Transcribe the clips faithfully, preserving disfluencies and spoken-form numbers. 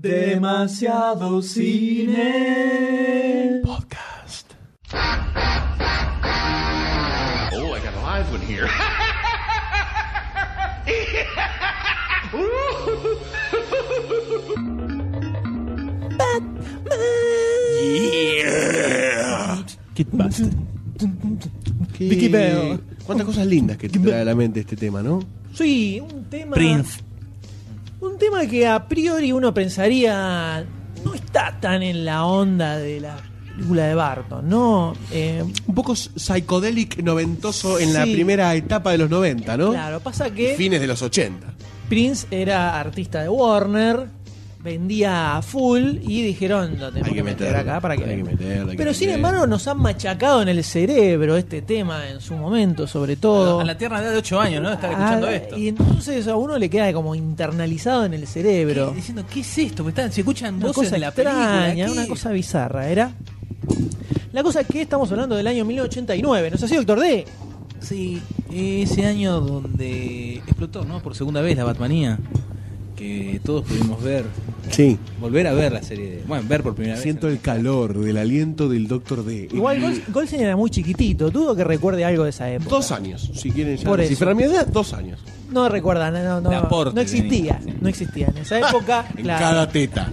Demasiado Cine Podcast. Oh, I got a live one here. Yeah. Kid Bastard. ¿Qué- Vicky Bell. Cuántas cosas lindas que te trae a la mente este tema, ¿no? Sí, un tema. Prince. Un tema que a priori uno pensaría no está tan en la onda de la película de Barton, ¿no? Eh, Un poco psicodélic noventoso en la Sí. primera etapa de los noventa, ¿no? claro, pasa que Fines de los ochenta. Prince era artista de Warner, vendía a full y dijeron lo tenemos Hay que que meter meterlo, acá para que hay que venga". meterlo, hay que Pero sin meterlo. embargo nos han machacado en el cerebro este tema en su momento, sobre todo. A la tierna edad de ocho años, ¿no? Estar escuchando Ah, esto. Y entonces a uno le queda como internalizado en el cerebro. ¿Qué? Diciendo, ¿qué es esto? Están- se escuchan Una voces cosa de la extraña, película. ¿qué? una cosa bizarra, ¿era? La cosa es que estamos hablando del año mil novecientos ochenta y nueve, ¿no es así, Doctor D? Sí, ese año donde explotó, ¿no? Por segunda vez la Batmanía. Que todos pudimos ver, Sí. volver a ver la serie. De, bueno, ver por primera Siento vez. el calor del aliento del Doctor D. Igual Eh, Gol- Golsen era muy chiquitito, dudo que recuerde algo de esa época. Dos años, si quieren ya. Por eso. Cifrar mi edad, dos años. No recuerda, no, no, De aporte no existía, tenía. no existía en esa época. En claro. cada teta.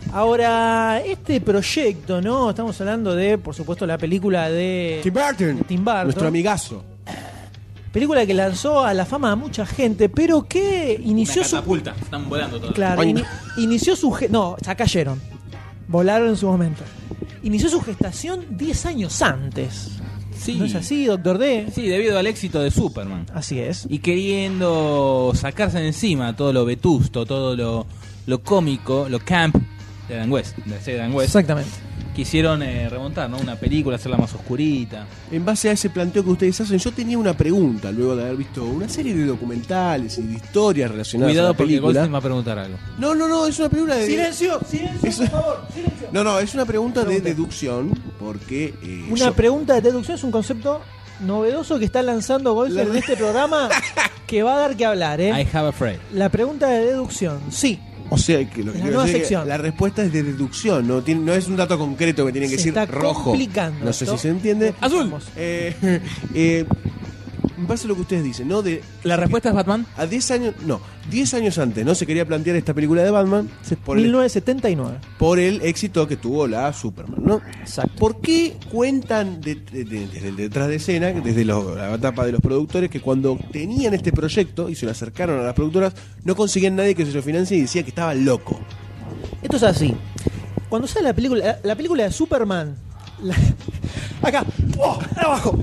Ahora, este proyecto, ¿no? Estamos hablando de, por supuesto, la película de Tim Burton. Tim Burton. Nuestro amigazo. película que lanzó a la fama a mucha gente, pero que inició Una su catapulta, están volando todos. Claro, Ay, ini- no. inició su ge- no, ya cayeron. Volaron en su momento. Inició su gestación diez años antes. Sí. ¿No es así, Doctor D? Sí, debido al éxito de Superman. Así es. Y queriendo sacarse de encima todo lo vetusto, todo lo, lo cómico, lo camp de Dan West, de la serie de Dan West. Exactamente. Quisieron eh, remontar, ¿no? Una película, hacerla más oscurita. En base a ese planteo que ustedes hacen, yo tenía una pregunta luego de haber visto una serie de documentales y de historias relacionadas a Cuidado la porque película. Goldstein va a preguntar algo. No, no, no, es una película de. Silencio, silencio, Eso- por favor, silencio. No, no, es una pregunta de Pregunta. deducción porque. eh, Una yo- pregunta de deducción es un concepto novedoso que está lanzando Golsen La- en este programa que va a dar que hablar, ¿eh? I have a friend. La pregunta de deducción, sí. O sea, que lo que La quiero nueva decir es que sección. la respuesta es de deducción, no, tiene, no es un dato concreto que tienen que Se decir está rojo. complicando No sé esto. si se entiende. Azul. Eh, eh, en base a lo que ustedes dicen, ¿no? De, ¿La respuesta es Batman? a diez años, no, diez años antes, ¿no? Se quería plantear esta película de Batman por mil el, novecientos setenta y nueve. por el éxito que tuvo la Superman, ¿no? Exacto. ¿Por qué cuentan de- de- de- desde el detrás de escena, desde lo- la etapa de los productores, que cuando tenían este proyecto y se lo acercaron a las productoras, no conseguían nadie que se lo financie y decía que estaba loco? Esto es así. Cuando sale la película, la película de Superman, la- acá, ¡oh! Abajo.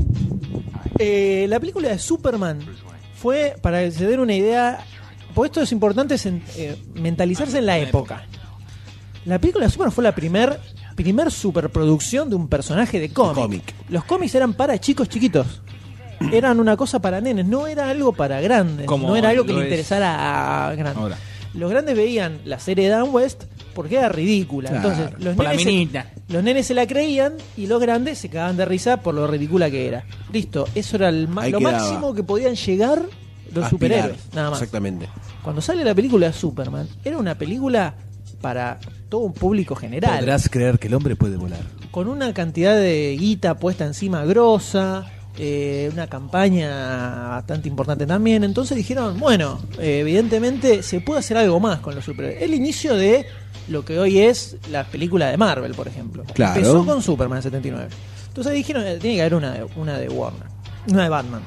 Eh, la película de Superman fue, para que se den una idea, porque esto es importante sen- eh, mentalizarse en la época. La película de Superman fue la primer, primer superproducción de un personaje de cómic. cómic. Los cómics eran para chicos chiquitos. Eran una cosa para nenes, no era algo para grandes. Como No era algo que lo le es interesara a grandes. ahora. Los grandes veían la serie de Dan West porque era ridícula. Claro, Entonces, los por la nenes, se, minita. los nenes se la creían y los grandes se cagaban de risa por lo ridícula que era. Listo, eso era el ma- Ahí lo quedaba. máximo que podían llegar los Aspirar. superhéroes. Nada más. Exactamente. Cuando sale la película de Superman, era una película para todo un público general. Podrás creer que el hombre puede volar. Con una cantidad de guita puesta encima grosa, eh, una campaña bastante importante también. Entonces dijeron, bueno, eh, evidentemente se puede hacer algo más con los superhéroes. El inicio de lo que hoy es la película de Marvel, por ejemplo. Claro. Empezó con Superman en setenta y nueve. Entonces dijeron, eh, tiene que haber una de, una de Warner, una de Batman.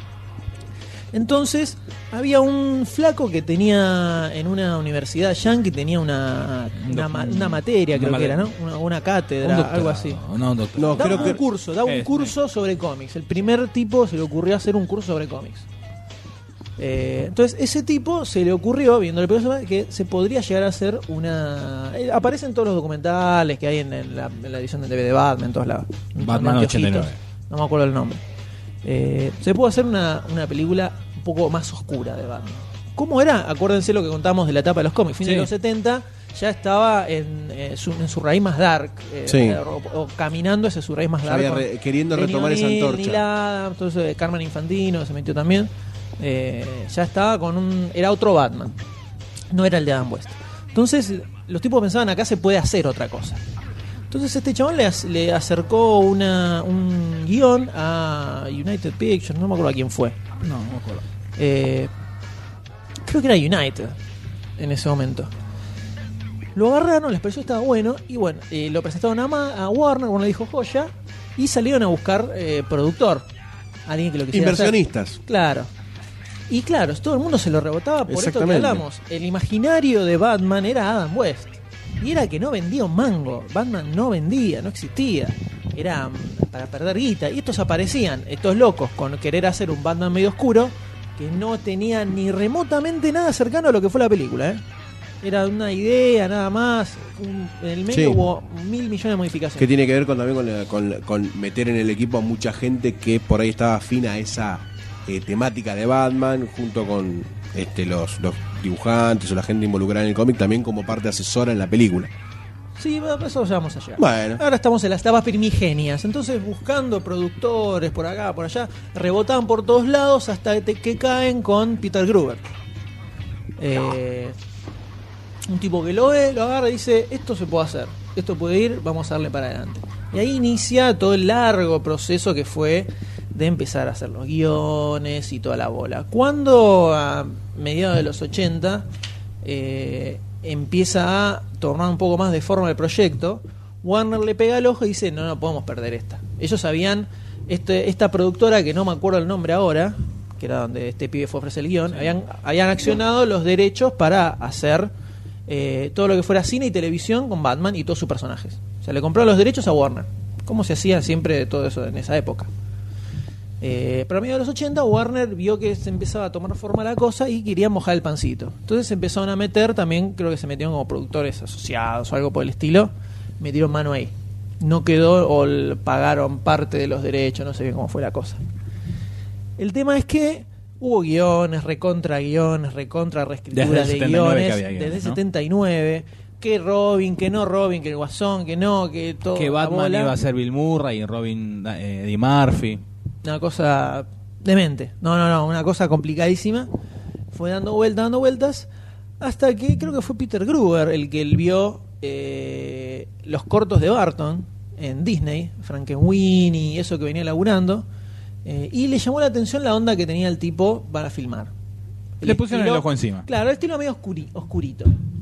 Entonces había un flaco que tenía en una universidad yankee, tenía una, una, ma- una materia, Una creo que materia. era, ¿no? Una, una cátedra, algo así. No, doctor. No, Daba creo un que. curso, daba un Es, curso sobre cómics. El primer tipo se le ocurrió hacer un curso sobre cómics. Eh, entonces, ese tipo se le ocurrió, viendo el personaje, que se podría llegar a hacer una. eh, aparece en todos los documentales que hay en, en la, en la edición de T V de Batman, en todos lados. Batman Con ochenta y nueve. anteojitos. No me acuerdo el nombre. Eh, se pudo hacer una, una película un poco más oscura de Batman. ¿Cómo era? Acuérdense lo que contamos de la etapa de los cómics. Fin Sí. de los setenta ya estaba en, eh, su, en su raíz más dark. eh, Sí. o, o caminando hacia su raíz más Ya dark. había con re- queriendo Denny retomar esa O'Neil, antorcha. Neil Adams, todo eso de Carmen Infantino se metió también. Eh, ya estaba con un. Era otro Batman. No era el de Adam West. Entonces, los tipos pensaban, acá se puede hacer otra cosa. Entonces este chabón le, le acercó una, un guión a United Pictures, no me acuerdo a quién fue. No, no me acuerdo. Eh, creo que era United en ese momento. Lo agarraron, les pareció que estaba bueno y bueno, eh, lo presentaron a, Ma, a Warner, Warner le dijo joya y salieron a buscar eh, productor, alguien que lo quisiera Inversionistas. hacer. Claro. Y claro, todo el mundo se lo rebotaba por esto que hablamos. El imaginario de Batman era Adam West. Y era que no vendía un mango. Batman no vendía, no existía. Era para perder guita. Y estos aparecían, estos locos, con querer hacer un Batman medio oscuro, que no tenía ni remotamente nada cercano a lo que fue la película, ¿eh? Era una idea, nada más. Un, en el medio Sí. hubo mil millones de modificaciones. Que tiene que ver con, también con, la- con, la- con meter en el equipo a mucha gente que por ahí estaba afina a esa eh, temática de Batman, junto con este, los, los dibujantes o la gente involucrada en el cómic, también como parte asesora en la película. Sí, va- eso ya vamos a llegar. Bueno. Ahora estamos en las etapas primigenias. Entonces, buscando productores por acá, por allá, rebotaban por todos lados hasta que, que caen con Peter Gruber. Eh, un tipo que lo ve, lo agarra y dice: esto se puede hacer, esto puede ir, vamos a darle para adelante. Y ahí inicia todo el largo proceso que fue de empezar a hacer los guiones y toda la bola. Cuando a mediados de los ochenta eh, empieza a tomar un poco más de forma el proyecto, Warner le pega el ojo y dice: no, no podemos perder esta. Ellos sabían, este, esta productora, que no me acuerdo el nombre ahora, que era donde este pibe fue a ofrecer el guión, sí. habían, habían accionado los derechos para hacer eh, todo lo que fuera cine y televisión con Batman y todos sus personajes. O sea, le compraron los derechos a Warner, como se hacía siempre todo eso en esa época. Eh, pero a mediados de los ochenta Warner vio que se empezaba a tomar forma la cosa y querían mojar el pancito. Entonces empezaron a meter, también creo que se metieron como productores asociados o algo por el estilo, metieron mano ahí. No quedó o l- pagaron parte de los derechos, no sé bien cómo fue la cosa. El tema es que hubo guiones, recontra guiones, recontra reescrituras Desde el de setenta y nueve guiones, que había guiones, desde el ¿no? setenta y nueve, que Robin, que no Robin, que el Guasón, que no, que todo. Que la Batman bola. iba a ser Bill Murray y Robin eh, Eddie Murphy. Una cosa demente. No, no, no, una cosa complicadísima. Fue dando vueltas, dando vueltas, hasta que creo que fue Peter Gruber el que él vio eh, los cortos de Barton en Disney, Frankenweenie y eso que venía laburando, eh, y le llamó la atención la onda que tenía el tipo para filmar. Le pusieron el ojo encima. Claro, el estilo medio oscuri- oscurito.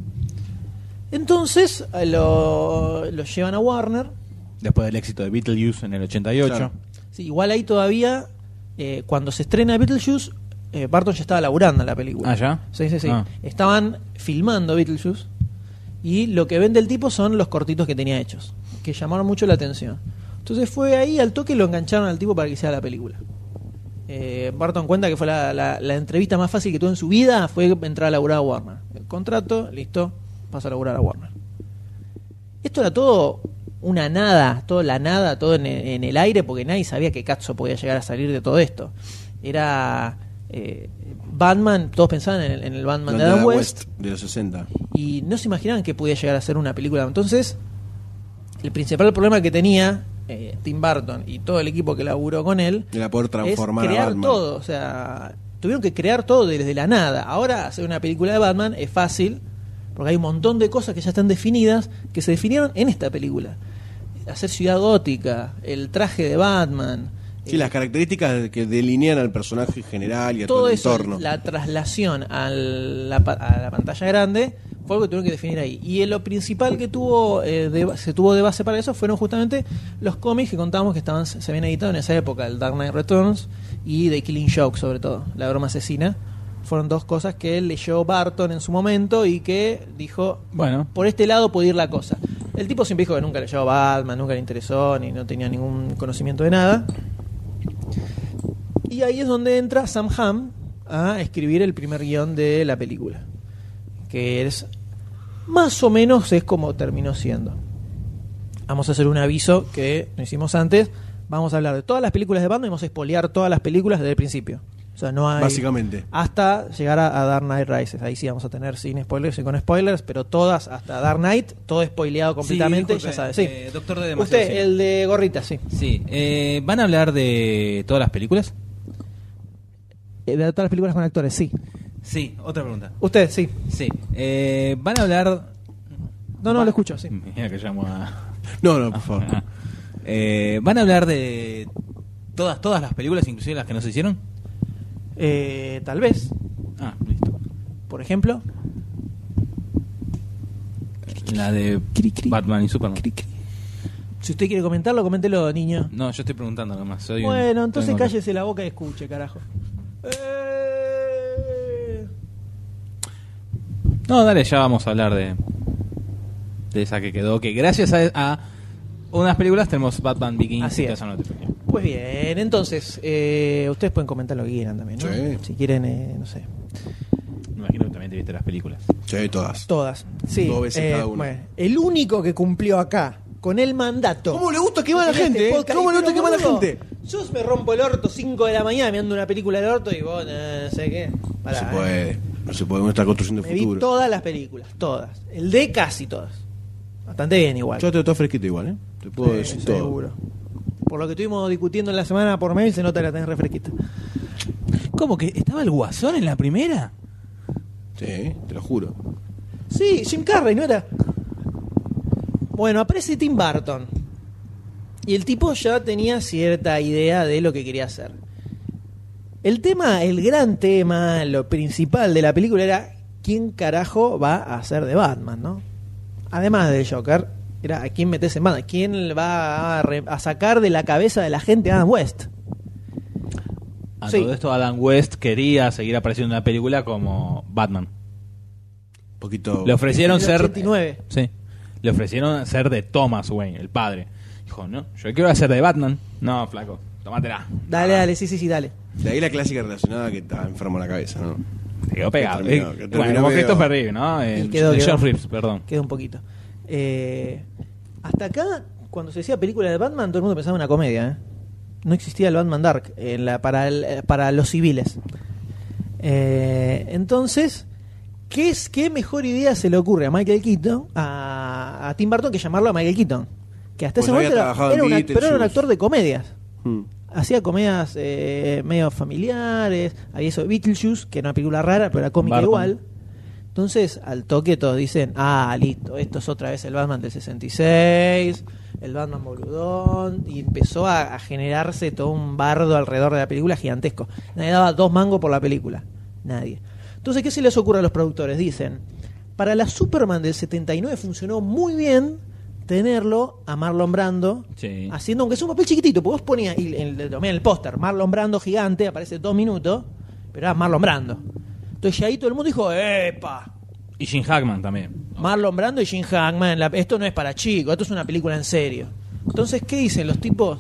Entonces eh, lo, lo llevan a Warner. Después del éxito de Beetlejuice en el ochenta y ocho. Claro. Sí, igual ahí todavía, eh, cuando se estrena Beetlejuice, eh, Barton ya estaba laburando en la película. ¿Ah, ya? Sí, sí, sí. Ah. Estaban filmando Beetlejuice y lo que vende el tipo son los cortitos que tenía hechos, que llamaron mucho la atención. Entonces fue ahí al toque y lo engancharon al tipo para que hiciera la película. Eh, Barton cuenta que fue la, la, la entrevista más fácil que tuvo en su vida, fue entrar a laburar a Warner. El contrato, listo, pasa a laburar a Warner. Esto era todo una nada, toda la nada, todo en, en el aire, porque nadie sabía que Katzo podía llegar a salir de todo esto. Era eh, Batman, todos pensaban en el, en el Batman Donde de Adam Adam West, West de los sesenta. y no se imaginaban que podía llegar a ser una película. Entonces, el principal problema que tenía eh, Tim Burton y todo el equipo que laburó con él Era poder transformar es crear a Batman. todo. O sea, tuvieron que crear todo desde la nada. Ahora hacer una película de Batman es fácil, porque hay un montón de cosas que ya están definidas, que se definieron en esta película. Hacer Ciudad Gótica, el traje de Batman. Sí, eh, las características que delinean al personaje general y a todo, todo el eso, entorno. la traslación a la, pa- a la pantalla grande fue algo que tuvieron que definir ahí. Y eh, lo principal que tuvo eh, de, se tuvo de base para eso fueron justamente los cómics que contábamos que estaban se habían editado en esa época, el Dark Knight Returns y The Killing Joke, sobre todo, La broma asesina. Fueron dos cosas que él leyó Barton en su momento y que dijo, Bueno, por este lado puede ir la cosa. El tipo siempre dijo que nunca leyó a Batman, nunca le interesó, ni no tenía ningún conocimiento de nada. Y ahí es donde entra Sam Hamm a escribir el primer guión de la película, que es más o menos es como terminó siendo. Vamos a hacer un aviso que no hicimos antes. Vamos a hablar de todas las películas de Batman y vamos a spoilear todas las películas desde el principio. O sea, no hay... Básicamente. Hasta llegar a, a Dark Knight Rises. Ahí sí vamos a tener sin spoilers y con spoilers, pero todas hasta Dark Knight, todo spoileado completamente, disculpe, ya sabes. Sí. eh, doctor de demasiado Usted, cine. el de gorrita, sí. Sí, eh, ¿van a hablar de todas las películas? Eh, De todas las películas con actores, sí. Sí, otra pregunta. Usted, sí. Sí, eh, ¿van a hablar No, no, lo escucho, sí. Mira que llamo a... No, no, por favor. Ah. Eh, ¿Van a hablar de todas todas las películas, inclusive las que no se hicieron? Eh, tal vez. Ah, listo. Por ejemplo. La de Cri, cri. Batman y Superman. Cri, cri. Si usted quiere comentarlo, coméntelo, niño. No, yo estoy preguntando nomás. Soy un- Bueno, entonces tengo- cállese la boca y escuche, carajo. Eh... No, dale, ya vamos a hablar de de esa que quedó. Que gracias a, a unas películas tenemos Batman Begins. Así y toda es. esa noticia. Pues bien, entonces, eh, ustedes pueden comentar lo que quieran también, ¿no? Sí. Si quieren, eh, no sé. Me imagino que también te viste las películas. Sí, todas. Todas. Sí. Dos veces eh, cada uno. bueno, el único que cumplió acá con el mandato. ¿Cómo le gusta quemar a la en este gente? eh? podcast, ¿Cómo le gusta pero, quemar a la boludo, gente? Yo me rompo el orto cinco de la mañana mirando una película del orto y vos, eh, no sé qué. Pará, No se eh. puede. No se puede. Uno está construyendo Me el vi futuro. todas las películas, todas. El de casi todas. Bastante bien igual. Yo te todo fresquito igual, ¿eh? Te puedo Sí, decir todo. seguro. Por lo que estuvimos discutiendo en la semana por mail, se nota que la tenés refresquita. ¿Cómo que estaba el Guasón en la primera? Sí, te lo juro. Sí, Jim Carrey, ¿no era? Bueno, aparece Tim Burton. Y el tipo ya tenía cierta idea de lo que quería hacer. El tema, el gran tema, lo principal de la película era quién carajo va a hacer de Batman, ¿no? Además del Joker, era a quién metes en Batman, quién va a, re- a sacar de la cabeza de la gente a Adam West. A Sí. todo esto Adam West quería seguir apareciendo en la película como Batman. Un poquito. Le ofrecieron En el ser... ochenta y nueve. Sí. Le ofrecieron ser de Thomas Wayne, el padre. Dijo, no, yo quiero hacer de Batman. No, flaco, tómatela. Dale, dale, sí, sí, sí, dale. De ahí la clásica relacionada que está enfermo en la cabeza, ¿no? Se quedó pegado. Que terminó, Eh, que terminó bueno, como medio- Christopher Reeve, ¿no? Eh, quedó, de quedó. Geoff Reeves, perdón. Queda un poquito. Eh, hasta acá, cuando se decía película de Batman, todo el mundo pensaba en una comedia. ¿eh? No existía el Batman Dark en la, para, el- eh, para los civiles. Eh, entonces, ¿qué, es, ¿qué mejor idea se le ocurre a Michael Keaton, a, a Tim Burton, que llamarlo a Michael Keaton? Que hasta Pues ese había momento era, trabajado en era un, act- pero era un Beetlejuice. actor de comedias. Hmm. Hacía comedias eh, medio familiares. Había eso de Beetlejuice, que era una película rara, pero era cómica Barton. igual. Entonces, al toque todos dicen, ah, listo, esto es otra vez el Batman del sesenta y seis, el Batman boludón, y empezó a, a generarse todo un bardo alrededor de la película gigantesco. Nadie daba dos mangos por la película, nadie. Entonces, ¿qué se les ocurre a los productores? Dicen, para la Superman del setenta y nueve funcionó muy bien tenerlo a Marlon Brando Sí. haciendo, aunque es un papel chiquitito, porque vos ponías, y en el, en el póster, Marlon Brando gigante, aparece dos minutos, pero era Marlon Brando. Entonces ya ahí todo el mundo dijo, ¡epa! Y Jim Hackman también. Marlon Brando y Jim Hackman, la- esto no es para chicos, esto es una película en serio. Entonces, ¿qué dicen los tipos?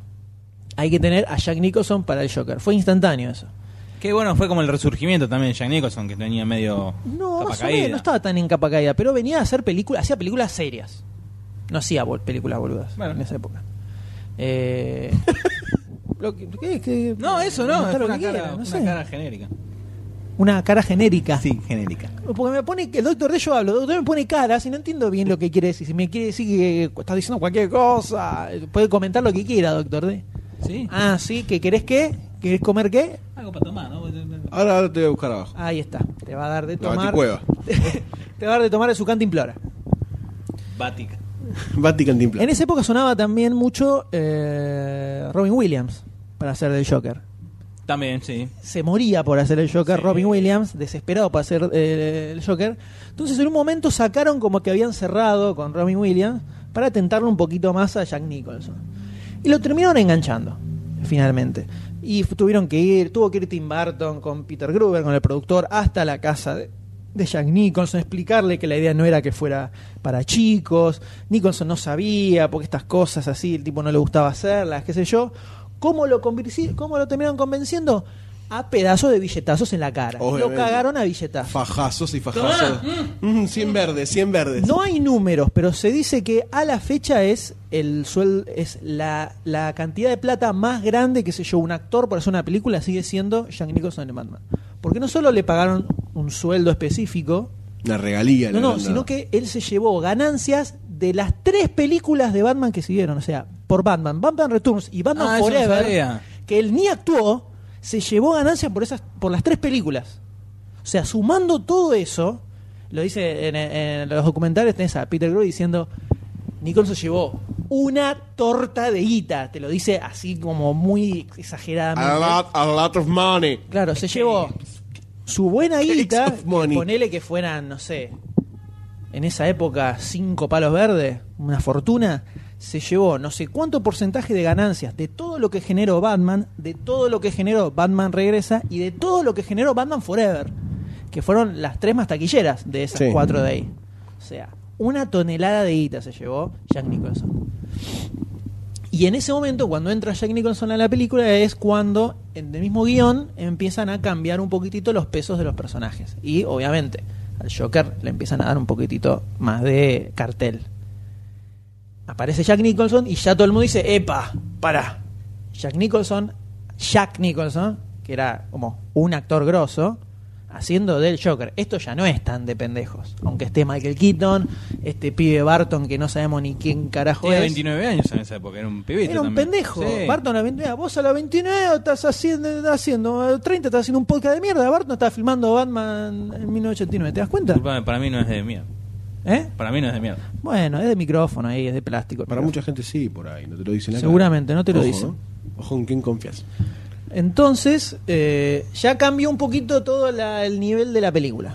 Hay que tener a Jack Nicholson para el Joker. Fue instantáneo eso. Qué bueno, fue como el resurgimiento también de Jack Nicholson, que tenía medio No, capa más o caída. menos, no estaba tan en capa caída, pero venía a hacer películas, hacía películas serias. No hacía bol- películas boludas Bueno. en esa época. Eh, lo que- ¿qué- qué- No, eso no, comentar es lo una, que cara, quiera, no una sé. cara genérica. Una cara genérica. Sí, genérica. Porque me pone, el doctor D yo hablo, el doctor me pone caras y no entiendo bien lo que quiere decir. Si me quiere decir que está diciendo cualquier cosa, puede comentar lo que quiera, doctor D. ¿Sí? Ah, sí, ¿que querés qué? ¿Querés comer qué? Algo para tomar, ¿no? Ahora, ahora te voy a buscar abajo. Ahí está, te va a dar de La tomar. baticueva. Te va a dar de tomar de su cantimplora. Bática. Vatican Timpla. En esa época sonaba también mucho eh, Robin Williams para hacer del Joker. También, sí. Se moría por hacer el Joker, Sí. Robin Williams, desesperado por hacer eh, el Joker. Entonces en un momento sacaron como que habían cerrado con Robin Williams para tentarlo un poquito más a Jack Nicholson. Y lo terminaron enganchando, finalmente. Y f- tuvieron que ir, tuvo que ir Tim Burton con Peter Gruber, con el productor, hasta la casa de, de Jack Nicholson, explicarle que la idea no era que fuera para chicos. Nicholson no sabía, porque estas cosas así, el tipo no le gustaba hacerlas, qué sé yo. ¿Cómo lo, convenci- cómo lo terminaron convenciendo? A pedazos de billetazos en la cara. Obviamente. Lo cagaron a billetazos. Fajazos y fajazos. Mm, cien verdes, cien verdes. No hay números, pero se dice que a la fecha es el suel es la, la cantidad de plata más grande que se llevó un actor por hacer una película, sigue siendo Jack Nicholson en Batman. Porque no solo le pagaron un sueldo específico, Una regalía. no, le no, habrán sino dado. que él se llevó ganancias de las tres películas de Batman que siguieron. O sea, por Batman, Batman Returns y Batman Ah, eso no Forever, sabía. que él ni actuó, se llevó ganancias por esas por las tres películas. O sea, sumando todo eso, Lo dice en, en los documentales, tenés a Peter Groy diciendo, Nicholson llevó una torta de guita, te lo dice así como muy exageradamente. A lot, a lot of money. Claro, se llevó su buena guita, Cakes of money. ponele que fueran, no sé, en esa época cinco palos verdes, una fortuna, se llevó no sé cuánto porcentaje de ganancias de todo lo que generó Batman, de todo lo que generó Batman Regresa y de todo lo que generó Batman Forever, que fueron las tres más taquilleras de esas Sí. cuatro de ahí. O sea, una tonelada de guita se llevó Jack Nicholson. Y en ese momento, cuando entra Jack Nicholson a la película, es cuando en el mismo guión empiezan a cambiar un poquitito los pesos de los personajes. Y obviamente al Joker le empiezan a dar un poquitito más de cartel. Aparece Jack Nicholson y ya todo el mundo dice, epa, pará. Jack Nicholson, Jack Nicholson, que era como un actor grosso, haciendo del Joker. Esto ya no es tan de pendejos. Aunque esté Michael Keaton, este pibe Barton que no sabemos ni quién carajo Tenía es. veintinueve años en esa época, era un pibito Era un también. pendejo. Sí. Barton a los veintinueve. Vos a los veintinueve estás haciendo, estás haciendo a los treinta estás haciendo un podcast de mierda. Barton está filmando Batman en mil novecientos ochenta y nueve. ¿Te das cuenta? Disculpame, para mí no es de mierda. ¿Eh? Para mí no es de mierda. Bueno, es de micrófono ahí, es de plástico. Para mucha gente sí, por ahí, no te lo dicen acá. Seguramente, no te lo Ojo, dicen. ¿no? Ojo en quién confías. Entonces, eh, ya cambió un poquito todo la- el nivel de la película.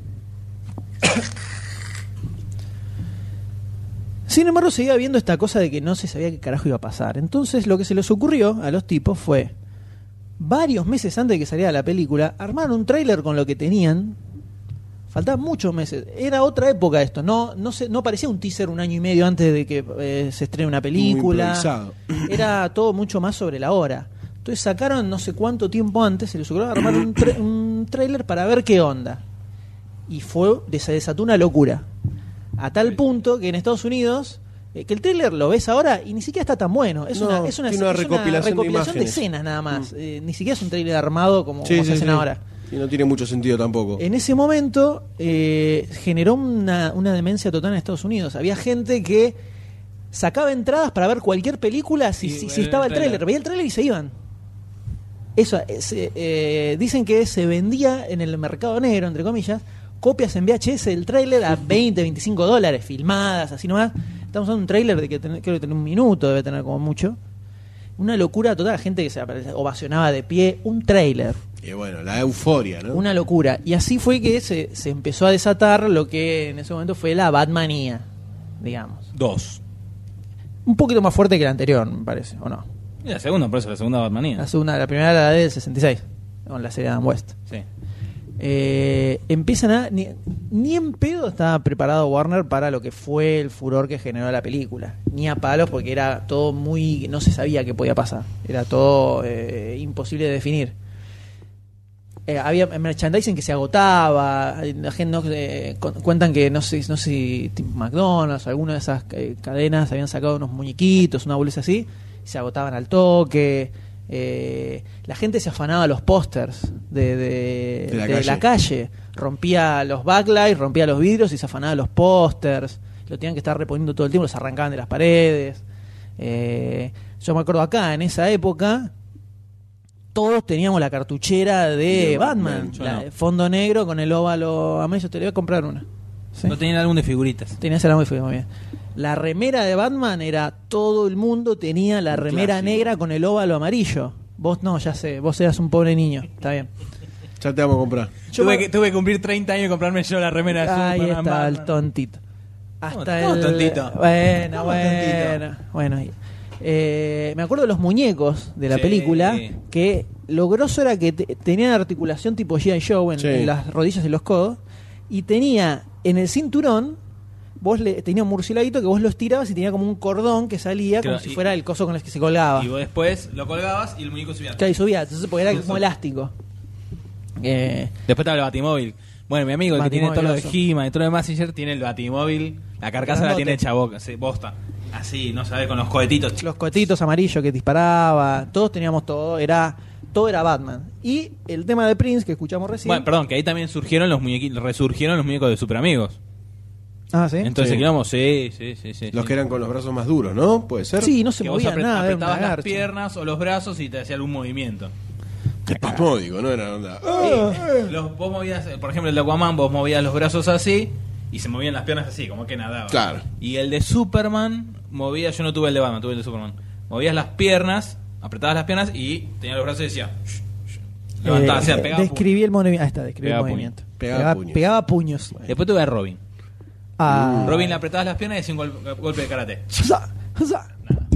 Sin embargo, seguía viendo esta cosa de que no se sabía qué carajo iba a pasar. Entonces, lo que se les ocurrió a los tipos fue, varios meses antes de que saliera la película, armaron un tráiler con lo que tenían. Faltaban muchos meses. Era otra época esto. No, no, se, no parecía un teaser un año y medio antes de que eh, se estrene una película. improvisado. Era todo mucho más sobre la hora. Entonces sacaron no sé cuánto tiempo antes, se les ocurrió armar un, tra- un tráiler para ver qué onda. Y fue, se desató una locura. A tal punto que en Estados Unidos, eh, que el tráiler lo ves ahora y ni siquiera está tan bueno. Es No, una, es una, tiene una es una recopilación de recopilación de, imágenes. escenas nada más. Eh, ni siquiera es un tráiler armado como, Sí, como sí, se hacen sí. ahora. Y no tiene mucho sentido tampoco. En ese momento eh, generó una, una demencia total enEstados Unidos. Había gente que sacaba entradas para ver cualquier película si, Y si, ver si estaba el el tráiler. tráiler. Veía el tráiler y se iban. Eso, es, eh, eh, dicen que se vendía en el mercado negro, entre comillas, copias en V H S del tráiler a veinte, veinticinco dólares, filmadas, así nomás. Estamos hablando de un tráiler de que ten- creo que tiene un minuto, debe tener como mucho. Una locura total, gente que se apare- ovacionaba de pie, un tráiler. Y bueno, la euforia, ¿no? Una locura. Y así fue que se, se empezó a desatar lo que en ese momento fue la Batmanía, digamos. Dos. Un poquito más fuerte que la anterior, me parece, ¿o no? Y la segunda, por eso, la segunda Batmanía. La segunda, la primera era la del sesenta y seis, con la serie de Adam West. Sí. Eh, empiezan a... Ni, ni en pedo estaba preparado Warner para lo que fue el furor que generó la película. Ni a palos, porque era todo muy... No se sabía qué podía pasar. Era todo eh, imposible de definir. Eh, había merchandising que se agotaba. La gente no, eh, cu- cuentan que no sé, no sé si tipo McDonald's, alguna de esas eh, cadenas habían sacado unos muñequitos, una bolsa así, y se agotaban al toque. Eh, la gente se afanaba los pósters de, de, De la de calle. la calle, rompía los backlights, rompía los vidrios y se afanaba los pósters. Lo tenían que estar reponiendo todo el tiempo, los arrancaban de las paredes. Eh, yo me acuerdo acá, en esa época, todos teníamos la cartuchera de, De Batman, Batman, yo la no. de fondo negro con el óvalo amarillo. Te le voy a comprar una. ¿Sí? No tenía el álbum de figuritas. Tenía ese muy muy bien. La remera de Batman era, todo el mundo tenía la Un remera clásico. negra con el óvalo amarillo. Vos no, ya sé, vos eras un pobre niño. Está bien. Ya te vamos a comprar. Yo tuve, me- que, tuve que cumplir treinta años y comprarme yo la remera de Ahí Superman. está el Batman. tontito. Hasta ¿Cómo el tontito? Bueno, ¿Cómo bueno. tontito? Bueno, y- eh, me acuerdo de los muñecos de la Sí. película, que lo grosso era que te- tenían articulación tipo G I. Joe en, Sí. en las rodillas y los codos, y tenía en el cinturón, vos le tenía un murcielaguito que vos lo estirabas y tenía como un cordón que salía Claro, como si y- fuera el coso con el que se colgaba. Y vos después lo colgabas y el muñeco subía. Claro, y subía, entonces porque era Sí, como sí. elástico. Eh, Después estaba el Batimóvil. Bueno, mi amigo el que tiene todo lo de Batimóvil, He-Man y todo lo de Massinger tiene el Batimóvil. La carcasa la Grandote. tiene hecha boca, sí, bosta. Así, no sabés, con los cohetitos. los cohetitos amarillos que disparaba, todos teníamos todo, era todo era Batman. Y el tema de Prince que escuchamos recién. Bueno, perdón, que ahí también surgieron los muñequitos, resurgieron los muñecos de Super Amigos. Ah, ¿sí? Entonces, Sí. quedamos, sí, sí, sí, sí. Los sí. que eran con los brazos más duros, ¿no? Puede ser. Sí, no se que vos movía apre- nada, era una apretabas las garcha. piernas o los brazos y te hacía algún movimiento. Espasmódico, ¿no? Era onda. Sí. Los, vos movías, por ejemplo, el de Aquaman, vos movías los brazos así y se movían las piernas así, como que nadaba. Claro. Y el de Superman movía, yo no tuve el de Batman, tuve el de Superman. Movías las piernas, apretabas las piernas y tenías los brazos y decía. Levantaba, Eh, o sea, pegaba. describí el movimiento. Ahí está, describí Pegaba el movimiento. Pegaba Pegaba, puños. pegaba puños. Después tuve a Robin. Ah. Robin le apretabas las piernas y hacía un gol- golpe de karate. Za, za.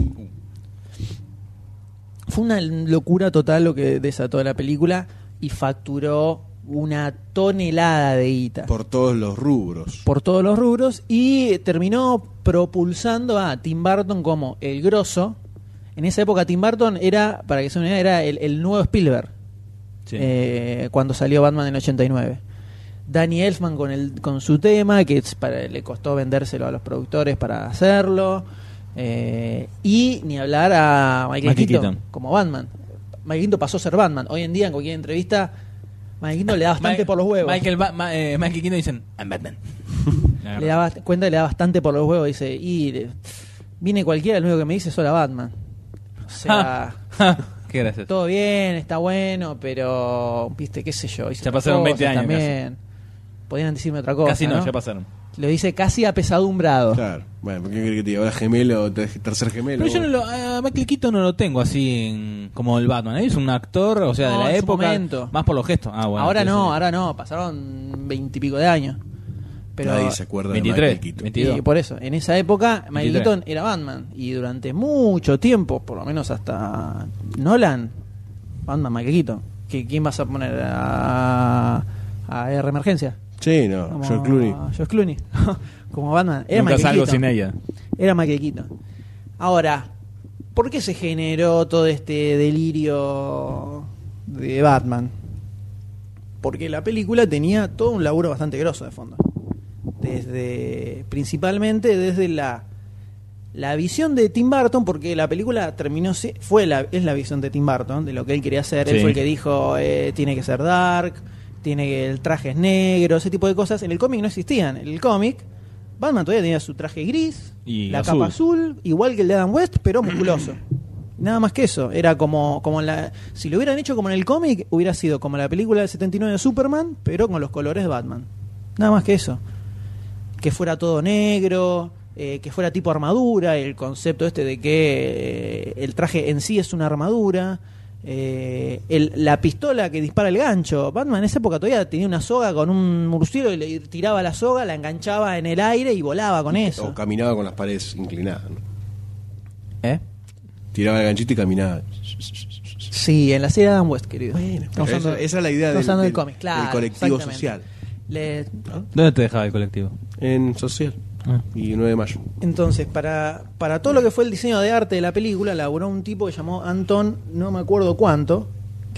Fue una locura total lo que desató la película y facturó una tonelada de guita por, Por todos los rubros. por todos los rubros y terminó propulsando a Tim Burton como el grosso. En esa época Tim Burton era, para que se me era el, el nuevo Spielberg. Sí. Eh, cuando salió Batman en el ochenta y nueve. Danny Elfman con el con su tema, que es para, le costó vendérselo a los productores para hacerlo. Eh, y ni hablar a Michael, Michael Keaton, Keaton. como Batman. Michael Keaton pasó a ser Batman. Hoy en día, en cualquier entrevista, Michael Keaton le da bastante Ma- por los huevos. Michael, ba- Ma- eh, Michael Keaton dicen, I'm Batman. Le da bast- cuenta, le da bastante por los huevos. Dice, y eh, viene cualquiera, lo único que me dice es hola Batman. O sea, Qué gracioso. todo bien, está bueno, pero, viste, qué sé yo. hice Ya otras pasaron veinte cosas años También. Podrían decirme otra cosa. Casi no, ¿no? ya pasaron. Lo dice casi apesadumbrado. Claro. Bueno, ¿por qué crees que te diga? Ahora gemelo, te- tercer gemelo. Pero yo no lo, a Michael Keaton no lo tengo así en- como el Batman. Es un actor, o sea, No, de la en su época. momento. Más por los gestos. Ah, bueno, ahora sí, no, sí. ahora no. Pasaron veintipico de años. Pero Nadie se acuerda veintitrés, de Michael Keaton. veintidós. y por eso, en esa época Michael veintitrés. Keaton era Batman. Y durante mucho tiempo, por lo menos hasta Nolan, Batman, Michael Keaton. ¿Qui- ¿Quién vas a poner a, a R Emergencia? Sí, no. Como George Clooney. George Clooney. Como Batman. Era Nunca Michael salgo Keaton. sin ella. Era Michael Keaton. Ahora, ¿por qué se generó todo este delirio de Batman? Porque la película tenía todo un laburo bastante grosso de fondo. Desde, principalmente desde la, la visión de Tim Burton, porque la película terminó, si- fue la, es la visión de Tim Burton, de lo que él quería hacer. Él Sí. fue el que dijo, eh, tiene que ser dark, tiene que, el traje es negro, ese tipo de cosas. En el cómic no existían. En el cómic, Batman todavía tenía su traje gris, Y la azul. capa azul, igual que el de Adam West, pero musculoso. Nada más que eso. Era como, como la. Si lo hubieran hecho como en el cómic, hubiera sido como la película del setenta y nueve de Superman, pero con los colores de Batman. Nada más que eso. Que fuera todo negro, eh, que fuera tipo armadura, el concepto este de que eh, el traje en sí es una armadura. Eh, el- la pistola que dispara el gancho. Batman en esa época todavía tenía una soga con un murciélago y le tiraba la soga, la enganchaba en el aire y volaba con eso. O caminaba con las paredes inclinadas. ¿no? ¿Eh? Tiraba el ganchito y caminaba. Sí, en la serie de Adam West, querido. Bueno, Estamos pero hablando- esa, esa es la idea del, estamos hablando del del- cómic, claro, del colectivo exactamente. social. Le- ¿Dónde te dejaba el colectivo? En social. Ah. Y nueve de mayo. Entonces, para, para todo lo que fue el diseño de arte de la película, laburó un tipo que llamó Anton, no me acuerdo cuánto,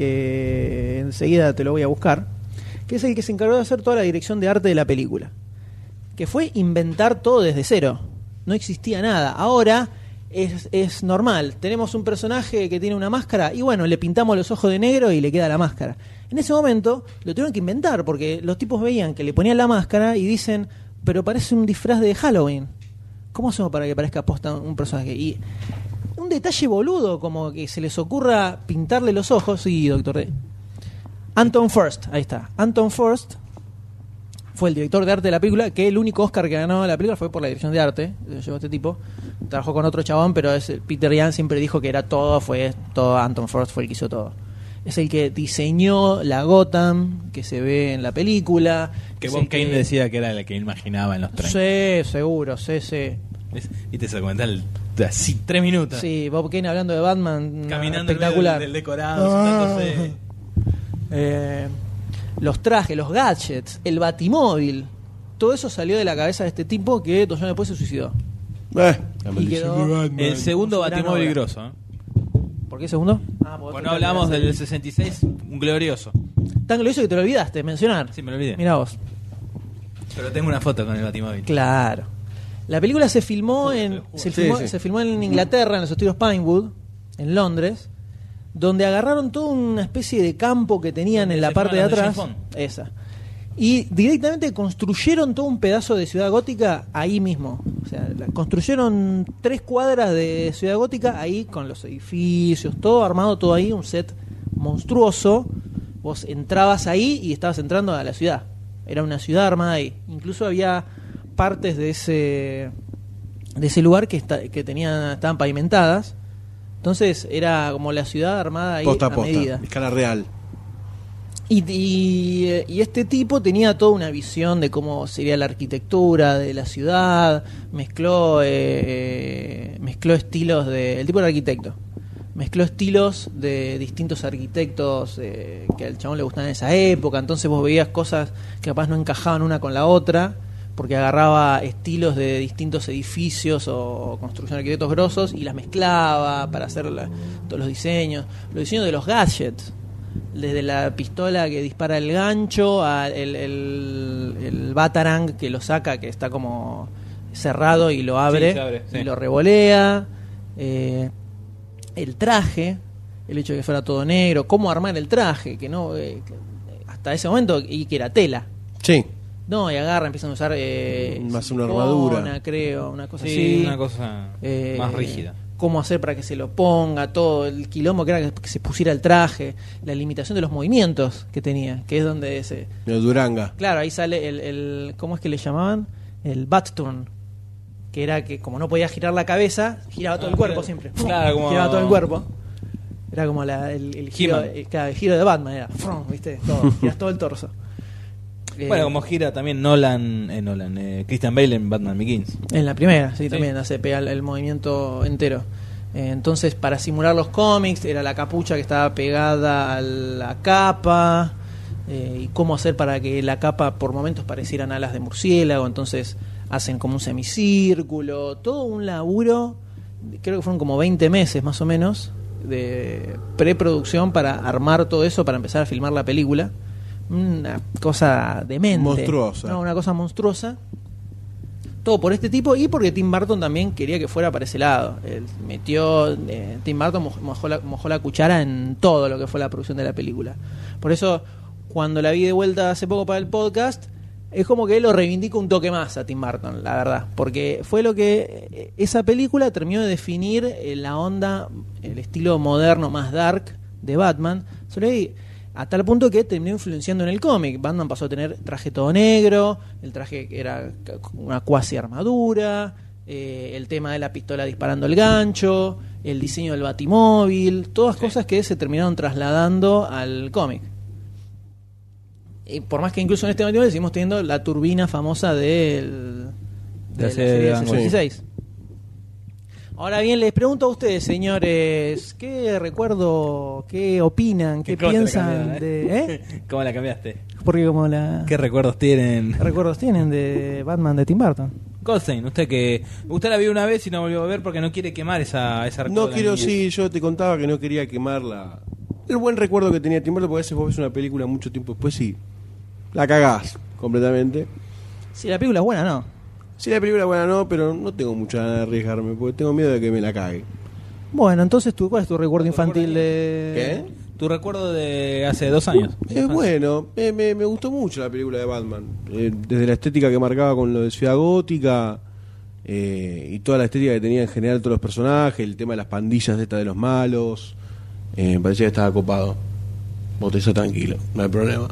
que enseguida te lo voy a buscar, que es el que se encargó de hacer toda la dirección de arte de la película. Que fue inventar todo desde cero. No existía nada. Ahora es, es normal. Tenemos un personaje que tiene una máscara y bueno, le pintamos los ojos de negro y le queda la máscara. En ese momento lo tuvieron que inventar porque los tipos veían que le ponían la máscara y dicen, pero parece un disfraz de Halloween. ¿Cómo hacemos para que parezca posta un personaje? Y un detalle boludo, como que se les ocurra pintarle los ojos. Sí, doctor D. Anton Furst, ahí está. Anton Furst fue el director de arte de la película, que el único Oscar que ganó la película fue por la dirección de arte. Lo llevó este tipo. Trabajó con otro chabón, pero es, Peter Yan siempre dijo que era todo, fue todo. Anton Furst fue el que hizo todo. Es el que diseñó la Gotham que se ve en la película. Que es Bob el Kane que- decía que era el que imaginaba en los treinta. Sí, seguro, sí, sí. ¿Ves? Y te se documental de así, tres minutos. Sí, Bob Kane hablando de Batman, Caminando espectacular. Del, del decorado, Ah. sentándose. Eh, los trajes, los gadgets, el batimóvil, todo eso salió de la cabeza de este tipo que dos años después se suicidó. Eh, la Y maldición quedó- de Batman. El segundo Su gran batimóvil obra. grosso. ¿eh? ¿Por qué segundo? Ah, porque Bueno, hablamos del sesenta y seis, un glorioso. Tan glorioso que te lo olvidaste mencionar. Sí, me lo olvidé. Mirá vos. Pero tengo una foto con el batimóvil. Claro. La película se filmó en se Sí, filmó, sí. se filmó en Inglaterra, en los estudios Pinewood, en Londres, donde agarraron toda una especie de campo que tenían Donde en la se parte de filmaron los atrás, James Bond. esa. Y directamente construyeron todo un pedazo de Ciudad Gótica ahí mismo. O sea, la- construyeron tres cuadras de Ciudad Gótica ahí con los edificios, todo armado, todo ahí, un set monstruoso, vos entrabas ahí y estabas entrando a la ciudad. Era una ciudad armada ahí. Incluso había partes de ese de ese lugar que está, que tenían estaban pavimentadas. Entonces era como la ciudad armada ahí Posta a a posta, medida. escala real. Y, y, y este tipo tenía toda una visión de cómo sería la arquitectura de la ciudad, mezcló eh, mezcló estilos de... El tipo era arquitecto, mezcló estilos de distintos arquitectos eh, que al chabón le gustaban en esa época, entonces vos veías cosas que capaz no encajaban una con la otra, porque agarraba estilos de distintos edificios o construcción de arquitectos grosos y las mezclaba para hacer la, todos los diseños, los diseños de los gadgets. Desde la pistola que dispara el gancho al el, el, el batarang que lo saca, que está como cerrado y lo abre, Sí, se abre, sí. y lo revolea, eh, el traje, el hecho de que fuera todo negro, cómo armar el traje, que no eh, que hasta ese momento y que era tela. Sí. No, y agarra, empiezan a usar eh, Más una silicona, armadura. creo, una cosa Sí, así. una cosa Eh, más rígida. Cómo hacer para que se lo ponga, todo el quilombo que era que, que se pusiera el traje, la limitación de los movimientos que tenía, que es donde se... De Duranga. Claro, ahí sale el, el ¿cómo es que le llamaban? El bat turn, que era que como no podía girar la cabeza, giraba todo Ah, el cuerpo claro. siempre. Claro, como- Giraba todo el cuerpo. Era como la, el, el, giro, He-Man. el, claro, el giro de Batman, era, frum, ¿viste? Todo, giras todo el torso. Eh, Bueno, como gira también Nolan, eh, Nolan eh, Christian Bale en Batman Begins. En la primera, sí, Sí. también hace pega el, el movimiento entero. Eh, entonces, para simular los cómics, era la capucha que estaba pegada a la capa. Eh, y cómo hacer para que la capa por momentos parecieran alas de murciélago. Entonces, hacen como un semicírculo. Todo un laburo, creo que fueron como veinte meses más o menos, de preproducción para armar todo eso, para empezar a filmar la película. Una cosa demente. Monstruosa. No, una cosa monstruosa. Todo por este tipo y porque Tim Burton también quería que fuera para ese lado. Él metió, eh, Tim Burton moj- mojó la, mojó la cuchara en todo lo que fue la producción de la película. Por eso, cuando la vi de vuelta hace poco para el podcast, es como que lo reivindico un toque más a Tim Burton, la verdad. Porque fue lo que eh, esa película terminó de definir eh, la onda, el estilo moderno más dark de Batman. Sobre ahí, a tal punto que terminó influenciando en el cómic. Batman pasó a tener traje todo negro, el traje era una cuasi armadura, eh, el tema de la pistola disparando el gancho, el diseño del batimóvil, todas Sí. cosas que se terminaron trasladando al cómic. Y por más que incluso en este momento seguimos teniendo la turbina famosa del, de, De la serie serie de del Van Gogh. sesenta y seis. Ahora bien, les pregunto a ustedes, señores, ¿qué recuerdo, qué opinan, qué, cosa le piensan cambiaron, de... ¿eh? ¿Cómo la cambiaste? Porque como la... ¿Qué recuerdos tienen? ¿Qué recuerdos tienen de Batman de Tim Burton? Goldstein, usted que usted la vio una vez y no volvió a ver porque no quiere quemar esa, esa recuerdo No de la quiero, niñez. sí, yo te contaba que no quería quemar la, el buen recuerdo que tenía Tim Burton, porque a veces vos ves una película mucho tiempo después y la cagás completamente. Si la película es buena, no. Si la película es buena no, pero no tengo mucha ganas de arriesgarme, porque tengo miedo de que me la cague. Bueno, entonces, ¿tú, ¿cuál es tu recuerdo ¿Tu infantil recuerdo de...? ¿Qué? Tu recuerdo de hace dos años. Es bueno, me, me, me gustó mucho la película de Batman. Eh, desde la estética que marcaba con lo de Ciudad Gótica eh, y toda la estética que tenía en general todos los personajes, el tema de las pandillas de esta de los malos. Eh, me parecía que estaba copado. Vos te hizo tranquilo, no hay problema.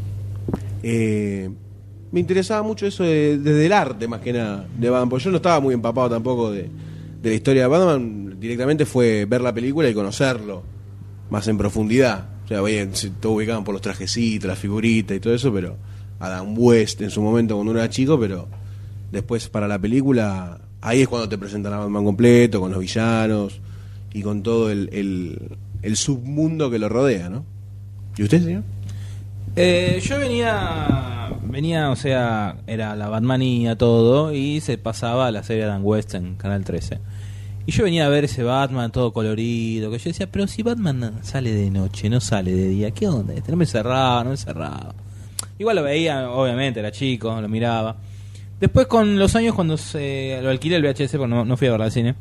Eh, me interesaba mucho eso de- desde el arte más que nada de Batman, porque yo no estaba muy empapado tampoco de, de la historia de Batman. Directamente fue ver la película y conocerlo más en profundidad. O sea, bien, se- todo ubicaban por los trajecitos, las figuritas y todo eso, pero Adam West en su momento cuando uno era chico, pero después para la película, ahí es cuando te presentan a Batman completo, con los villanos y con todo el, el, el submundo que lo rodea, ¿no? ¿Y usted, señor? Eh, yo venía, venía, o sea, era la Batmanía todo y se pasaba a la serie Adam West en Canal trece. Y yo venía a ver ese Batman todo colorido, que yo decía, pero si Batman sale de noche, no sale de día, ¿qué onda? Este no me cerraba, no me cerraba. Igual lo veía, obviamente, era chico, lo miraba. Después con los años cuando se lo alquilé el V H S, porque no, no fui a verla al cine,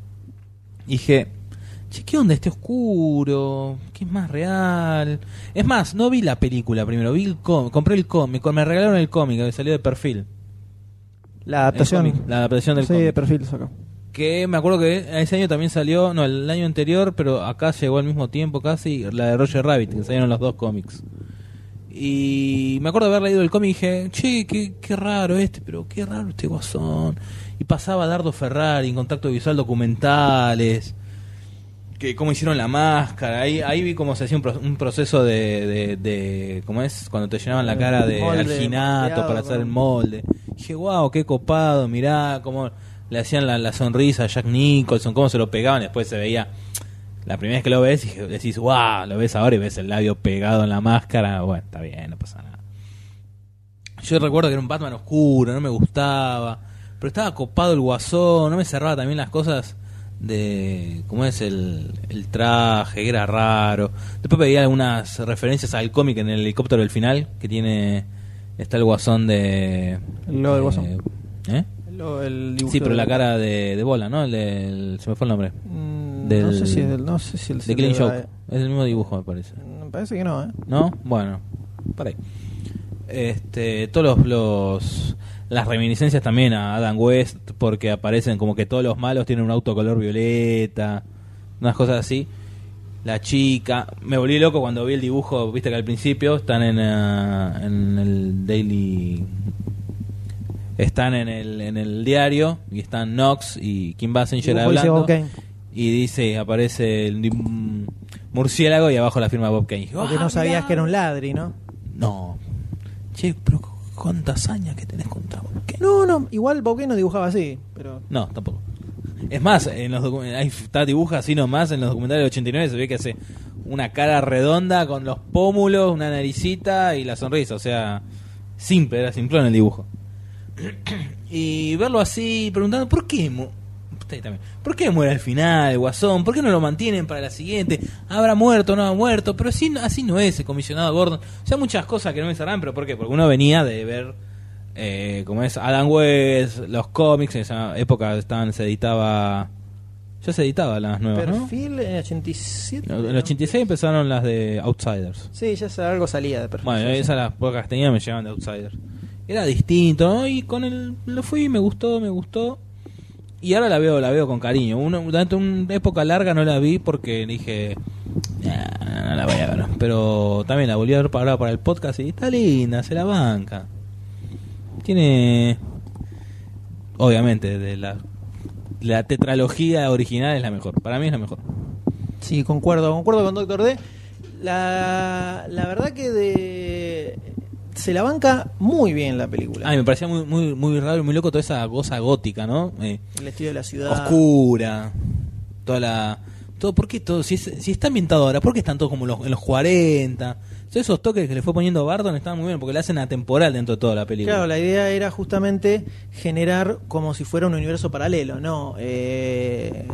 dije, che, ¿qué onda este oscuro? ¿Qué es más real? Es más, no vi la película primero, vi el cómic, compré el cómic, me regalaron el cómic que salió de Perfil. La adaptación. El cómic, la adaptación del Sí, cómic. de perfil sacó. que me acuerdo que ese año también salió, no, el año anterior, pero acá llegó al mismo tiempo casi, la de Roger Rabbit, que salieron los dos cómics. Y me acuerdo de haber leído el cómic y dije, che, qué, qué raro este, pero qué raro este Guasón. Y pasaba Dardo Ferrari en Contacto Visual documentales, que cómo hicieron la máscara. Ahí, ahí vi cómo se hacía un, pro, un proceso de, de, de, ¿cómo es? Cuando te llenaban la cara de molde, alginato para hacer el molde. Y dije, wow, qué copado, mirá cómo le hacían la, la sonrisa a Jack Nicholson, cómo se lo pegaban. Después se veía, la primera vez que lo ves, y decís, wow, lo ves ahora y ves el labio pegado en la máscara. Bueno, está bien, no pasa nada. Yo recuerdo que era un Batman oscuro, no me gustaba, pero estaba copado el Guasón, no me cerraba también las cosas de cómo es el, el traje, que era raro. Después veía algunas referencias al cómic en el helicóptero del final, que tiene, está el Guasón de... El logo del Guasón. ¿Eh? El, logo, el dibujo sí, pero de... la cara de, de bola, ¿no? El del, se me fue el nombre. Mm, del, no sé si es del... No sé si el, de Killing Joke. Es el mismo dibujo, me parece. Me parece que no, ¿eh? ¿No? Bueno, para ahí. Este, todos los, los las reminiscencias también a Adam West, porque aparecen como que todos los malos tienen un auto color violeta, unas cosas así. La chica, me volví loco cuando vi el dibujo, viste que al principio están en, uh, en el Daily, están en el en el diario y están Knox y Kim Basinger hablando y dice, aparece el um, murciélago y abajo la firma Bob Kane. Porque oh, no sabías mirá. que era un ladri, ¿no? No. Che, pero cuánta hazaña que tenés contra Bob Kane. No, no, igual Bob Kane no dibujaba así, pero... No, tampoco. Es más, en los docu- ahí está dibuja así nomás en los documentales del ochenta y nueve se ve que hace una cara redonda con los pómulos, una naricita y la sonrisa, o sea, simple, era simplón el dibujo. Y verlo así, preguntando, ¿por qué? Mu- también, ¿por qué muere al final el Guasón? ¿Por qué no lo mantienen para la siguiente? ¿Habrá muerto no ha muerto? Pero así, así no es el comisionado Gordon. O sea, muchas cosas que no me cerran, pero ¿por qué? Porque uno venía de ver, eh, como es Adam West, los cómics, en esa época estaban, se editaba, ya se editaba las nuevas, Perfil ¿no? en el ochenta y siete. En el ochenta y seis empezaron las de Outsiders. Sí, ya algo salía de Perfil. Bueno, sí, esas sí. las pocas que tenía me llevaban de Outsiders. Era distinto, ¿no? Y con el lo fui, me gustó, me gustó. Y ahora la veo, la veo con cariño. Una, durante una época larga no la vi porque dije, nah, no la voy a ver. Pero también la volví a ver para, para el podcast y está linda, se la banca. Tiene, obviamente, de la, la tetralogía original es la mejor. Para mí es la mejor. Sí, concuerdo, concuerdo con Doctor D. La, la verdad que de... se la banca muy bien la película. Ay, me parecía muy muy muy raro y muy loco toda esa cosa gótica, ¿no? Eh, el estilo de la ciudad oscura, toda la todo, ¿por qué todo? Si, es, si está ambientado ahora, ¿por qué están todos como los, en los cuarenta? Todos esos toques que le fue poniendo Barton estaban muy bien porque le hacen atemporal dentro de toda la película. Claro, la idea era justamente generar como si fuera un universo paralelo, ¿no? Eh,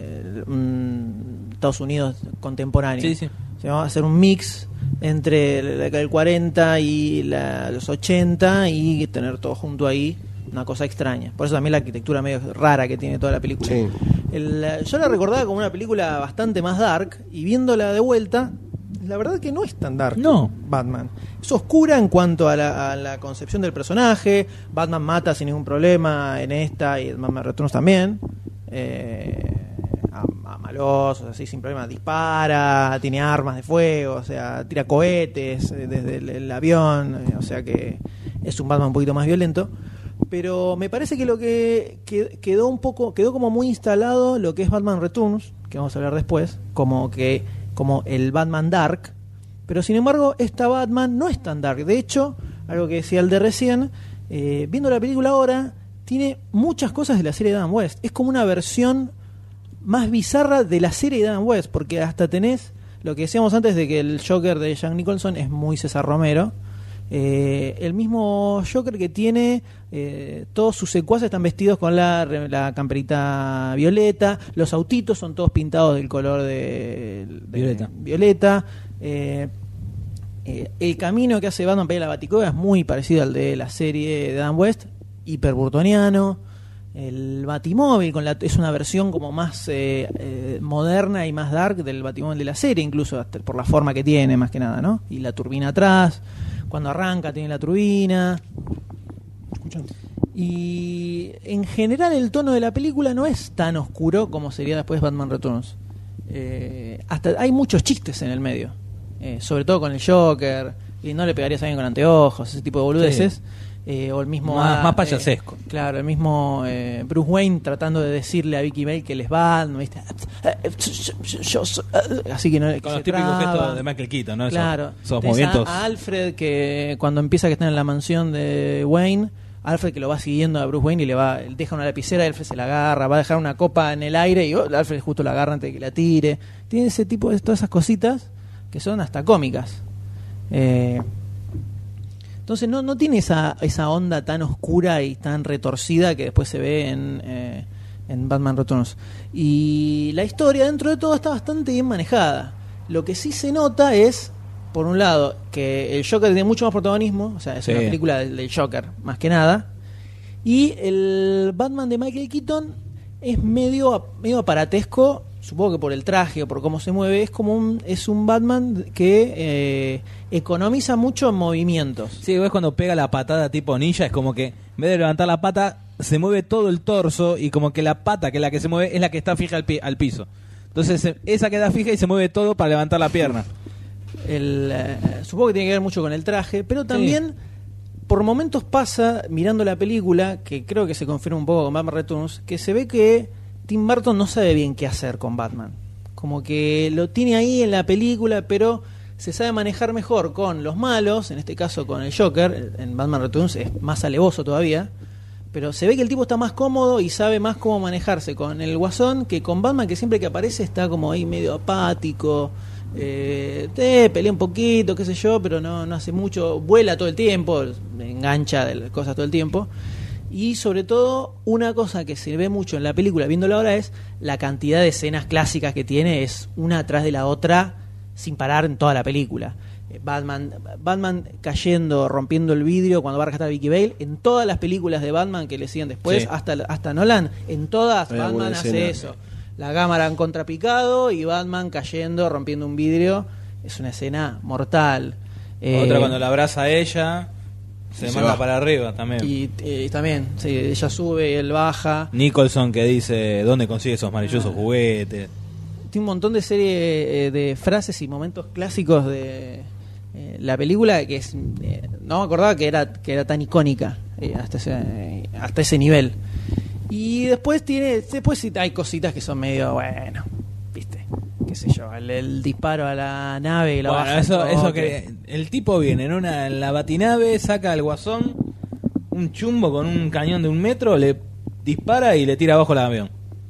un Estados Unidos contemporáneo. Sí, sí. Se va a hacer un mix entre la década del cuarenta y la, los ochenta y tener todo junto ahí, una cosa extraña. Por eso también la arquitectura medio rara que tiene toda la película. Sí. El, yo la recordaba como una película bastante más dark y viéndola de vuelta, la verdad que no es tan dark. No. Batman. Es oscura en cuanto a la, a la concepción del personaje. Batman mata sin ningún problema en esta y en Batman Returns también. Eh... A, a malosos, así sin problema, dispara, tiene armas de fuego, o sea, tira cohetes eh, desde el, el avión, eh, o sea que es un Batman un poquito más violento, pero me parece que lo que, que quedó un poco, quedó como muy instalado lo que es Batman Returns, que vamos a hablar después, como que como el Batman Dark, pero sin embargo esta Batman no es tan dark. De hecho, algo que decía el de recién, eh, viendo la película ahora, tiene muchas cosas de la serie de Adam West, es como una versión más bizarra de la serie de Adam West, porque hasta tenés lo que decíamos antes de que el Joker de Jack Nicholson es muy César Romero, eh, el mismo Joker que tiene eh, todos sus secuaces están vestidos con la, la camperita violeta, los autitos son todos pintados del color de, de violeta, violeta eh, eh, el camino que hace Batman para ir a la Baticueva es muy parecido al de la serie de Adam West, hiperburtoniano. El Batimóvil con la, es una versión como más eh, eh, moderna y más dark del Batimóvil de la serie, incluso hasta por la forma que tiene, más que nada, ¿no? Y la turbina atrás, cuando arranca tiene la turbina. ¿Escuchan? Y en general el tono de la película no es tan oscuro como sería después Batman Returns. Eh, hasta hay muchos chistes en el medio, eh, sobre todo con el Joker, y no le pegarías a alguien con anteojos, ese tipo de boludeces. Sí. Eh, o el mismo más, ah, más payasesco. Eh, claro, el mismo eh, Bruce Wayne tratando de decirle a Vicky Bale que les va, ¿no? ¿Viste? Así que no, que con los se típicos traba. gestos de Michael Keaton, ¿no? Claro. Esos, esos movimientos. A, a Alfred, que cuando empieza que está en la mansión de Wayne, Alfred que lo va siguiendo a Bruce Wayne y le va deja una lapicera, Alfred se la agarra, va a dejar una copa en el aire y oh, Alfred justo la agarra antes de que la tire. Tiene ese tipo de todas esas cositas que son hasta cómicas. Eh, entonces no, no tiene esa, esa onda tan oscura y tan retorcida que después se ve en, eh, en Batman Returns. Y la historia dentro de todo está bastante bien manejada. Lo que sí se nota es, por un lado, que el Joker tiene mucho más protagonismo, o sea, es sí. una película del, del Joker, más que nada. Y el Batman de Michael Keaton es medio, medio aparatesco, supongo que por el traje o por cómo se mueve, es como un, es un Batman que eh, economiza mucho en movimientos. Sí, ves cuando pega la patada tipo ninja, es como que en vez de levantar la pata, se mueve todo el torso y como que la pata, que es la que se mueve, es la que está fija al, pi- al piso. Entonces esa queda fija y se mueve todo para levantar la pierna. El, eh, supongo que tiene que ver mucho con el traje, pero también sí. por momentos pasa, mirando la película, que creo que se confirma un poco con Batman Returns, que se ve que Tim Burton no sabe bien qué hacer con Batman. Como que lo tiene ahí en la película, pero se sabe manejar mejor con los malos, en este caso con el Joker, en Batman Returns es más alevoso todavía, pero se ve que el tipo está más cómodo y sabe más cómo manejarse con el Guasón que con Batman, que siempre que aparece está como ahí medio apático, eh, eh, pelea un poquito, qué sé yo, pero no, no hace mucho, vuela todo el tiempo, engancha de cosas todo el tiempo. Y sobre todo, una cosa que se ve mucho en la película, viéndolo ahora, es la cantidad de escenas clásicas que tiene, es una atrás de la otra, sin parar en toda la película. Batman, Batman cayendo, rompiendo el vidrio cuando va a rescatar a Vicky Bale, en todas las películas de Batman que le siguen después, sí. hasta, hasta Nolan, en todas Hay Batman hace eso. La cámara en contrapicado y Batman cayendo, rompiendo un vidrio, es una escena mortal. Otra eh, cuando la abraza a ella... Se, se manda va. para arriba también. Y eh, también, sí, ella sube, él baja. Nicholson que dice, ¿dónde consigue esos maravillosos ah. juguetes? Tiene un montón de series eh, de frases y momentos clásicos de eh, la película que es eh, no me acordaba que era que era tan icónica eh, hasta ese eh, hasta ese nivel. Y después tiene después sí hay cositas que son medio bueno, ¿viste? Qué sé yo, el, el disparo a la nave y la bueno, baja. Eso, eso que el tipo viene en una en la batinave, saca al Guasón, un chumbo con un cañón de un metro, le dispara y le tira abajo el avión.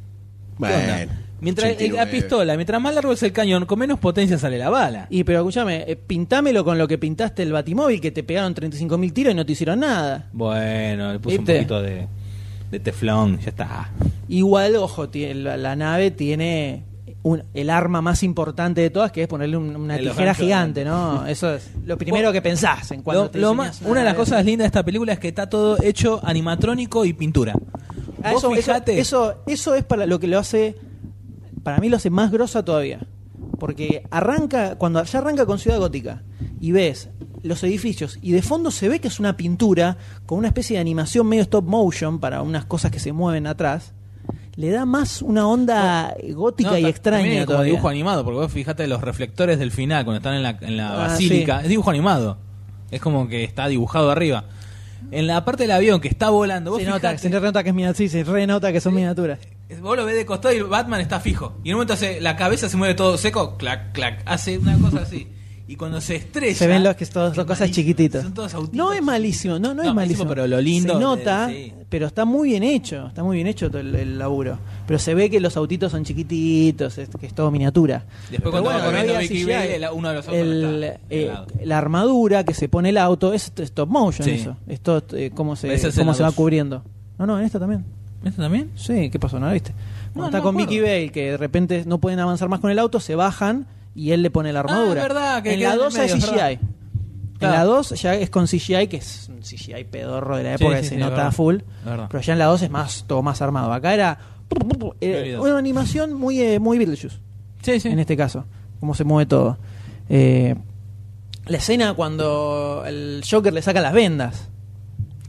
Bueno, mientras el, la pistola, mientras más largo es el cañón, con menos potencia sale la bala. Y pero escúchame, eh, pintámelo con lo que pintaste el Batimóvil, que te pegaron treinta y cinco mil tiros y no te hicieron nada. Bueno, le puse ¿Viste? un poquito de, de teflón, ya está. Igual, ojo, tiene, la, la nave tiene un, el arma más importante de todas, que es ponerle un, una el tijera gigante, ¿no? Eso es lo primero bueno, que pensás en cuando lo, te lo más, una de las cosas lindas de esta película es que está todo hecho animatrónico y pintura. Ah, eso, fijate, eso, eso, eso es para lo que lo hace, para mí lo hace más grosa todavía. Porque arranca, cuando ya arranca con Ciudad Gótica y ves los edificios y de fondo se ve que es una pintura con una especie de animación medio stop motion para unas cosas que se mueven atrás, le da más una onda gótica no, y extraña como dibujo animado, porque vos fijate los reflectores del final cuando están en la, en la ah, basílica, sí. Es dibujo animado, es como que está dibujado arriba. En la parte del avión que está volando, vos se fijate, nota, se renota que es miniatura, sí, se renota que son miniaturas. Vos lo ves de costado y Batman está fijo. Y en un momento hace, la cabeza se mueve todo seco, clac, clac, hace una cosa así. Y cuando se estrella... Se ven los que son cosas malísimo, chiquititas. Son todos autitos. No es malísimo, no, no, no es malísimo. Pero lo lindo... Se nota, de, sí. pero está muy bien hecho. Está muy bien hecho todo el, el laburo. Pero se ve que los autitos son chiquititos, es, que es todo miniatura. Después pero cuando bueno, va Vicky Bale, uno de los autos el, está eh, la armadura que se pone el auto es stop motion, sí. Eso. Es todo, eh, cómo se, cómo se va cubriendo. No, no, en esta también. ¿Esta también? Sí, ¿qué pasó? ¿No la viste? No, está no con Vicky Bale, que de repente no pueden avanzar más con el auto, se bajan y él le pone la armadura. Ah, es verdad, que en la dos es C G I. Claro. En la dos ya es con C G I, que es un C G I pedorro de la época, sí, que sí, se sí, nota full. Pero ya en la dos es más todo más armado. Acá era eh, una animación muy eh, muy Beetlejuice. Sí, sí. En este caso, cómo se mueve todo. Eh, la escena cuando el Joker le saca las vendas.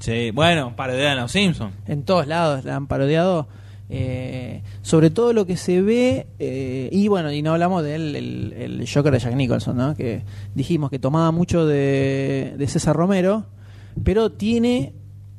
Sí, bueno, parodian a los Simpsons. En todos lados la han parodiado. Eh, sobre todo lo que se ve, eh, y bueno, y no hablamos del el, el Joker de Jack Nicholson, ¿no? Que dijimos que tomaba mucho de, de César Romero, pero tiene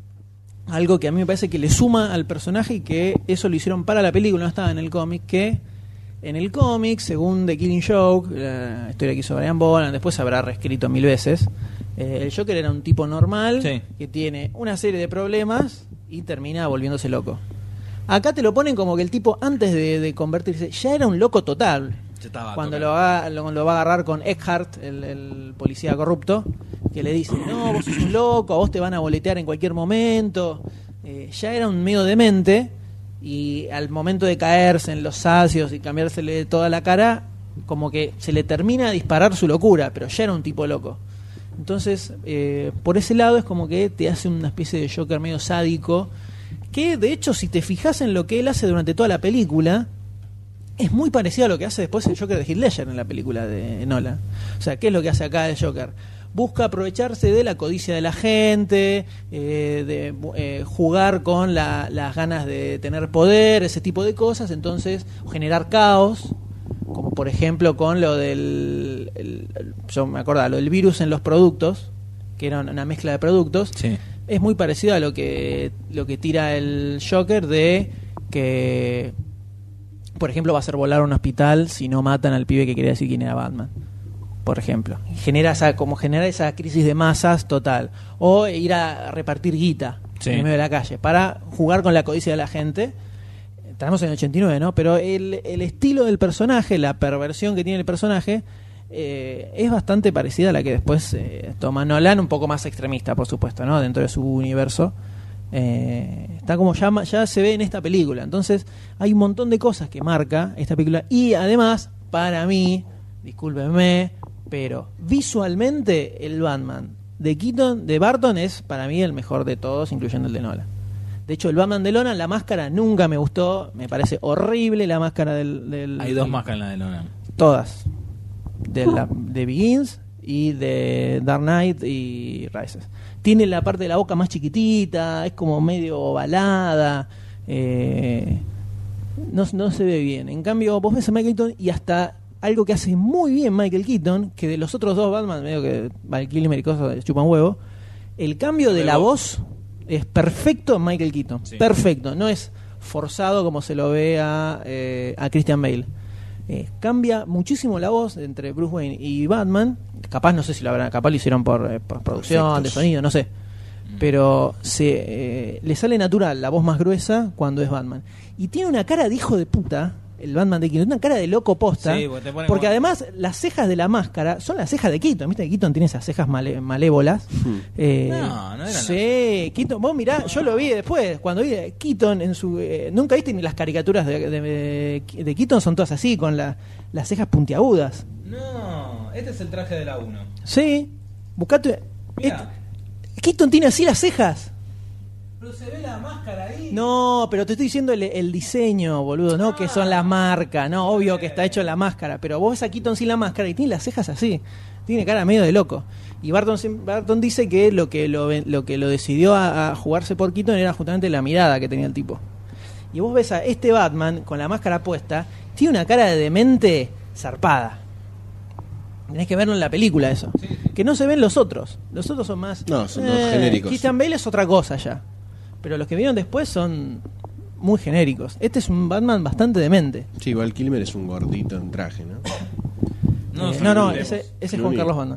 algo que a mí me parece que le suma al personaje y que eso lo hicieron para la película, no estaba en el cómic, que en el cómic, según The Killing Joke, la historia que hizo Brian Boland, después se habrá reescrito mil veces, eh, el Joker era un tipo normal, sí, que tiene una serie de problemas y termina volviéndose loco. Acá te lo ponen como que el tipo, antes de, de convertirse, ya era un loco total. Cuando lo va, lo, lo va a agarrar con Eckhart, el, el policía corrupto, que le dice, no, vos sos un loco, a vos te van a boletear en cualquier momento. Eh, ya era un medio demente, y al momento de caerse en los ácidos y cambiársele toda la cara, como que se le termina a disparar su locura, pero ya era un tipo loco. Entonces, eh, por ese lado es como que te hace una especie de Joker medio sádico, que de hecho, si te fijas en lo que él hace durante toda la película, es muy parecido a lo que hace después el Joker de Heath Ledger en la película de Nolan. O sea, ¿qué es lo que hace acá el Joker? Busca aprovecharse de la codicia de la gente, eh, de eh, jugar con la, las ganas de tener poder, ese tipo de cosas, entonces generar caos, como por ejemplo con lo del, el, el, yo me acordaba, lo del virus en los productos, que era una mezcla de productos. Sí. Es muy parecido a lo que lo que tira el Joker de que, por ejemplo, va a hacer volar un hospital si no matan al pibe que quería decir quién era Batman, por ejemplo. Genera esa, como genera esa crisis de masas total. O ir a repartir guita, sí, en medio de la calle para jugar con la codicia de la gente. Estamos en el ochenta y nueve, ¿no? Pero el, el estilo del personaje, la perversión que tiene el personaje, Eh, es bastante parecida a la que después eh, toma Nolan, un poco más extremista, por supuesto, ¿no? Dentro de su universo. Eh, está como ya, ya se ve en esta película. Entonces, hay un montón de cosas que marca esta película. Y además, para mí, discúlpenme, pero visualmente el Batman de Keaton, de Burton, es para mí el mejor de todos, incluyendo el de Nolan. De hecho, el Batman de Nolan, la máscara nunca me gustó. Me parece horrible la máscara del... del hay dos del, máscaras en la de Nolan. Todas. De, la, de Begins y de Dark Knight y Rises. Tiene la parte de la boca más chiquitita, es como medio ovalada, eh, no, no se ve bien. En cambio, vos ves a Michael Keaton y hasta algo que hace muy bien Michael Keaton, que de los otros dos Batman, medio que Val Kilmer y cosas chupan huevo, el cambio de la voz es perfecto en Michael Keaton, sí, perfecto, no es forzado como se lo ve a, eh, a Christian Bale. Eh, cambia muchísimo la voz entre Bruce Wayne y Batman. Capaz no sé si lo habrán, capaz lo hicieron por, eh, por producción, efectos de sonido, no sé. Pero se eh, le sale natural la voz más gruesa cuando es Batman. Y tiene una cara de hijo de puta, el Batman de Keaton, una cara de loco posta, sí, porque, porque como... además las cejas de la máscara son las cejas de Keaton. ¿Viste que Keaton tiene esas cejas male, malévolas? Hmm. Eh, no, no eran. Sí, Keaton, vos mirá, yo lo vi después, cuando vi Keaton en su... Eh, nunca viste ni las caricaturas de, de, de, de Keaton, son todas así, con la, las cejas puntiagudas. No, este es el traje de la uno. Sí, buscate... Este, Keaton tiene así las cejas. Pero se ve la máscara ahí. No, pero te estoy diciendo el, el diseño, boludo, no ah, que son las marcas, no, obvio que está hecho en la máscara, pero vos ves a Keaton sin la máscara y tiene las cejas así, tiene cara medio de loco. Y Barton, Barton dice que lo que lo, lo que lo decidió a, a jugarse por Keaton era justamente la mirada que tenía el tipo. Y vos ves a este Batman con la máscara puesta, tiene una cara de demente zarpada. Tenés que verlo en la película eso, sí, sí. Que no se ven los otros, los otros son más... No, son eh, genéricos. Christian Bale es otra cosa ya. Pero los que vinieron después son muy genéricos. Este es un Batman bastante demente. Sí, Val Kilmer es un gordito en traje, ¿no? No, eh, no, no, ese, ese es Juan Carlos Batman.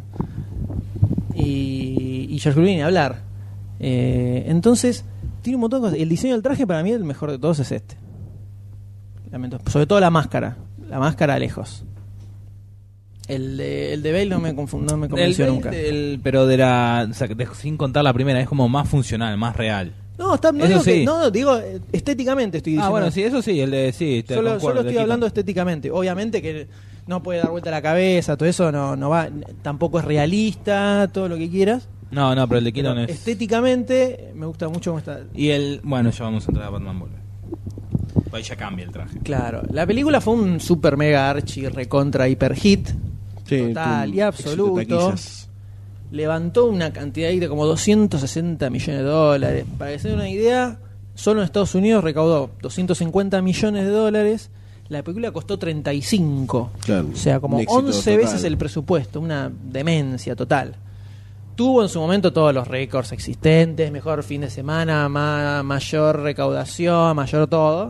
Y, y George Clooney ni hablar. Eh, entonces, tiene un montón de cosas. El diseño del traje para mí el mejor de todos es este. Lamento. Sobre todo la máscara. La máscara lejos. El de, el de Bale no me, confund, no me convenció el nunca. El, pero de la, o sea, de, sin contar la primera, es como más funcional, más real. No, está, no, digo, sí. que, no digo estéticamente estoy diciendo. Ah, bueno, sí, eso sí, el de sí, te solo, concuerdo, solo estoy hablando estéticamente. Obviamente que no puede dar vuelta la cabeza, todo eso no, no va, tampoco es realista, todo lo que quieras. No, no, pero el de Keaton es... Estéticamente me gusta mucho cómo está. Y el, bueno, ya vamos a entrar a Batman Volver. Ahí ya cambia el traje. Claro, la película fue un super mega archi recontra hiper hit. Sí, total y absoluto. levantó una cantidad de como doscientos sesenta millones de dólares. Para que se den una idea, solo en Estados Unidos recaudó doscientos cincuenta millones de dólares. La película costó treinta y cinco. Claro, o sea, como un éxito once total. veces el presupuesto. Una demencia total. Tuvo en su momento todos los récords existentes. Mejor fin de semana, ma- mayor recaudación, mayor todo.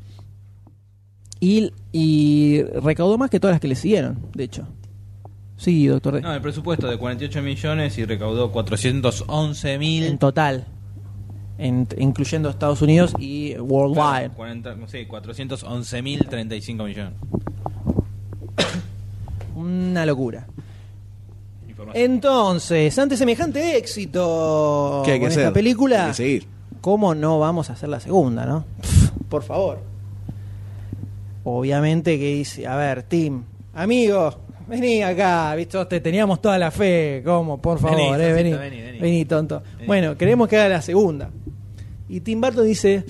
Y, y recaudó más que todas las que le siguieron, de hecho. Sí, doctor D. No, el presupuesto de cuarenta y ocho millones y recaudó cuatrocientos once mil. En total. En- incluyendo Estados Unidos y worldwide. cuarenta, sí, cuatrocientos once mil treinta y cinco millones. Una locura. Información. Entonces, ante semejante éxito ¿Qué hay que con hacer? esta película, Hay que seguir. ¿cómo no vamos a hacer la segunda, no? Pff, por favor. Obviamente que dice, a ver, Tim, amigo, vení acá, ¿viste? Te teníamos toda la fe, ¿cómo? Por favor, Vení, eh, vení, Sosito, vení, vení. vení, tonto. Vení. Bueno, queremos que haga la segunda. Y Tim Burton dice,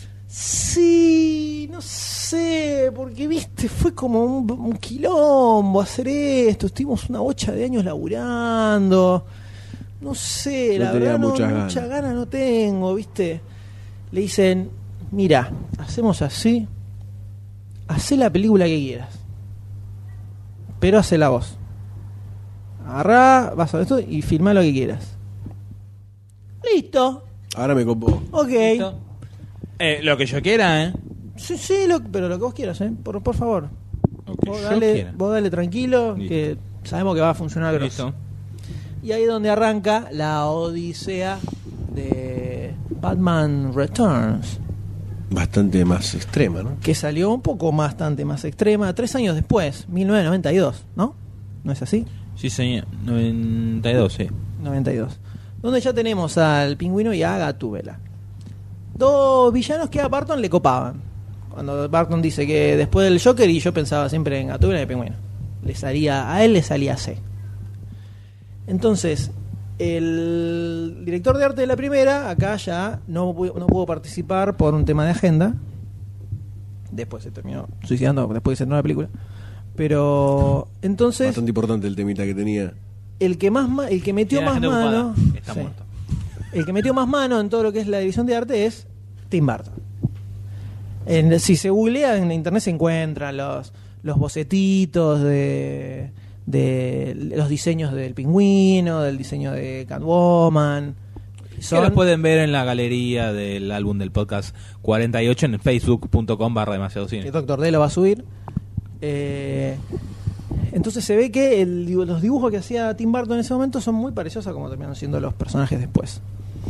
sí, no sé, porque viste, fue como un, un quilombo hacer esto, estuvimos una bocha de años laburando, no sé, No la tenía verdad no, muchas muchas ganas. ganas no tengo, viste. Le dicen, mira, hacemos así, hacé la película que quieras, pero hacé la voz. Agarrá, vas a esto y filmá lo que quieras. Listo, Ahora me copó. ok. ¿Listo? Eh, lo que yo quiera, ¿eh? Sí, sí, lo- pero lo que vos quieras, ¿eh? Por, por favor. Lo que Vos yo dale, quiera. vos dale tranquilo, Listo. que sabemos que va a funcionar grosso. Listo. Y ahí es donde arranca la odisea de Batman Returns, Bastante más extrema, ¿no? que salió un poco bastante más extrema, tres años después, mil novecientos noventa y dos, ¿no? ¿No es así? Sí, señor. noventa y dos, sí. noventa y dos. Donde ya tenemos al Pingüino y a Gatúbela. Dos villanos que a Barton le copaban. Cuando Barton dice que después del Joker, y yo pensaba siempre en Gatúbela y el Pingüino. Le salía, a él le salía C. Entonces, el director de arte de la primera, acá ya no, pu- no pudo participar por un tema de agenda. Después se terminó suicidando, después de que se terminó la película. Pero, entonces, Bastante importante el temita que tenía. el que más ma- el que metió Tiene la más gente ocupada. mano Está sí. muerto. El que metió más mano en todo lo que es la dirección de arte es Tim Burton. En- si se googlea en internet se encuentran los los bocetitos de de los diseños del Pingüino, del diseño de Catwoman. Que los pueden ver en la galería del álbum del podcast cuarenta y ocho en facebook punto com barra demasiado que cine. Doctor D lo va a subir. Eh, entonces se ve que el, dibu- los dibujos que hacía Tim Burton en ese momento son muy parecidos a como terminaron siendo los personajes después.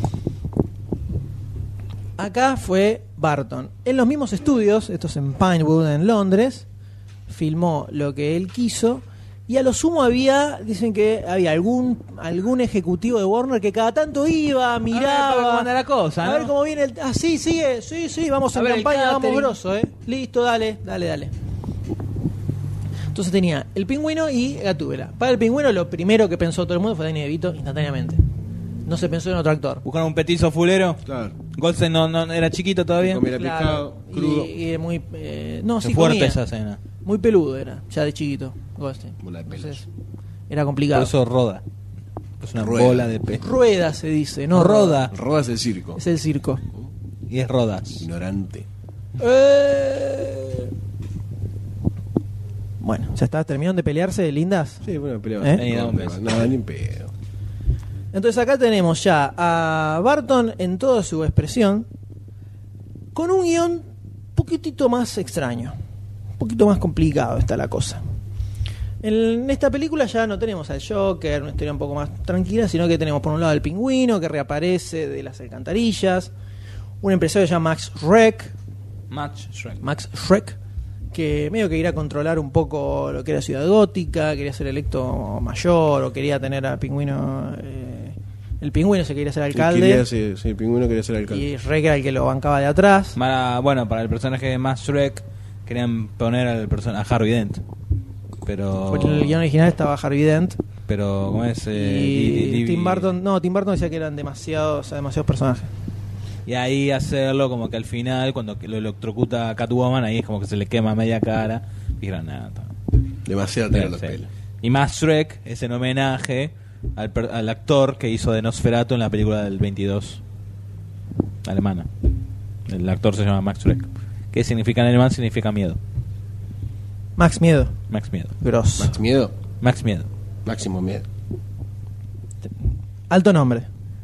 Acá fue Burton. En los mismos estudios, estos en Pinewood, en Londres, filmó lo que él quiso. Y a lo sumo había, dicen que había algún algún ejecutivo de Warner que cada tanto iba, miraba. para cómo anda la cosa, A ¿no? ver cómo viene el. Ah, sí, sigue, sí, sí, vamos A en ver el campaña, vamos catering. grosso, ¿eh? Listo, dale, dale, dale. Entonces tenía el Pingüino y Gatúbela. Para el Pingüino, lo primero que pensó todo el mundo fue Danny DeVito instantáneamente. No se pensó en otro actor. Buscaron un petizo fulero. Claro. Goldstein no, no era chiquito todavía. Comía pescado, crudo. Y, y muy. Eh, no, Qué sí, fuerte comía. esa escena. Muy peludo era, ya de chiquito, Goldstein. Bola de pelos. Entonces, era complicado. Por eso roda. Es una Rueda. bola de pez. Rueda se dice, no Roda. Rodas el circo. Es el circo. Y es rodas. Ignorante. Eh. Bueno, ya está, terminaron de pelearse, lindas. Sí, bueno, pelea ¿Eh? bastante Ahí da un corta, beso. Nada, ni en pedo. Entonces acá tenemos ya a Burton en toda su expresión, con un guión un poquitito más extraño, un poquito más complicado está la cosa. En esta película ya no tenemos al Joker, una historia un poco más tranquila, sino que tenemos por un lado al Pingüino que reaparece de las alcantarillas, un empresario que se llama Max Schreck, Match Shrek. Max Schreck, que medio que irá a controlar un poco lo que era Ciudad Gótica, quería ser electo mayor o quería tener al Pingüino, eh, el Pingüino se quería ser alcalde Quería ser- sí, el pingüino quería ser alcalde. y Schreck era el que lo bancaba de atrás. Para, bueno, para el personaje de Max Shrek querían poner al person a Harvey Dent. Pero. Porque en el guión original estaba Harvey Dent Pero, ¿cómo es? Eh, y di- di- Tim Burton, no, Tim Burton decía que eran demasiados, o sea, demasiados personajes. Y ahí hacerlo como que al final, cuando lo electrocuta a Catwoman, ahí es como que se le quema media cara. Y dijeron, nada. Demasiado tener los pelos. Y Max Shrek es en homenaje al, per- al actor que hizo de Nosferatu en la película del veintidós alemana. El actor se llama Max Schreck. ¿Qué significa en alemán? Significa miedo. Max Miedo. Max Miedo. Gross. Max Miedo. Max Miedo. Máximo Miedo. Alto nombre.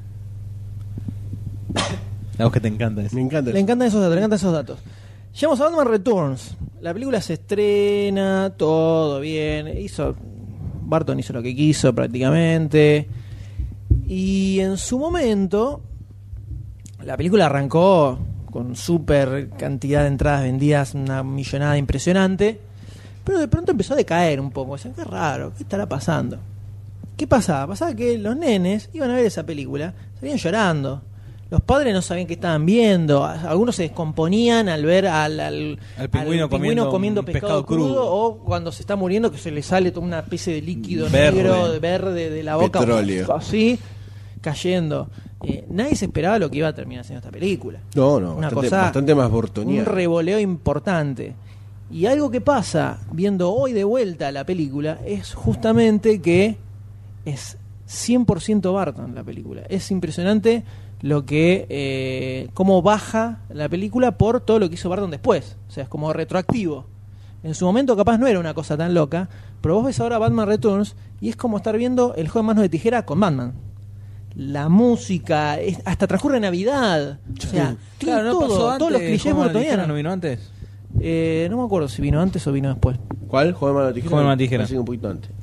La voz que te encanta es. Me encanta. Le encantan esos datos, le encantan esos datos. Llegamos a Batman Returns. La película se estrena, todo bien. Hizo. Barton hizo lo que quiso prácticamente. Y en su momento, la película arrancó con súper cantidad de entradas vendidas, una millonada impresionante. Pero de pronto empezó a decaer un poco. O sea, qué raro, ¿qué estará pasando? ¿Qué pasaba? Pasaba que los nenes iban a ver esa película, salían llorando. Los padres no sabían qué estaban viendo. Algunos se descomponían al ver al, al, Al pingüino al comiendo comiendo un pescado, pescado crudo, crudo. o cuando se está muriendo que se le sale toda una especie de líquido Verde. negro, de verde de la boca. Petróleo. Así, cayendo. Eh, nadie se esperaba lo que iba a terminar haciendo esta película. No, no, Una bastante, cosa- bastante más Un bortoniano. revoleo importante. Y algo que pasa viendo hoy de vuelta la película es justamente que es cien por ciento Barton la película. Es impresionante lo que eh, cómo baja la película por todo lo que hizo Barton después. O sea, es como retroactivo. En su momento capaz no era una cosa tan loca, pero vos ves ahora Batman Returns y es como estar viendo el juego de manos de tijera con Batman. La música, es- hasta transcurre Navidad. O sea, tiene Claro, no todo, pasó antes. todos los clichés ¿Cómo la dijera, bortonianos. ¿No vino antes? Eh, no me acuerdo si vino antes o vino después. ¿Cuál? ¿Joven mano de tijera? Joven mano de tijera. Parece que un poquito antes.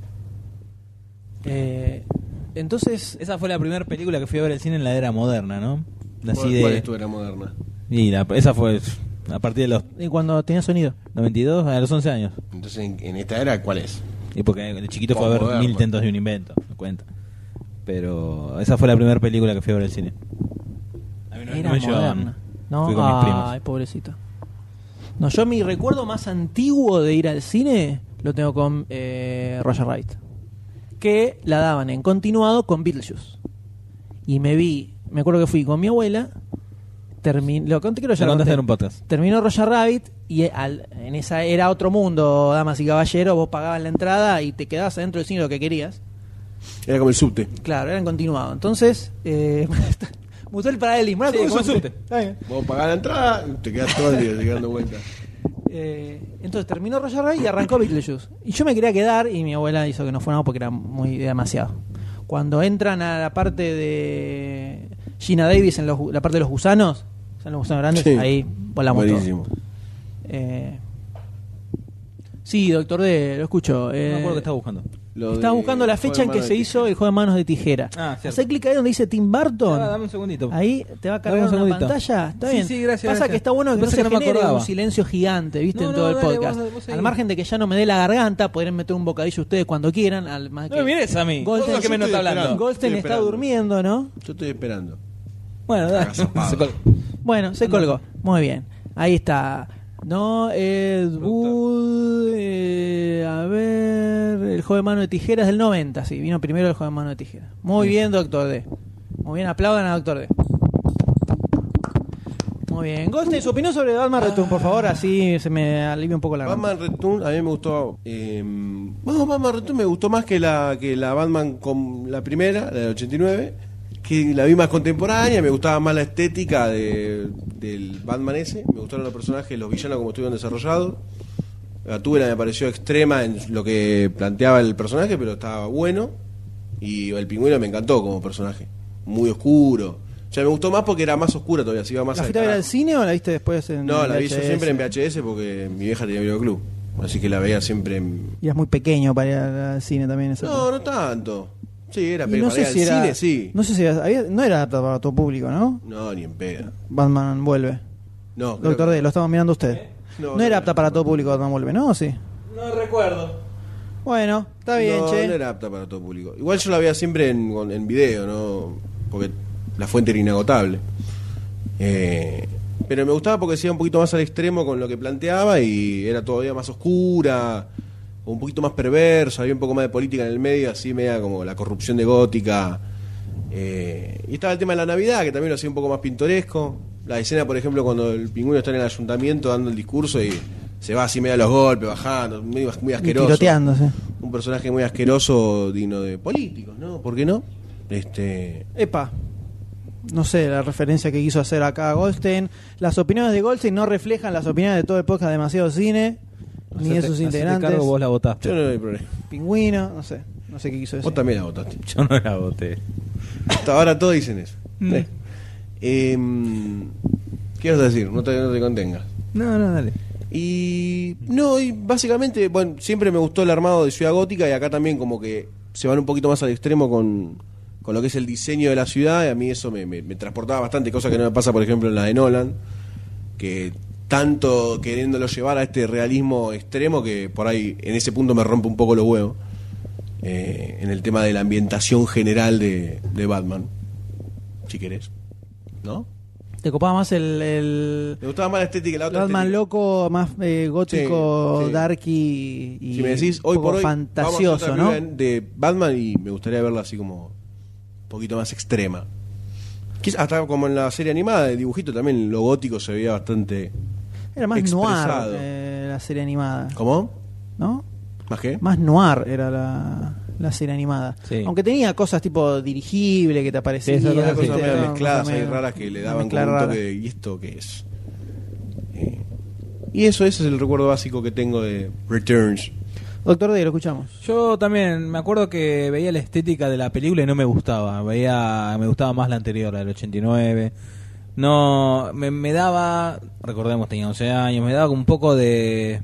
Eh, entonces, Esa fue la primera película que fui a ver al cine en la era moderna, ¿no? Así ¿Cuál, de... ¿Cuál es tu era moderna? Y la- esa fue a partir de los eh, cuando tenía sonido. noventa y dos, a los once años. Entonces, en, en esta era, ¿cuál es? Y porque de chiquito fue a Como ver moderno. Mil intentos de un invento, me cuenta. Pero esa fue la primera película que fui a ver al cine. A mí no, Era no me llevaban. moderna. No, Fui con mis primos. ay, pobrecito. No, yo mi recuerdo más antiguo de ir al cine lo tengo con eh, Roger Rabbit, que la daban en continuado con Beetlejuice. Y me vi, me acuerdo que fui con mi abuela, termin, lo conté, creo que ya Lo lo contaste conté. en un podcast. Terminó Roger Rabbit y al- en esa era otro mundo, damas y caballeros, vos pagabas la entrada y te quedabas adentro del cine lo que querías. Era como el subte. Claro, era en continuado. Entonces, eh, me gustó el paralelismo. Era Sí, como como un el subte. subte. Está bien. Vos pagás la entrada, te quedás todo el día, te quedás dando vueltas. Eh, entonces terminó Roger Rabbit y arrancó Beetlejuice. Y yo me quería quedar y mi abuela hizo que no fuéramos porque era muy demasiado. Cuando entran a la parte de Gina Davis en los gu- la parte de los gusanos, son los gusanos grandes, Sí. ahí volamos todo. Buenísimo. Eh, sí, doctor D, lo escucho. No Eh, me acuerdo que estaba buscando. Lo estaba de buscando la Joven fecha en mano que de se tijera. hizo el juego de manos de tijera. Ah, cierto. Hacé clic ahí donde dice Tim Burton. Ah, dame un segundito. Ahí te va a Dame cargar un una segundito. pantalla. Está Sí, bien. sí, gracias, Pasa gracias. que está bueno que no Pensé se que no me genere acordaba. un silencio gigante, ¿viste? No, en todo no, el dale, podcast. vos- vos seguí. Al margen de que ya no me dé la garganta, podrán meter un bocadillo ustedes cuando quieran. Al más No que me mires a mí. Goldstein- Vos sos que menos yo está estoy hablando. esperando. Goldstein Estoy está esperando. durmiendo, ¿no? Yo estoy esperando. Bueno, dale. Agazapado. Se col- Bueno, se colgó. Muy bien. Ahí está. No, Ed Wood. eh, a ver. El juego de mano de tijeras del noventa. Sí, vino primero el juego de mano de tijeras. Muy bien, doctor D. Muy bien, aplaudan a doctor D. Muy bien. Goldstein, su opinión sobre Batman Return, por favor, así se me alivia un poco la garganta. Batman Return a mí me gustó. Eh, bueno, Batman Return me gustó más que la que la Batman con la primera, la del ochenta y nueve, que la vi más contemporánea. Me gustaba más la estética de, del Batman ese. Me gustaron los personajes, los villanos como estuvieron desarrollados. Gatúbela me pareció extrema en lo que planteaba el personaje, pero estaba bueno. Y el Pingüino me encantó como personaje, muy oscuro. O sea, me gustó más porque era más oscura todavía, se iba más ¿La al fuiste a ver al carajo. cine o la viste después en No, la vi yo V H S? siempre en V H S porque mi vieja tenía videoclub. Así que la veía siempre en... Y es muy pequeño para ir al cine también. Esa No, no tanto. Sí, era Y pero no para sé ir al si era, cine, sí. no sé si era- había- no era adaptado para todo público, ¿no? No, ni en pedo. Batman vuelve. No, creo Doctor que- D, lo estamos mirando usted. No, No, no era era. apta para todo público Batman vuelve, ¿no? ¿O sí? No recuerdo. Bueno, está bien, no, che. no era apta para todo público. Igual yo la veía siempre en, con- en video, ¿no? Porque la fuente era inagotable. Eh, pero me gustaba porque se iba un poquito más al extremo con lo que planteaba y era todavía más oscura, un poquito más perverso, había un poco más de política en el medio, así media como la corrupción de Gótica. Eh, y estaba el tema de la Navidad, que también lo hacía un poco más pintoresco. La escena, por ejemplo, cuando el Pingüino está en el ayuntamiento dando el discurso y se va así medio a los golpes, bajando, medio, muy Y asqueroso. tiroteándose. un personaje muy asqueroso, digno de políticos, ¿no? ¿Por qué no? Este, Epa. No sé la referencia que quiso hacer acá Goldstein. Las opiniones de Goldstein no reflejan las opiniones de todo el podcast Demasiado Cine, ni de sus Hacete integrantes. cargo, vos la votaste. yo no hay problema. Pingüino, no sé. No sé qué quiso decir. Vos también la votaste. Yo no la voté. Hasta ahora todos dicen eso. Mm. Eh. Em, ¿Qué vas a decir? No te, no te contengas. No, no, dale. Y no, y básicamente, bueno, siempre me gustó el armado de Ciudad Gótica y acá también como que se van un poquito más al extremo con, con lo que es el diseño de la ciudad, y a mí eso me, me, me transportaba bastante, cosa que no me pasa, por ejemplo, en la de Nolan, que tanto queriéndolo llevar a este realismo extremo que por ahí en ese punto me rompe un poco los huevos, eh, en el tema de la ambientación general de, de Batman, si querés, ¿no? ¿Te copaba más el, el Me gustaba más la estética y la otra Batman estética. loco, más eh, gótico, Sí, sí. darky y Si me decís, hoy un poco por hoy fantasioso, vamos a ¿no? otra película de Batman y me gustaría verla así como un poquito más extrema. Quizás hasta como en la serie animada de dibujito también lo gótico se veía bastante. Era más expresado. noir eh, la serie animada, ¿Cómo? ¿no? ¿Más qué? Más noir era la, la serie animada. Sí. Aunque tenía cosas tipo dirigible que te aparecían. Sí, esas Esas cosas cosas sí, medio sí, mezcladas cosas ahí medio- raras que le una daban mezcla como un rara. toque de ¿y esto qué es? Eh, y eso, ese es el recuerdo básico que tengo de Returns. Doctor D, lo escuchamos. Yo también me acuerdo que veía la estética de la película y no me gustaba. Veía, me gustaba más la anterior, la del ochenta y nueve. No, me, me daba, recordemos, tenía once años, me daba como un poco de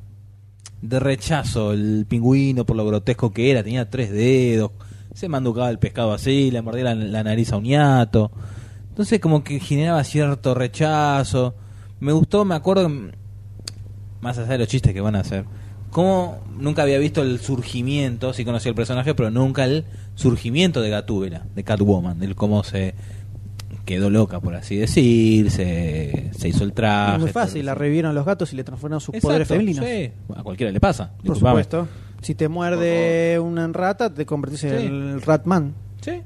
de rechazo el pingüino por lo grotesco que era. Tenía tres dedos, se manducaba el pescado así, le mordía la, la nariz a un ñato. Entonces como que generaba cierto rechazo. Me gustó, me acuerdo, más allá de los chistes que van a hacer, como nunca había visto el surgimiento, sí conocía el personaje, pero nunca el surgimiento de Gatúbela, de Catwoman, del cómo se quedó loca, por así decir, se, se hizo el traje. Es muy fácil, todo la eso. revivieron los gatos y le transformaron sus Exacto, poderes femeninos. sí, a cualquiera le pasa. Por disculpame. supuesto. Si te muerde una rata, te convertís en Sí. el Ratman. Sí.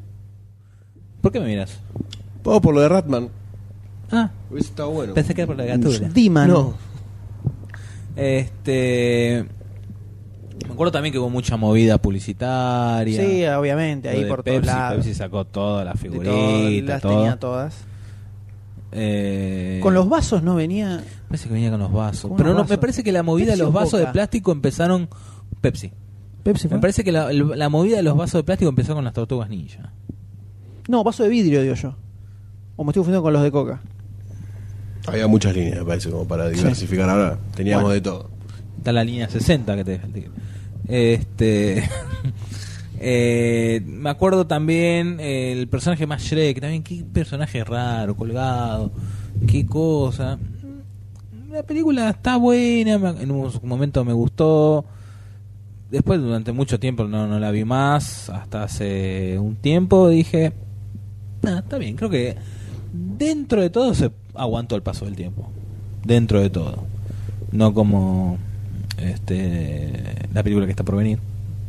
¿Por qué me miras? Todo por lo de Ratman. Ah, Hubiese estado bueno. pensé que era por la Gatúbela. Diman. No. Este, me acuerdo también que hubo mucha movida publicitaria. Sí, obviamente, Lo ahí de por Pepsi, todos lados. Pepsi sacó todas las De todo, figuritas, las todo. tenía todas. Eh, Con los vasos no venía. Parece que venía con los vasos. Con Pero unos no, vasos. me parece que la movida de Pepsi los o vasos Coca. de plástico empezaron. Pepsi. Pepsi fue. Me parece que la, la movida de los vasos de plástico empezó con las tortugas ninja. No, vaso de vidrio, digo yo. O me estoy confundiendo con los de Coca. Había muchas líneas, me parece, como para diversificar. Ahora teníamos Bueno. de todo. Está la línea sesenta que te deja el tigre. Este. eh, me acuerdo también eh, el personaje más Shrek. También, qué personaje raro, colgado. Qué cosa. La película está buena. me- En un momento me gustó. Después, durante mucho tiempo, no, no la vi más. Hasta hace un tiempo dije. "Ah, está bien, creo que dentro de todo se aguantó el paso del tiempo. Dentro de todo. No como este la película que está por venir.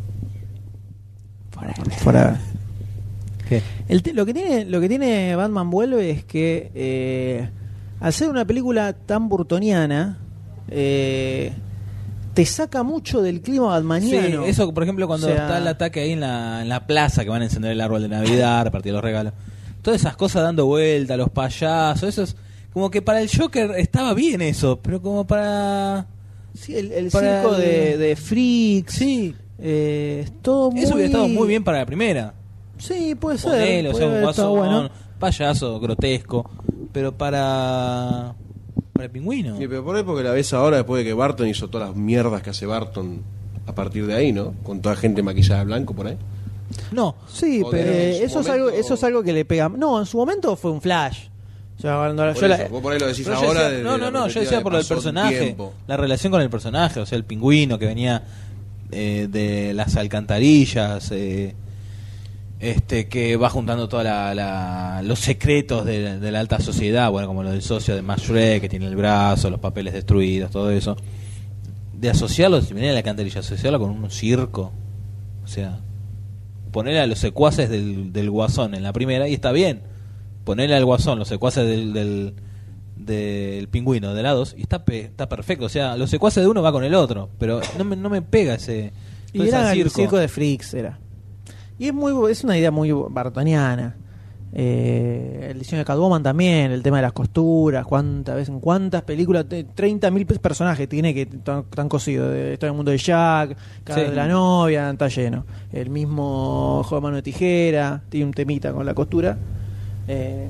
Forever. ¿Qué? El te- lo que tiene lo que tiene Batman Vuelve es que eh, al ser una película tan burtoniana eh, te saca mucho del clima Sí, batmaniano. eso, por ejemplo, cuando O sea- está el ataque ahí en la, en la plaza, que van a encender el árbol de Navidad, repartir los regalos. Todas esas cosas dando vuelta, los payasos, eso es como que para el Joker estaba bien eso, pero como para... Sí, el, el para circo el- de, de freaks. Sí, eh, es todo muy... eso hubiera estado muy bien para la primera. Sí, puede ser. Ponele, o puede sea, un haber estado guasón, bueno. payaso, grotesco, pero para... para el pingüino. Sí, pero por ahí porque la ves ahora después de que Barton hizo todas las mierdas que hace Barton a partir de ahí, ¿no? Con toda gente maquillada de blanco por ahí. No, Sí, O pero de- en eh, su eso es momento- algo eso es algo que le pega. No, en su momento fue un flash. O sea, cuando la- Por yo la- eso, vos por ahí lo decís Pero yo ahora. decía- desde no, la no, no, yo perspectiva decía de por el pasó un personaje, tiempo. la relación con el personaje, o sea, el pingüino que venía eh, de las alcantarillas, eh, este que va juntando todos la, la- los secretos de, de la alta sociedad, bueno, como lo del socio de Max Shrek, que tiene el brazo, los papeles destruidos, todo eso. De asociarlo, si venía de la alcantarilla, asociarlo con un circo, o sea, ponerle a los secuaces del, del Guasón en la primera y está bien. Ponerle al Guasón los secuaces del, del, del pingüino de la dos y está, pe- está perfecto. O sea, los secuaces de uno va con el otro, pero no me, no me pega ese Y Todo era ese el circo. circo de freaks, era. Y es muy es una idea muy bartoniana. Eh, el diseño de Catwoman también, el tema de las costuras, cuántas veces, en cuántas películas, treinta mil personajes tiene que están tan cosidos. Está en el mundo de Jack, cada Sí. de la novia, está lleno. El mismo juego de mano de tijera, tiene un temita con la costura. Eh,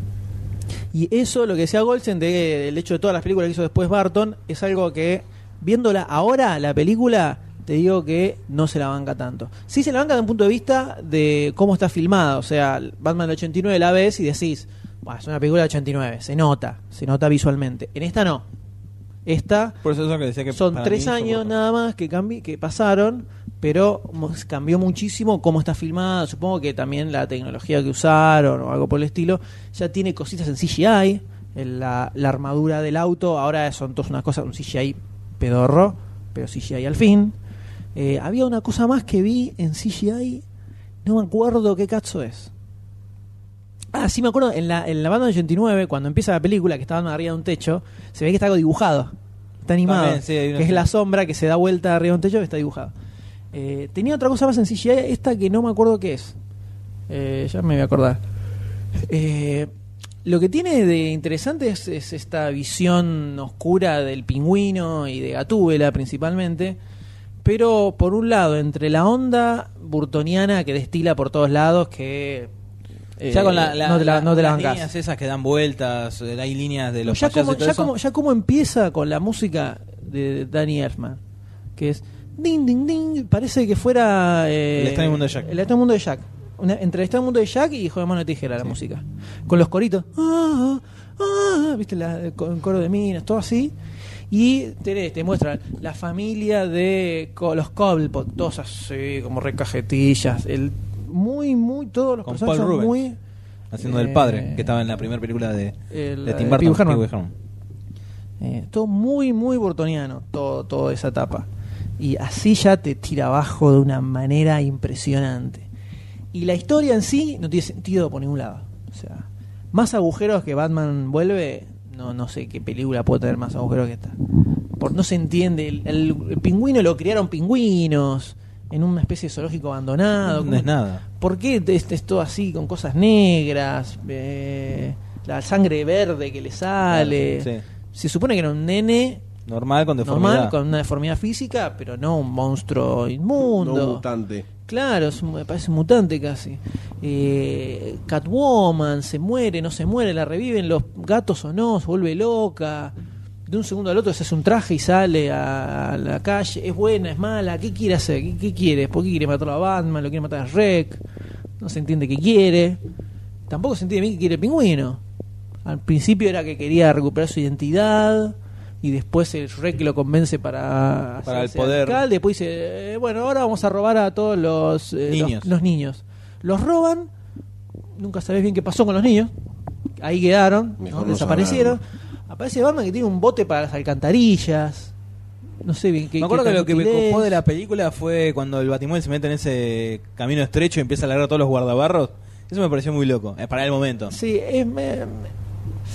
y eso, lo que decía Goldstein, de, el hecho de todas las películas que hizo después Barton, es algo que, viéndola ahora, la película, te digo que no se la banca tanto. Sí se la banca desde un punto de vista de cómo está filmada. O sea, Batman del ochenta y nueve la ves y decís, bueno, es una película del ochenta y nueve, se nota, se nota visualmente. En esta no. Esta Por eso es lo que decía que son para tres mí años soporta. nada más que, cambi que pasaron, pero mo- cambió muchísimo cómo está filmada. Supongo que también la tecnología que usaron o algo por el estilo ya tiene cositas en C G I. En la, la armadura del auto ahora son todas unas cosas, un C G I pedorro, pero C G I al fin. Eh, había una cosa más que vi en C G I, no me acuerdo qué cacho es. Ah, sí me acuerdo, en la, en la banda del ochenta y nueve, cuando empieza la película, que estaban arriba de un techo, se ve que está algo dibujado. Está animado. También, sí, hay una que es escena. la sombra que se da vuelta arriba de un techo que está dibujado. Eh, tenía otra cosa más en C G I, esta que no me acuerdo qué es. Eh, ya me voy a acordar. Eh, lo que tiene de interesante es, es esta visión oscura del Pingüino y de Gatúbela principalmente. Pero por un lado, entre la onda burtoniana que destila por todos lados, que eh, Ya con la, la- no te la, no te la las bancás. líneas esas que dan vueltas, eh, hay líneas de los ya, payasos como, y todo ya, eso. como, ya como empieza con la música de Danny Elfman, que es ding, ding, ding, parece que fuera eh, El extraño mundo de Jack. El extraño mundo de Jack. Una- entre el extraño mundo de Jack y Juego de mano de tijera la Sí. música. Con los coritos. Ah, ah, viste, la, con coro de minas, todo así. Y te, te muestra la familia de co- los Cobblepot, todos así, como recajetillas. El, muy, muy, todos los Con personajes Paul son Rubens, muy. haciendo eh, del padre, que estaba en la primera película de, el- de Tim de Burton. Pee Wee Herman. Pee Wee Herman. Eh, todo muy, muy burtoniano, todo, toda esa etapa. Y así ya te tira abajo de una manera impresionante. Y la historia en sí no tiene sentido por ningún lado. O sea, más agujeros que Batman vuelve, no, no sé qué película puede tener más agujeros que esta. Por, no se entiende, el, el- el pingüino lo criaron pingüinos en una especie de zoológico abandonado. No es nada. ¿Por qué es, es todo así, con cosas negras? Eh, la sangre verde que le sale. Sí. Se supone que era un nene Normal con deformidad. normal, con una deformidad física, pero no un monstruo inmundo. No mutante. Claro, es un- me parece un mutante casi. Eh, Catwoman se muere, no se muere, la reviven los gatos o no, se vuelve loca. De un segundo al otro se hace un traje y sale a la calle. Es buena, es mala, ¿qué quiere hacer? ¿Qué, qué quiere? ¿Por qué quiere matar a Batman? ¿Lo quiere matar a Rec? No se entiende qué quiere. Tampoco se entiende bien qué quiere el pingüino. Al principio era que quería recuperar su identidad. Y después el Rec lo convence para, Para el hacerse poder. alcalde. Después dice, eh, bueno, ahora vamos a robar a todos los, eh, Niños. los, los niños. Los roban, nunca sabés bien qué pasó con los niños. Ahí quedaron, ¿no? Mejor no Desaparecieron. Aparece Batman que tiene un bote para las alcantarillas. No sé bien qué. Me acuerdo qué que lo que me tan útil copó es. de la película fue cuando el Batimóvil se mete en ese camino estrecho y empieza a largar a todos los guardabarros. Eso me pareció muy loco, eh, para el momento. Sí, es. me- me-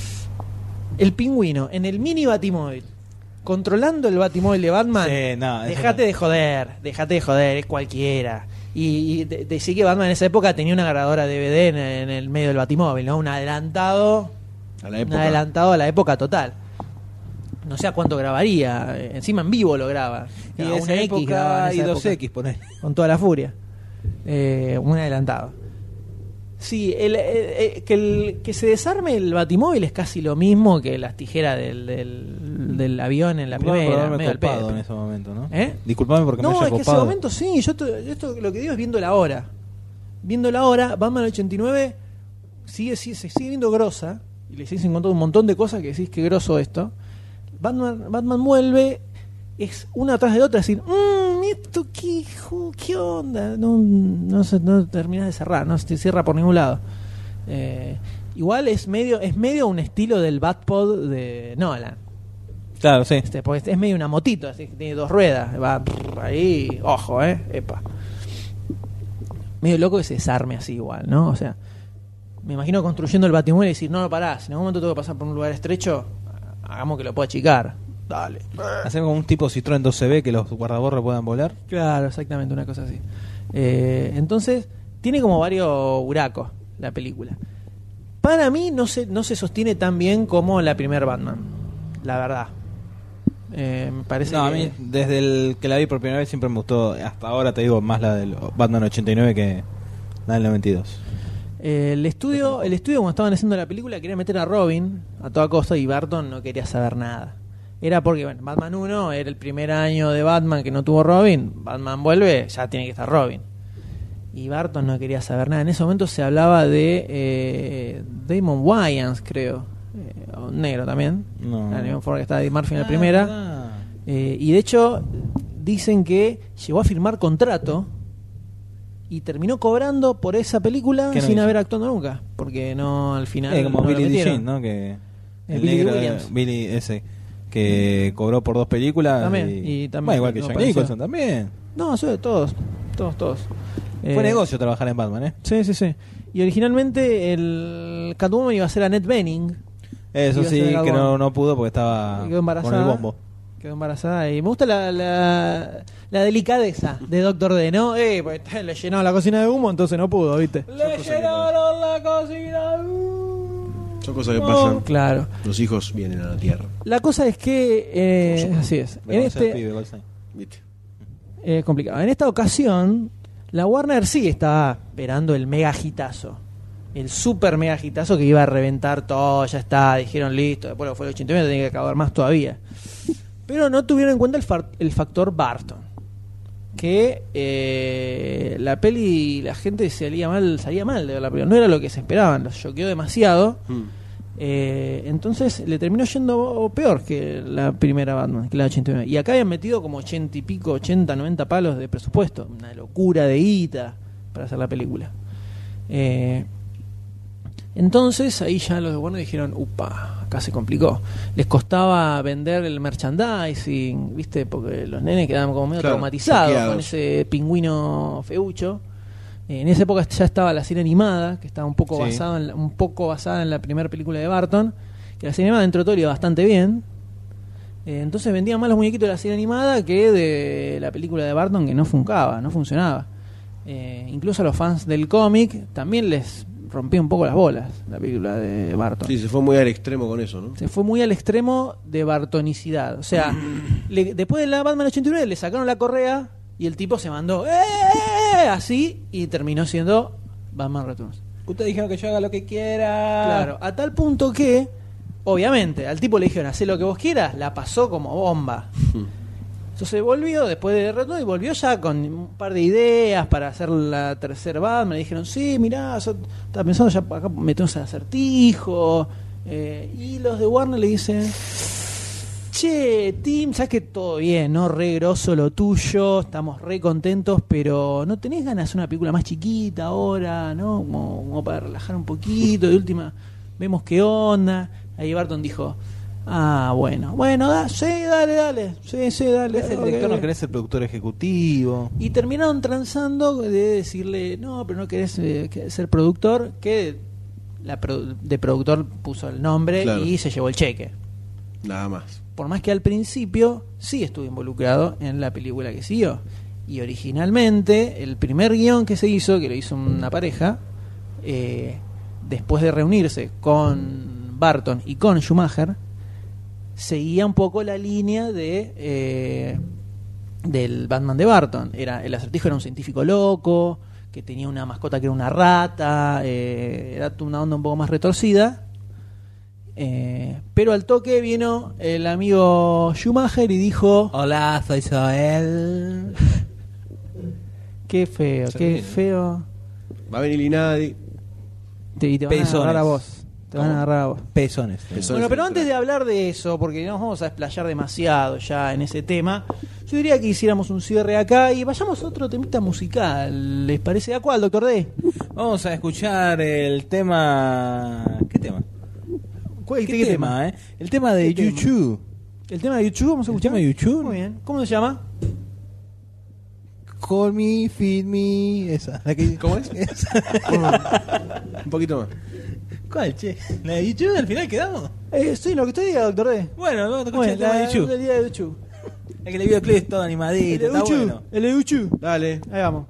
el pingüino en el mini Batimóvil, controlando el Batimóvil de Batman. Sí, no, eso Dejate no. de joder, dejate de joder, es cualquiera. Y, y de- decir que Batman en esa época tenía una grabadora D V D en, en el medio del Batimóvil, ¿no? Un adelantado, A la un época. adelantado a la época total. No sé a cuánto grabaría, eh, encima en vivo lo graba. Y A en una esa X grababa época en y esa dos época. X, ponele. Con toda la furia. Eh, un adelantado. Sí, el, el- el- que, el, que se desarme el Batimóvil es casi lo mismo que las tijeras del, del, del avión en la Disculpame por primera. haberme medio al copado pedo. en ese momento, ¿no? ¿Eh? Disculpame porque me No, haya es que ese copado. momento sí, yo, to- yo esto lo que digo es viendo la hora. Viendo la hora, Batman ochenta y nueve sigue, sigue, se sigue viendo grosa. Y le sigues encontrando un montón de cosas que decís que groso esto. Batman, Batman vuelve, es una tras de otra, decir, mmm, esto qué, ju- qué onda. No, no, se, no terminas de cerrar, no se cierra por ningún lado. Eh, igual es medio, es medio un estilo del Batpod de Nolan. Claro, sí. Este, porque es medio una motito, así que tiene dos ruedas, va brr, ahí, ojo, eh, epa. Medio loco que se desarme así igual, ¿no? O sea, me imagino construyendo el Batimóvil y decir, no, no, pará, si en algún momento tengo que pasar por un lugar estrecho, hagamos que lo pueda achicar. Dale. Hacemos como un tipo Citroën doce B que los guardaborras puedan volar. Claro, exactamente, una cosa así. Eh, entonces, tiene como varios buracos la película. Para mí no se, no se sostiene tan bien como la primer Batman, la verdad. Eh, me parece No, a que- mí desde el que la vi por primera vez siempre me gustó. Hasta ahora te digo más la del Batman ochenta y nueve que la del noventa y dos. Eh, el estudio, el estudio cuando estaban haciendo la película quería meter a Robin a toda costa y Barton no quería saber nada. Era porque, bueno, Batman uno era el primer año de Batman que no tuvo Robin. Batman vuelve, ya tiene que estar Robin. Y Barton no quería saber nada. En ese momento se hablaba de eh, Damon Wayans, creo. Eh, un negro también. No. La misma forma que estaba Eddie Murphy en la Ah, primera. verdad. Eh, y de hecho, dicen que llegó a firmar contrato y terminó cobrando por esa película ¿Qué no sin hizo? haber actuado nunca. Porque no, al final. Eh, como no lo Billy metieron. Jean, ¿no? Que Eh, el Billy negro, Williams. eh, Billy ese que cobró por dos películas. También, y, y también bueno, igual que no Jack apareció. Nicholson también. No, eso de todos. Todos, todos. Fue Eh, negocio trabajar en Batman, ¿eh? Sí, sí, sí. Y originalmente el Catwoman iba a ser Annette Bening. Eso Iba a sí, ser que Catwoman. no, no pudo porque estaba Y quedó embarazada. con el bombo. Quedó embarazada. Y me gusta la, la, la delicadeza de Doctor D, ¿no? Eh, pues le llenó la cocina de humo, entonces no pudo, ¿viste? Le llenaron la cocina. Son cosas que pasan. Claro. Los hijos vienen a la tierra. La cosa es que. Eh, así es. Me En conoce el este. pibe, Goldstein. ¿Viste? Es complicado. En esta ocasión, la Warner sí estaba esperando el mega hitazo. El super mega hitazo que iba a reventar todo, ya está, dijeron listo, después lo fue el ochenta y nueve, tenía que acabar más todavía. Pero no tuvieron en cuenta el, fa- el factor Barton. Que eh, la peli, la gente salía mal, salía mal de ver la película. No era lo que se esperaban, los choqueó demasiado. Mm. Eh, entonces le terminó yendo peor que la primera Batman, que la ochenta y nueve. Y acá habían metido como ochenta y pico, ochenta, noventa palos de presupuesto. Una locura de guita para hacer la película. Eh, entonces ahí ya los de Warner dijeron, upa, acá se complicó. Les costaba vender el merchandising, ¿viste? Porque los nenes quedaban como medio Claro, traumatizados choqueados. con ese pingüino feucho. Eh, En esa época ya estaba la serie animada, que estaba un poco Sí. basada en la, un poco basada en la primera película de Barton, que la serie animada dentro de todo le iba bastante bien. Eh, entonces vendían más los muñequitos de la serie animada que de la película de Barton, que no funcaba, no funcionaba. Eh, incluso a los fans del cómic también les rompía un poco las bolas la película de Barton. Sí, se fue muy al extremo con eso, ¿no? Se fue muy al extremo de bartonicidad. O sea, le- después de la Batman ochenta y nueve le sacaron la correa y el tipo se mandó ¡eh! Así y terminó siendo Batman Returns. Ustedes dijeron que yo haga lo que quiera. Claro, a tal punto que, obviamente, al tipo le dijeron, hacé lo que vos quieras, la pasó como bomba. Entonces volvió después de Returns y volvió ya con un par de ideas para hacer la tercera Batman. Le dijeron, sí, mirá, yo estaba pensando ya acá metemos al acertijo. Eh, y los de Warner le dicen, che, Tim, sabes que todo bien, ¿no? Re grosso lo tuyo, estamos re contentos, pero ¿no tenés ganas de hacer una película más chiquita ahora, ¿no? Como, como para relajar un poquito, de última, vemos qué onda. Ahí Barton dijo, ah, bueno, bueno, da, sí, dale, dale, sí, sí, dale. ¿Querés el ok, director, no ok". querés el productor ejecutivo? Y terminaron transando de decirle, no, pero no querés eh, que- ser productor, que la produ- de productor puso el nombre Claro. y se llevó el cheque. Nada más. Por más que al principio sí estuvo involucrado en la película que siguió. Y originalmente, el primer guión que se hizo, que lo hizo una pareja, eh, después de reunirse con Barton y con Schumacher, seguía un poco la línea de eh, del Batman de Barton. Era, el acertijo era un científico loco, que tenía una mascota que era una rata, eh, era una onda un poco más retorcida. Eh, pero al toque vino el amigo Schumacher y dijo, Hola, soy Joel. qué feo, Se qué ríe, ¿no? feo. Va a venir Linadi. Te, y te van a Pezones. agarrar a vos. Te van a ¿Cómo? agarrar a vos. Pezones. Pezones. Bueno, pero el antes de traje. hablar de eso, porque nos vamos a desplayar demasiado ya en ese tema, yo diría que hiciéramos un cierre acá y vayamos a otro temita musical. ¿Les parece? ¿A cuál, doctor D? Vamos a escuchar el tema. ¿Qué tema? ¿Cuál- ¿Qué, tema, eh? El tema de ¿Qué tema? YouTube. ¿El tema de YouTube? ¿Vamos a ¿El escuchar? tema de YouTube? Muy bien. ¿Cómo se llama? Call me, feed me. Esa. La que, ¿Cómo es? Esa. Un poquito más. ¿Cuál, che? ¿La de YouTube al final quedamos? Eh, sí, lo que usted diga, doctor D. Bueno, vamos a escuchar Bueno, el tema la, de YouTube. el día de YouTube. Es que el videoclip es todo El animadito, de está YouTube. bueno. El de YouTube. Dale. Ahí vamos.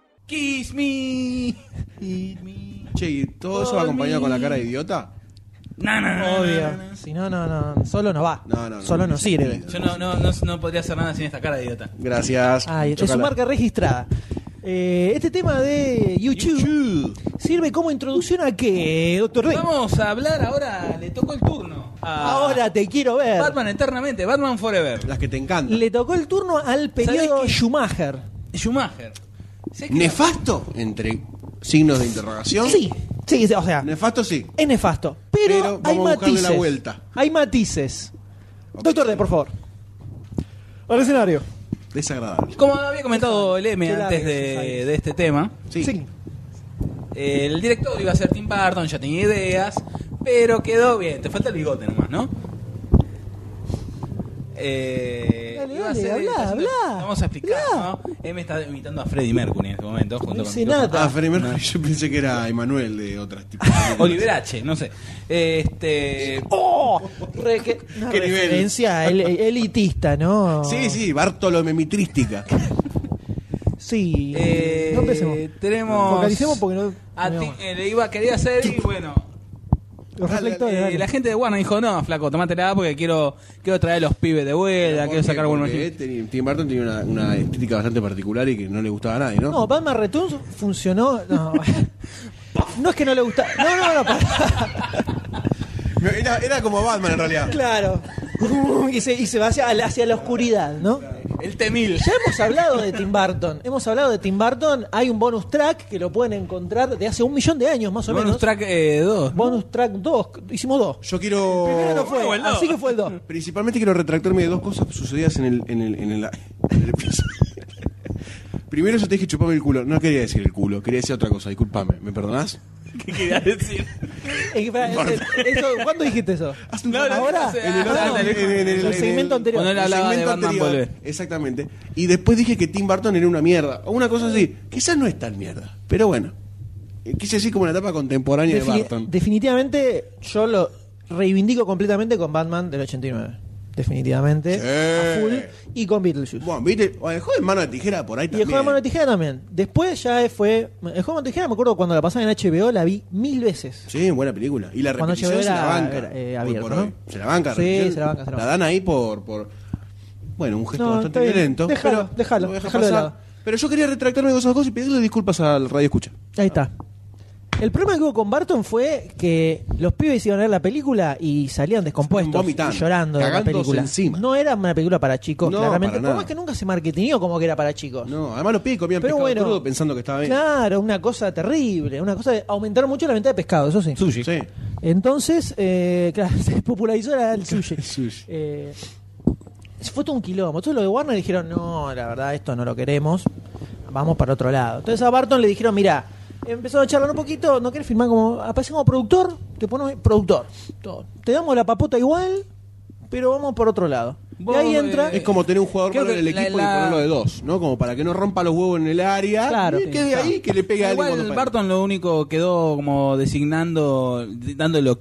Kiss me, hit me. Che, ¿y todo eso va acompañado con la cara de idiota? No, no, no, Obvio. no, no, no. Si no, no, no. Solo no va. No, no, no, Solo no no tiene sirve. sentido. Yo no, no, no, no podría hacer nada sin esta cara de idiota. Gracias. Ay, es su Chocala. marca registrada. Eh, este tema de YouTube, YouTube. sirve como introducción a qué, doctor D. Vamos a hablar ahora, le tocó el turno. a Ahora te quiero ver. Batman eternamente, Batman Forever. Las que te encantan. Le tocó el turno al periodo ¿Sabés qué? Schumacher. Schumacher. ¿Sé que- ¿Nefasto? Entre signos de interrogación. Sí, sí, sí, o sea, Nefasto sí. es nefasto. Pero, Pero hay vamos a buscarle matices. la vuelta. Hay matices. Ok. Doctor D, por favor. Al escenario. Desagradable. Como había comentado el M Qué antes largo, de, Susana. de este tema, Sí. Sí. el director iba a ser Tim Burton, ya tenía ideas, pero quedó bien, te falta el bigote nomás, ¿no? Eh, Dale, iba a dale, ser- habla, iba a ser- habla, Vamos a explicar, habla. ¿no? M está imitando a Freddie Mercury en este momento, junto No con sé Tito nada. Ah, Freddie Mercury, yo pensé que era Emanuel de otras tipos. Oliver H, no sé. Este. ¡Oh! Re- que- una ¿Qué nivel? referencia el- elitista, ¿no? Sí, sí, Bartolomemitrística. Sí. eh, no empecemos. Tenemos. Focalicemos porque no. a no. Tim- eh, le iba, quería hacer y bueno. Los Dale, reflectores. eh, dale. la gente de Warner dijo: no, flaco, tomátela porque quiero, quiero traer los pibes de vuelta, quiero sacar buen Porque margen. tenía- Tim Burton tenía una, una estética bastante particular y que no le gustaba a nadie, ¿no? No, Batman Returns funcionó. No, no es que no le gusta. No, no, no, para. Era, era como Batman en realidad. Claro. Y se, y se va hacia, hacia la oscuridad, ¿no? El T mil. Ya hemos hablado de Tim Burton. Hemos hablado de Tim Burton. Hay un bonus track que lo pueden encontrar de hace un millón de años, más o Bonus menos. track dos. Bonus track dos. Hicimos dos. Yo quiero. Primero no fue, o el dos. así que fue el dos. Principalmente quiero retractarme de dos cosas sucedidas en el, en el, en el, en el episodio. Primero yo te dije chupame el culo. No quería decir el culo, quería decir otra cosa. Disculpame, ¿me perdonás? ¿Qué quería decir? Eh, espera, eh, eso, ¿cuándo dijiste eso? Hace un No, rato. no, ¿Ahora? no sé, En el, ah, otro- no, en- en- en- en- el segmento en- anterior. Cuando él hablaba el de segmento Batman anterior. Volver. Exactamente. Y después dije que Tim Burton era una mierda. O una cosa así. Quizás no es tan mierda. Pero bueno. Eh, Quise decir como una etapa contemporánea de Defini- Burton. definitivamente yo lo reivindico completamente con Batman del ochenta y nueve. Definitivamente. Sí. A full. Y con Beetlejuice. Bueno, viste, o el joven mano de tijera por ahí Y el también. juego de mano de tijera también. Después ya fue. El juego de mano de tijera me acuerdo cuando la pasaba en H B O, la vi mil veces. Sí, buena película. Y la Cuando repetición H B O se la era- banca. era, eh, hoy abierto, por ¿no? hoy. Se la banca. Sí, repetición. se la banca, se la La banca. dan ahí por, por. Bueno, un gesto No, bastante está bien. violento. Déjalo, pero déjalo, lo voy a dejar déjalo de pasar. lado. Pero yo quería retractarme de esas cosas y pedirle disculpas al radio escucha. Ahí está. El problema que hubo con Barton fue que los pibes iban a ver la película y salían descompuestos, Estaban vomitando, y llorando de la cagándose película. encima. No era una película para chicos, No, claramente. para Por nada. más que nunca se marketingió como que era para chicos. No, además los pibes comían Pero pescado bueno, crudo pensando que estaba bien. Claro, una cosa terrible, una cosa de aumentar mucho la venta de pescado, eso sí. Sushi. Sí. Entonces, eh, claro, se popularizó la- el sushi. El sushi. Eh, fue todo un quilombo. Entonces los de Warner dijeron, no, la verdad, esto no lo queremos, vamos para otro lado. Entonces a Barton le dijeron, mira, empezaron a charlar un poquito, ¿no querés firmar como, aparece como productor? Te ponemos productor. Todo. Te damos la papota igual, pero vamos por otro lado. Vos, y ahí entra... Es como tener un jugador Creo malo en el que la- equipo la- y ponerlo de dos, ¿no? Como para que no rompa los huevos en el área Claro. y quede ahí que le pegue a alguien Igual cuando Barton lo único quedó como designando, dando el ok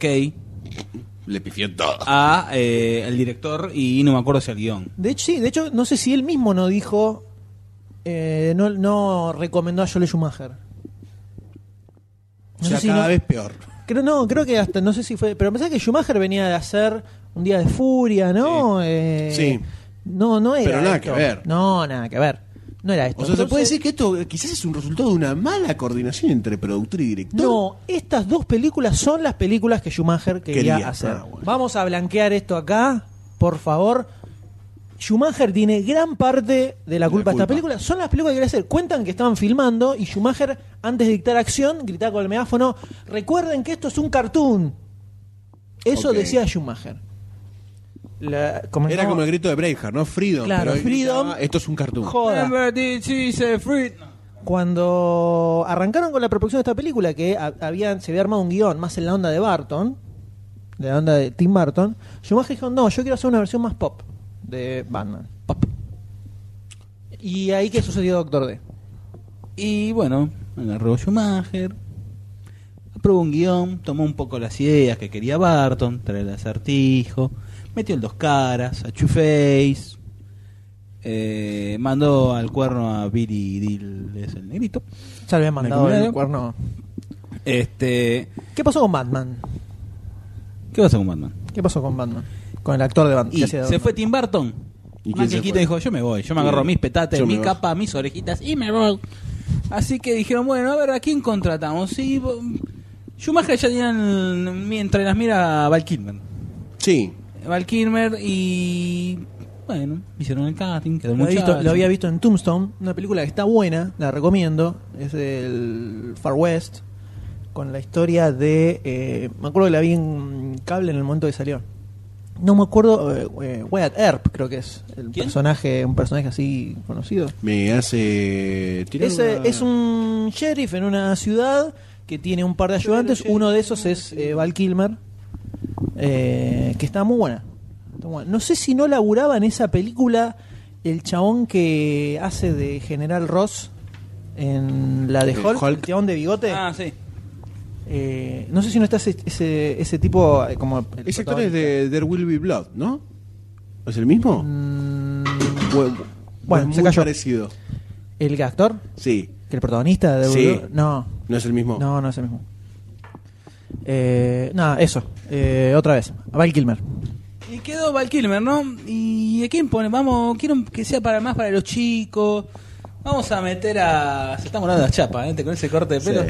le pifió todo. a eh, el director y no me acuerdo si al guión. De hecho, sí, de hecho, no sé si él mismo no dijo, eh, no, no recomendó a Joel Schumacher. O No sea, sé si cada no- vez peor. Creo, no, creo que hasta, no sé si fue, pero pensé que Schumacher venía de hacer Un Día de Furia, ¿no? Eh, Sí. No, no era Pero nada esto. que ver. No, nada que ver. No era esto. O sea, se puede Entonces, decir que esto eh, quizás es un resultado de una mala coordinación entre productor y director. no, estas dos películas son las películas que Schumacher quería, Quería. hacer. Ah, bueno. Vamos a blanquear esto acá, por favor. Schumacher tiene gran parte de la culpa de esta culpa. película. Son las películas que quería hacer. Cuentan que estaban filmando y Schumacher, antes de dictar acción, gritaba con el megáfono: recuerden que esto es un cartoon. Eso Ok. decía Schumacher. La- como Era no- como el grito de Braveheart, ¿no? Freedom. Claro, pero él freedom. gritaba, esto es un cartoon. Joda. Remember this is a free- no. Cuando arrancaron con la preproducción de esta película, que ha- habían, se había armado un guión más en la onda de Barton, de la onda de Tim Burton, Schumacher dijo: no, yo quiero hacer una versión más pop de Batman. Pop. Y ahí que sucedió Doctor D. Y bueno, agarró Schumacher, aprobó un guión, tomó un poco las ideas que quería Barton, traer el acertijo, metió el dos caras, a Two-Face, eh, mandó al cuerno a Billy Dill, es el negrito. Ya le habían mandado ¿Me el acuerdo? cuerno. Este, ¿Qué pasó con Batman? ¿Qué pasó con Batman? ¿Qué pasó con Batman? Con el actor de Batman. Y ¿Qué hacía de se Batman? fue Tim Burton. ¿Y quién Michael se Keaton fue? dijo, yo me voy, yo me agarro Sí. mis petates, Yo mi me capa, mis orejitas y me voy. Así que dijeron, bueno, a ver, ¿a quién contratamos? Y bo- Schumacher ya tenían entre las miras a Val Kilmer. Sí. Val Kilmer y... Bueno, hicieron el casting, quedó el Lo, había visto, muchacho. lo había visto en Tombstone, una película que está buena, la recomiendo. Es el Far West, con la historia de. Eh, me acuerdo que la vi en cable en el momento que salió. No me acuerdo. Eh, eh, Wyatt Earp, creo que es el ¿Quién? personaje, un personaje así conocido. Me hace... tirar Es, eh, una- es un sheriff en una ciudad que tiene un par de ayudantes. Uno de esos es eh, Val Kilmer, eh, que está muy buena. Está buena. No sé si no laburaba en esa película el chabón que hace de General Ross en la de Eh, Hulk, Hulk. el chabón de bigote. Ah, sí. Eh, no sé si no está ese, ese, ese tipo eh, como... el Ese actor es protagonista. de There Will Be Blood, ¿no? ¿Es el mismo? Mm, Bu- bueno, es se muy cayó. parecido. ¿El actor? Sí. ¿Que el protagonista de Sí. No. ¿No es el mismo? No, no es el mismo. Eh, nada, eso. Eh, otra vez. Val Kilmer. Y quedó Val Kilmer, ¿no? ¿Y a quién pone? Vamos, quiero que sea para más para los chicos. Vamos a meter a... Se está morando la chapa, ¿eh? Con ese corte de pelo. Sí.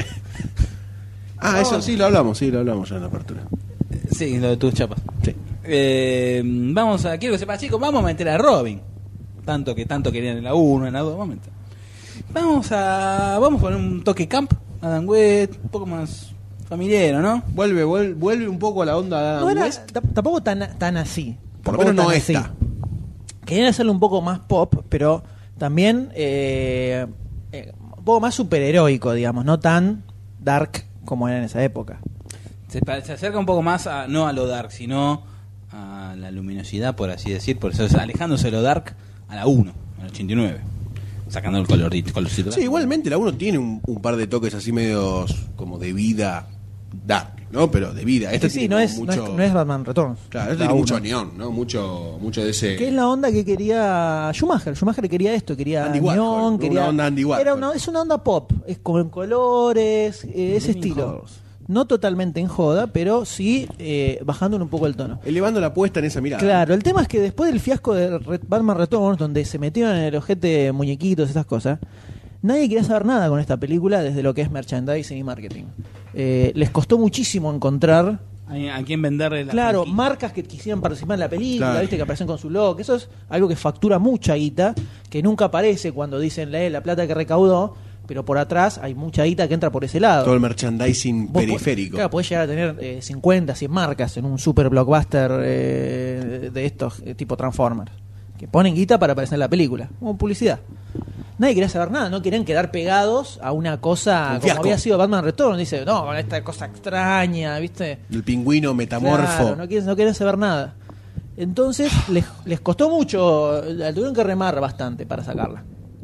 Ah, eso sí lo hablamos, sí lo hablamos ya en la apertura. Sí, lo de tus chapas. Sí. Eh, vamos a... Quiero que sepa, chicos, vamos a meter a Robin. Tanto que tanto querían en la uno, en la dos, vamos a meter. Vamos a... Vamos a poner un toque camp, Adam West, un poco más familiar, ¿no? Vuelve, vuelve, vuelve un poco a la onda de Adam No era West. t- tampoco tan, tan así. Por lo Tampoco menos no tan esta. así. Querían hacerlo un poco más pop, pero también eh, eh, un poco más superheroico, digamos, no tan dark como era en esa época. Se, pa- se acerca un poco más a, no a lo dark, sino a la luminosidad, por así decir, por eso es alejándose de lo dark a la uno, al ochenta y nueve, sacando el colorito, colorcito. Sí, igualmente la uno tiene un, un par de toques así medios como de vida dark, ¿no? Pero de vida. Esta Sí, sí, tiene no como es, no, mucho, es, no es Batman Returns. Claro, esta La tiene mucho uno. neón, ¿no? Mucho, mucho de ese... Que es la onda que quería Schumacher. Schumacher quería esto, quería Andy Warhol, neón, una quería... onda Andy Warhol. Era una, es una onda pop, es con colores, eh, ese Living estilo. Colors. No totalmente en joda, pero sí eh, bajándole un poco el tono. Elevando la apuesta en esa mirada. Claro, el tema es que después del fiasco de Re- Batman Returns, donde se metieron en el ojete muñequitos, esas cosas, nadie quería saber nada con esta película desde lo que es merchandising y marketing. Eh, les costó muchísimo encontrar, ¿A, a quién venderle la claro, franquicia? marcas que quisieran participar en la película, Claro. viste, que aparecen con su logo, que eso es algo que factura mucha guita, que nunca aparece cuando dicen la, la plata que recaudó, pero por atrás hay mucha guita que entra por ese lado. Todo el merchandising Vos po- periférico. Claro, podés llegar a tener eh, cincuenta, cien marcas en un super blockbuster eh, de estos, eh, tipo Transformers, que ponen guita para aparecer en la película, como publicidad. Nadie quería saber nada, no querían quedar pegados a una cosa Un como fiasco. había sido Batman Returns. Dice, no, con esta cosa extraña, ¿viste? El pingüino metamorfo. Claro, no quieren, no quieren saber nada. Entonces les, les costó mucho, la tuvieron que remar bastante para sacarla.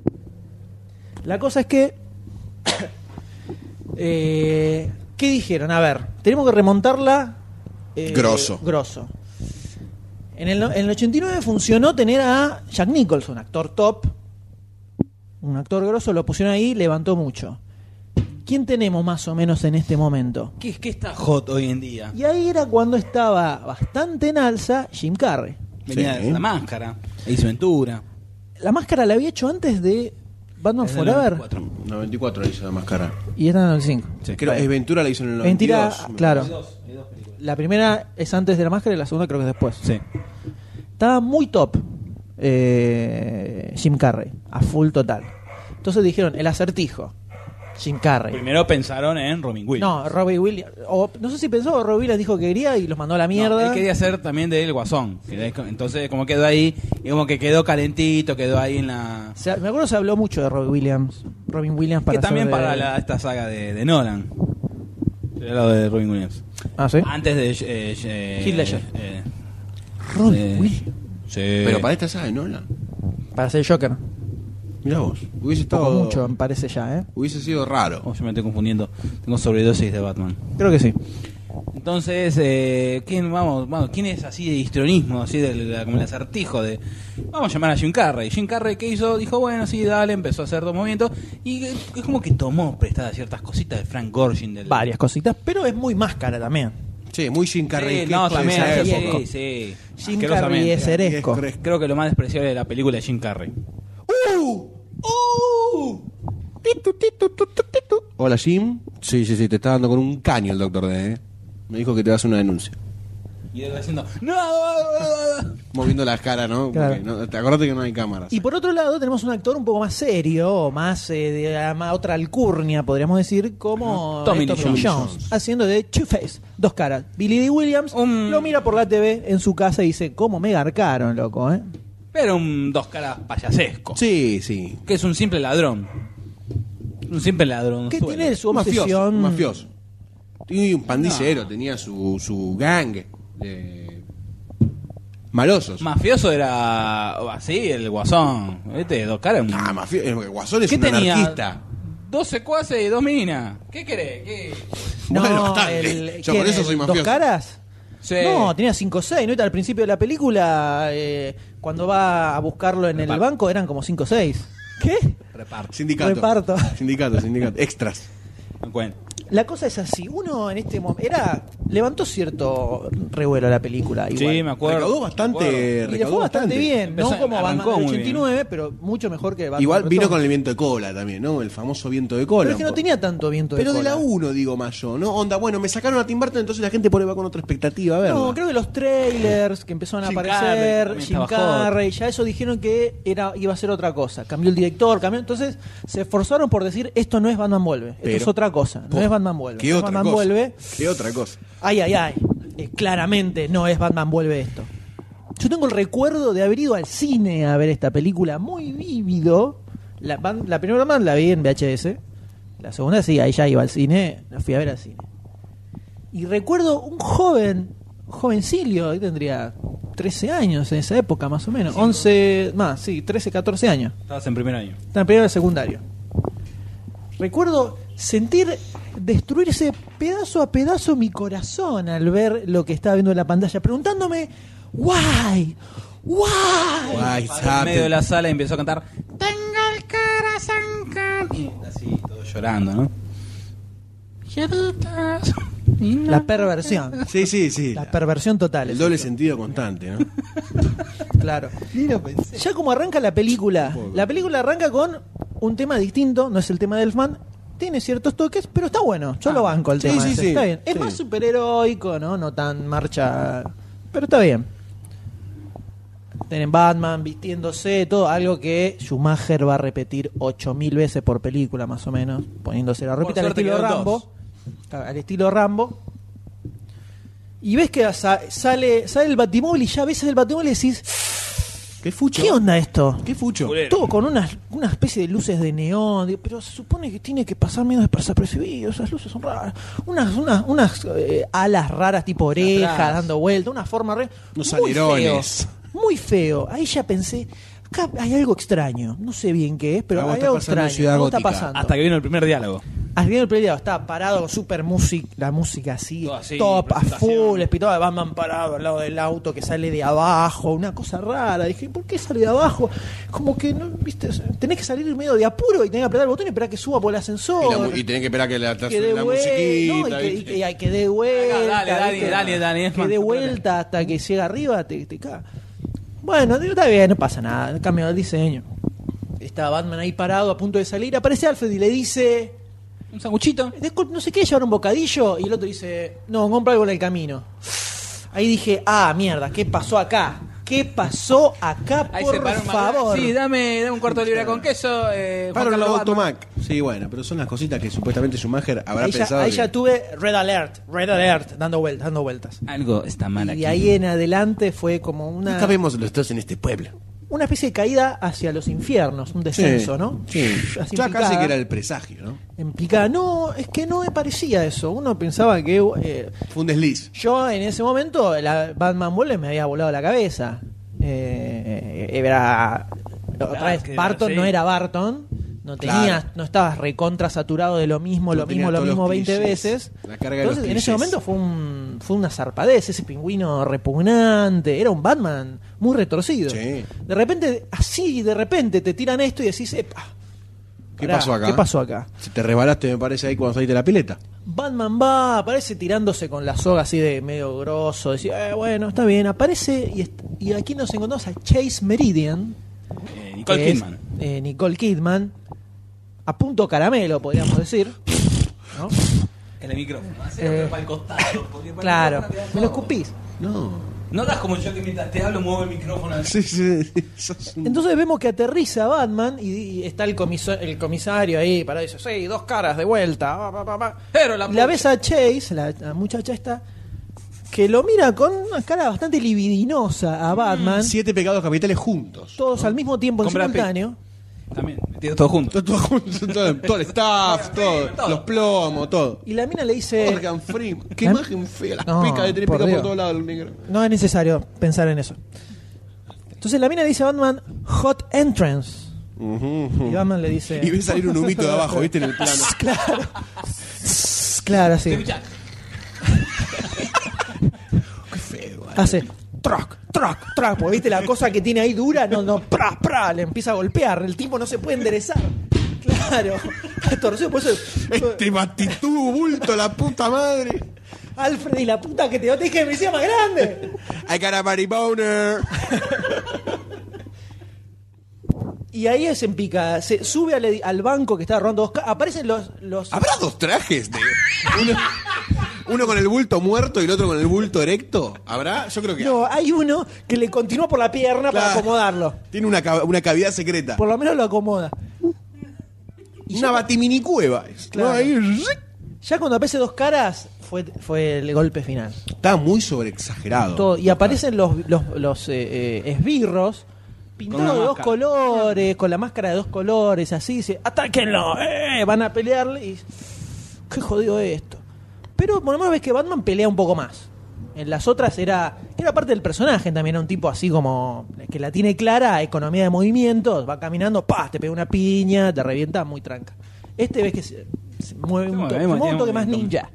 La cosa es que eh, ¿qué dijeron? A ver, tenemos que remontarla eh, Grosso. grosso. En el, no- en el ochenta y nueve funcionó tener a Jack Nicholson, actor top, un actor grosso, lo pusieron ahí, levantó mucho. ¿Quién tenemos más o menos en este momento? ¿Qué, ¿Qué está hot hoy en día? Y ahí era cuando estaba bastante en alza Jim Carrey. Venía Sí. La Máscara, Ace Ventura. La máscara la había hecho antes de Batman Es del Forever noventa y cuatro. noventa y cuatro le hizo la máscara. y era en el noventa y cinco. Sí. Creo que Ventura la hizo en el noventa y dos. Mentira, me claro. parece. Hay dos películas. La primera es antes de la máscara y la segunda creo que es después. Sí. Estaba muy top eh, Jim Carrey, a full total. Entonces dijeron, el acertijo, Jim Carrey. Primero pensaron en Robin Williams. No, Robbie Williams. O, no sé si pensó, Robbie Williams dijo que quería y los mandó a la No, mierda. él quería ser también de El Guasón. que es- Entonces, como quedó ahí, y como que quedó calentito, quedó ahí en la. Se- me acuerdo se habló mucho de Robbie Williams. Robin Williams para que también hacer de- para la- esta saga de, de Nolan. Era lo de Robin Williams. Ah, ¿sí? Antes de. Eh, eh, Heath Ledger. eh, Robin eh, Williams. Sí. Pero para esta saga de Nolan. Para ser Joker. Mirá vos. Hubiese Poco estado. mucho, me parece ya, ¿eh? Hubiese sido raro. Oh, yo me estoy confundiendo. Tengo sobredosis de Batman. Creo que sí. Entonces, eh, ¿quién, vamos, vamos, ¿quién es así de histrionismo, así de, la- como el acertijo de... Vamos a llamar a Jim Carrey. Jim Carrey, ¿qué hizo? Dijo, bueno, sí, dale, empezó a hacer dos movimientos. Y eh, es como que tomó prestadas ciertas cositas de Frank Gorshin. Del... Varias cositas, pero es muy máscara también. Sí, muy Jim Carrey. Sí, no, también, esa sí, época. sí, sí. Jim Carrey Asquerosamente. es Eresco. Es- Creo que lo más despreciable de la película es Jim Carrey. ¡Uh! ¡Uh! Titu, titu, tu, tu, titu. Hola, Jim. Sí, sí, sí, te está dando con un caño el doctor D. ¿eh? Me dijo que te vas a una denuncia. Y él haciendo ¡No! Moviendo las caras, ¿no? Claro. Porque no- te acordate que no hay cámaras. Y por otro lado tenemos un actor un poco más serio, más eh, de más otra alcurnia, podríamos decir, como Tommy eh, Lee Lee Jones. Jones, haciendo de Two-Face, dos caras. Billy D. Williams Um. lo mira por la T V en su casa y dice, ¿cómo me garcaron, loco? ¿eh? Pero un dos caras payasesco. Sí, sí. Que es un simple ladrón. Un simple ladrón. ¿Qué suelo. tiene su Mafioso, obsesión? mafioso. Y un pandillero, tenía su, su gang de malosos. Mafioso era así, el guasón. ¿Viste? Dos caras. un- Ah, mafioso. El Guasón es ¿Qué un tenía? anarquista. Dos secuaces y dos minas. ¿Qué querés? ¿Qué? No, Bueno, bastante. el- Yo ¿quién, por eso el soy ¿Dos mafioso. caras? Sí. No, tenía cinco o seis, ¿no? Al principio de la película, eh, cuando va a buscarlo en el Reparto. banco, eran como cinco o seis. ¿Qué? Reparto. Sindicato. Reparto. Sindicato, sindicato. Extras. Me cuento. La cosa es así, uno en este momento era levantó cierto revuelo la película igual. Sí, me acuerdo. Recaudó bastante. Me acuerdo. Y le recaudó fue bastante bien, Empezó- no como Batman arrancó del muy ochenta y nueve, pero mucho mejor que Batman Igual vino Returns. con el viento de cola también, ¿no? El famoso viento de cola. Pero es que un no poco. tenía tanto viento de Pero de cola. la uno, digo más yo, ¿no? Onda, bueno, me sacaron a Tim Burton, entonces la gente por ahí va con otra expectativa a verla. No, creo que los trailers que empezaron a Jim aparecer, Carrey también Jim estaba hot. Carrey, ya eso dijeron que era iba a ser otra cosa. Cambió el director, cambió. Entonces se esforzaron por decir esto no es Batman Vuelve, esto Pero- es otra cosa, no Po- es Batman Vuelve. ¿Qué No es otra Batman cosa? Vuelve. ¿Qué otra cosa? Ay, ay, ay. Eh, claramente no es Batman Vuelve esto. Yo tengo el recuerdo de haber ido al cine a ver esta película muy vívido. La, Bat- la primera Batman la vi en V H S. La segunda sí, ahí ya iba al cine. La fui a ver al cine. Y recuerdo un joven, jovencilio, ahí tendría trece años en esa época más o menos. once, más, sí, trece, catorce años. Estabas en primer año. Está en primero de secundario. Recuerdo sentir destruirse pedazo a pedazo mi corazón al ver lo que estaba viendo en la pantalla, preguntándome, why, why. Ay, Paró en medio de la sala y empezó a cantar Tengo el corazón can-". Y así, todo llorando, ¿no? Lloritas. y no- La perversión, Sí, sí, sí. la perversión total. El es doble esto. sentido constante, ¿no? Claro. Ya como arranca la película, la película arranca con un tema distinto, no es el tema de Elfman, tiene ciertos toques, pero está bueno. Yo Ah, lo banco el sí, tema. sí, ese, sí, está bien. Es sí. más superheroico, ¿no? No tan marcha, pero está bien. Tienen Batman vistiéndose, todo, algo que Schumacher va a repetir ocho mil veces por película, más o menos, poniéndose la ropita al suerte estilo quedó en Rambo. dos. Claro, al estilo Rambo. Y ves que sa- sale, sale el Batimóvil y ya ves el Batimóvil y decís, ¿Qué fucho? ¿qué onda esto? ¿Qué fucho? Culero. Todo con una, una especie de luces de neón, digo, pero se supone que tiene que pasar medio desapercibido, esas luces son raras. Unas, unas, unas eh, alas raras tipo orejas Atrás. dando vuelta, una forma re. Unos muy alerones. feo, muy feo. Ahí ya pensé, acá hay algo extraño. No sé bien qué es, pero Algo hay está algo pasando en extraño. Ciudad Algo está Gótica. pasando. Hasta que vino el primer diálogo. Al final del periodo estaba parado, super música, la música así, Todo así, top, a presentación. full, espitado de Batman parado al lado del auto que sale de abajo, una cosa rara. Dije, ¿por qué sale de abajo? Como que, no, viste, tenés que salir medio de apuro y tenés que apretar el botón y esperar que suba por el Y, ascensor. la mu- y tenés que esperar que la, que dé la vuelta, musiquita. no, y que, y ¿viste? que, y que dé vuelta, Dale, dale, ¿viste? dale, dale, es que más, dé no vuelta hasta que llega arriba, te, te cae. Bueno, digo, está bien, no pasa nada, cambio el diseño. Está Batman ahí parado a punto de salir, aparece Alfred y le dice, Un sanguchito. "Disculpe, no sé qué, llevar un bocadillo", y el otro dice, no, compra algo en el camino. Ahí dije, ah, mierda, ¿qué pasó acá? ¿Qué pasó acá, Ahí por se paró un favor? Mac- Sí, dame, dame un cuarto de libra con queso. Eh, Juan Para el Carlos Batman. Automac. Sí, bueno, pero son las cositas que supuestamente Schumacher habrá Ahí, ya, pensado. ahí que- ya tuve Red Alert, Red Alert, dando vueltas, dando vueltas. Algo está mal Y aquí. de ahí en adelante fue como No una, cabemos los dos en este pueblo. una especie de caída hacia los infiernos, un descenso, Sí, ¿no? Sí. Así Ya en casi picada. que era el presagio, ¿no? En picada. No, es que no me parecía eso. Uno pensaba que eh, Fue un desliz. yo en ese momento, la Batman Vuelve me había volado la cabeza. Eh, era otra vez, que- Barton sí. no era Barton. No tenías, Claro. no estabas recontra saturado de lo mismo, No lo tenía mismo, lo todos los mismo veinte clichés, veces. la carga de Entonces, los en ese clichés. momento fue un fue una zarpadez, ese pingüino repugnante, era un Batman muy retorcido. Sí. De repente, así de repente te tiran esto y decís, epa, ¿Qué Pará, pasó acá? ¿Qué pasó acá? Si te resbalaste, me parece, ahí cuando saliste de la pileta. Batman va, aparece tirándose con la soga así de medio grosso, decía, eh, bueno, está bien, aparece y, est- y aquí nos encontramos a Chase Meridian, Eh, Nicole que es, Kidman. eh, Nicole Kidman, a punto caramelo, podríamos decir, ¿no? En el micrófono. Eh, para el costado. Porque para Claro, el micrófono me lo queda escupís. No. todo. No hagas como yo que mientras te hablo muevo el micrófono. Sí, sí. sos un- Entonces vemos que aterriza Batman y, y está el, comiso- el comisario ahí, para dice, sí, dos caras de vuelta, pa, pa, pa, pa". Pero la Y la ves a Chase, la, la muchacha esta, que lo mira con una cara bastante libidinosa a Batman, Siete pecados capitales juntos. todos al mismo tiempo en Con Brad Pitt. simultáneo. También, metido todo junto. Todo, todo junto, todo, todo el staff, todo, todo. los plomos, todo. Y la mina le dice, Morgan Freeman. Qué ¿Eh? imagen fea, las No, pecas de tener por pecado por Dios. todos lados el negro. no es necesario pensar en eso. Entonces la mina le dice a Batman, hot entrance. Ujú, Y ujú. Batman le dice... Y ves salir un humito de abajo, ¿viste? En el plano. Claro. Claro, sí. Qué feo. Hace track, track, track. Porque viste la cosa que tiene ahí dura, no, no, pra, pra, le empieza a golpear. El tipo no se puede enderezar. Claro. Torcido, por eso. Este batitú, bulto, la puta madre. Alfred y la puta que te dio, te dije que me hiciera más grande. I got a body boner. Y ahí se empica, se sube al, edi- al banco que está robando dos ca- aparecen los, los ¿Habrá dos trajes? De uno, uno con el bulto muerto y el otro con el bulto erecto. ¿Habrá? Yo creo que no, hay uno que le continúa por la pierna para Claro. acomodarlo. tiene una, ca- una cavidad secreta. Por lo menos lo acomoda. Una batiminicueva. es. Claro. ¿No? Ahí, Ya cuando aparece dos caras fue, fue el golpe final. está muy sobreexagerado. Todo, y aparecen los, los, los eh, eh, esbirros pintados Con de una dos máscara. colores, con la máscara de dos colores, así, dice, ¡atáquenlo! ¡Eh! Van a pelearle y... ¡Qué jodido esto! Pero por lo menos ves que Batman pelea un poco más. En las otras era era parte del personaje también, era un tipo así como que la tiene clara, economía de movimientos, va caminando, ¡pah! Te pega una piña, te revienta, muy tranca. Este ves que se, se mueve Se un, to- mueve, se mueve un tiene toque un- más ninja.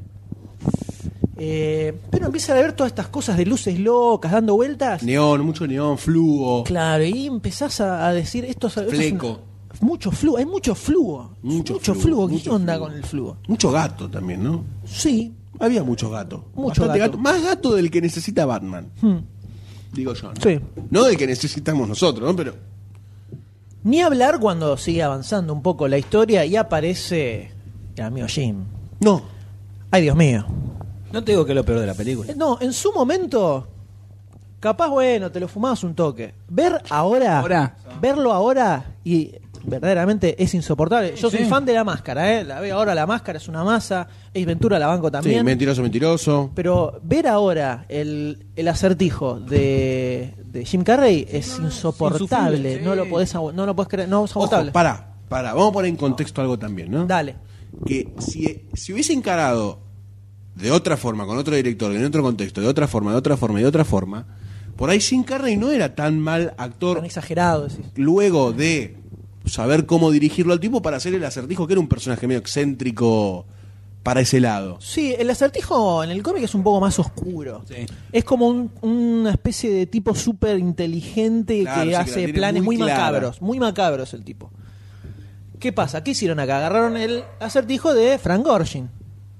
Eh, pero empieza a ver todas estas cosas de luces locas dando vueltas. Neón, mucho neón, fluo. Claro, y empezás a, a decir esto, es- esto es Fleco. una- mucho fluo, hay mucho fluo. Mucho Mucho, fluo, fluo. ¿Qué mucho onda fluo. con el fluo? Mucho gato también, ¿no? Sí. Había mucho gato. Mucho Bastante gato. Más gato del que necesita Batman. Hmm. Digo yo. ¿no? Sí. No del que necesitamos nosotros, ¿no? Pero. Ni hablar cuando sigue avanzando un poco la historia y aparece el amigo Jim. No. Ay, Dios mío. No te digo que es lo peor de la película. Eh, No, en su momento, capaz, bueno, te lo fumabas un toque. Ver ahora, Ahora. verlo ahora y verdaderamente es insoportable. Yo soy Sí. fan de La Máscara, ¿eh? La veo ahora, La Máscara es una masa. Ace Ventura la banco Sí, también. mentiroso, mentiroso. Pero ver ahora el, el acertijo de, de Jim Carrey es insoportable. insufrible, sí. No lo podés agu- no lo podés creer, no es aguantable. Ojo, pará, pará. Vamos a poner en contexto algo también, ¿no? Dale. Que si, si hubiese encarado de otra forma, con otro director, en otro contexto, de otra forma, de otra forma y de otra forma, por ahí Jim Carrey no era tan mal actor Tan exagerado, decís. luego de saber cómo dirigirlo al tipo para hacer el acertijo, que era un personaje medio excéntrico para ese lado. Sí, el acertijo en el cómic es un poco más oscuro. Sí. Es como un- una especie de tipo súper inteligente Claro, sí, que que la hace tiene planes muy muy, clara. macabros. Muy macabros el tipo. ¿Qué pasa? ¿Qué hicieron acá? Agarraron el acertijo de Frank Gorshin.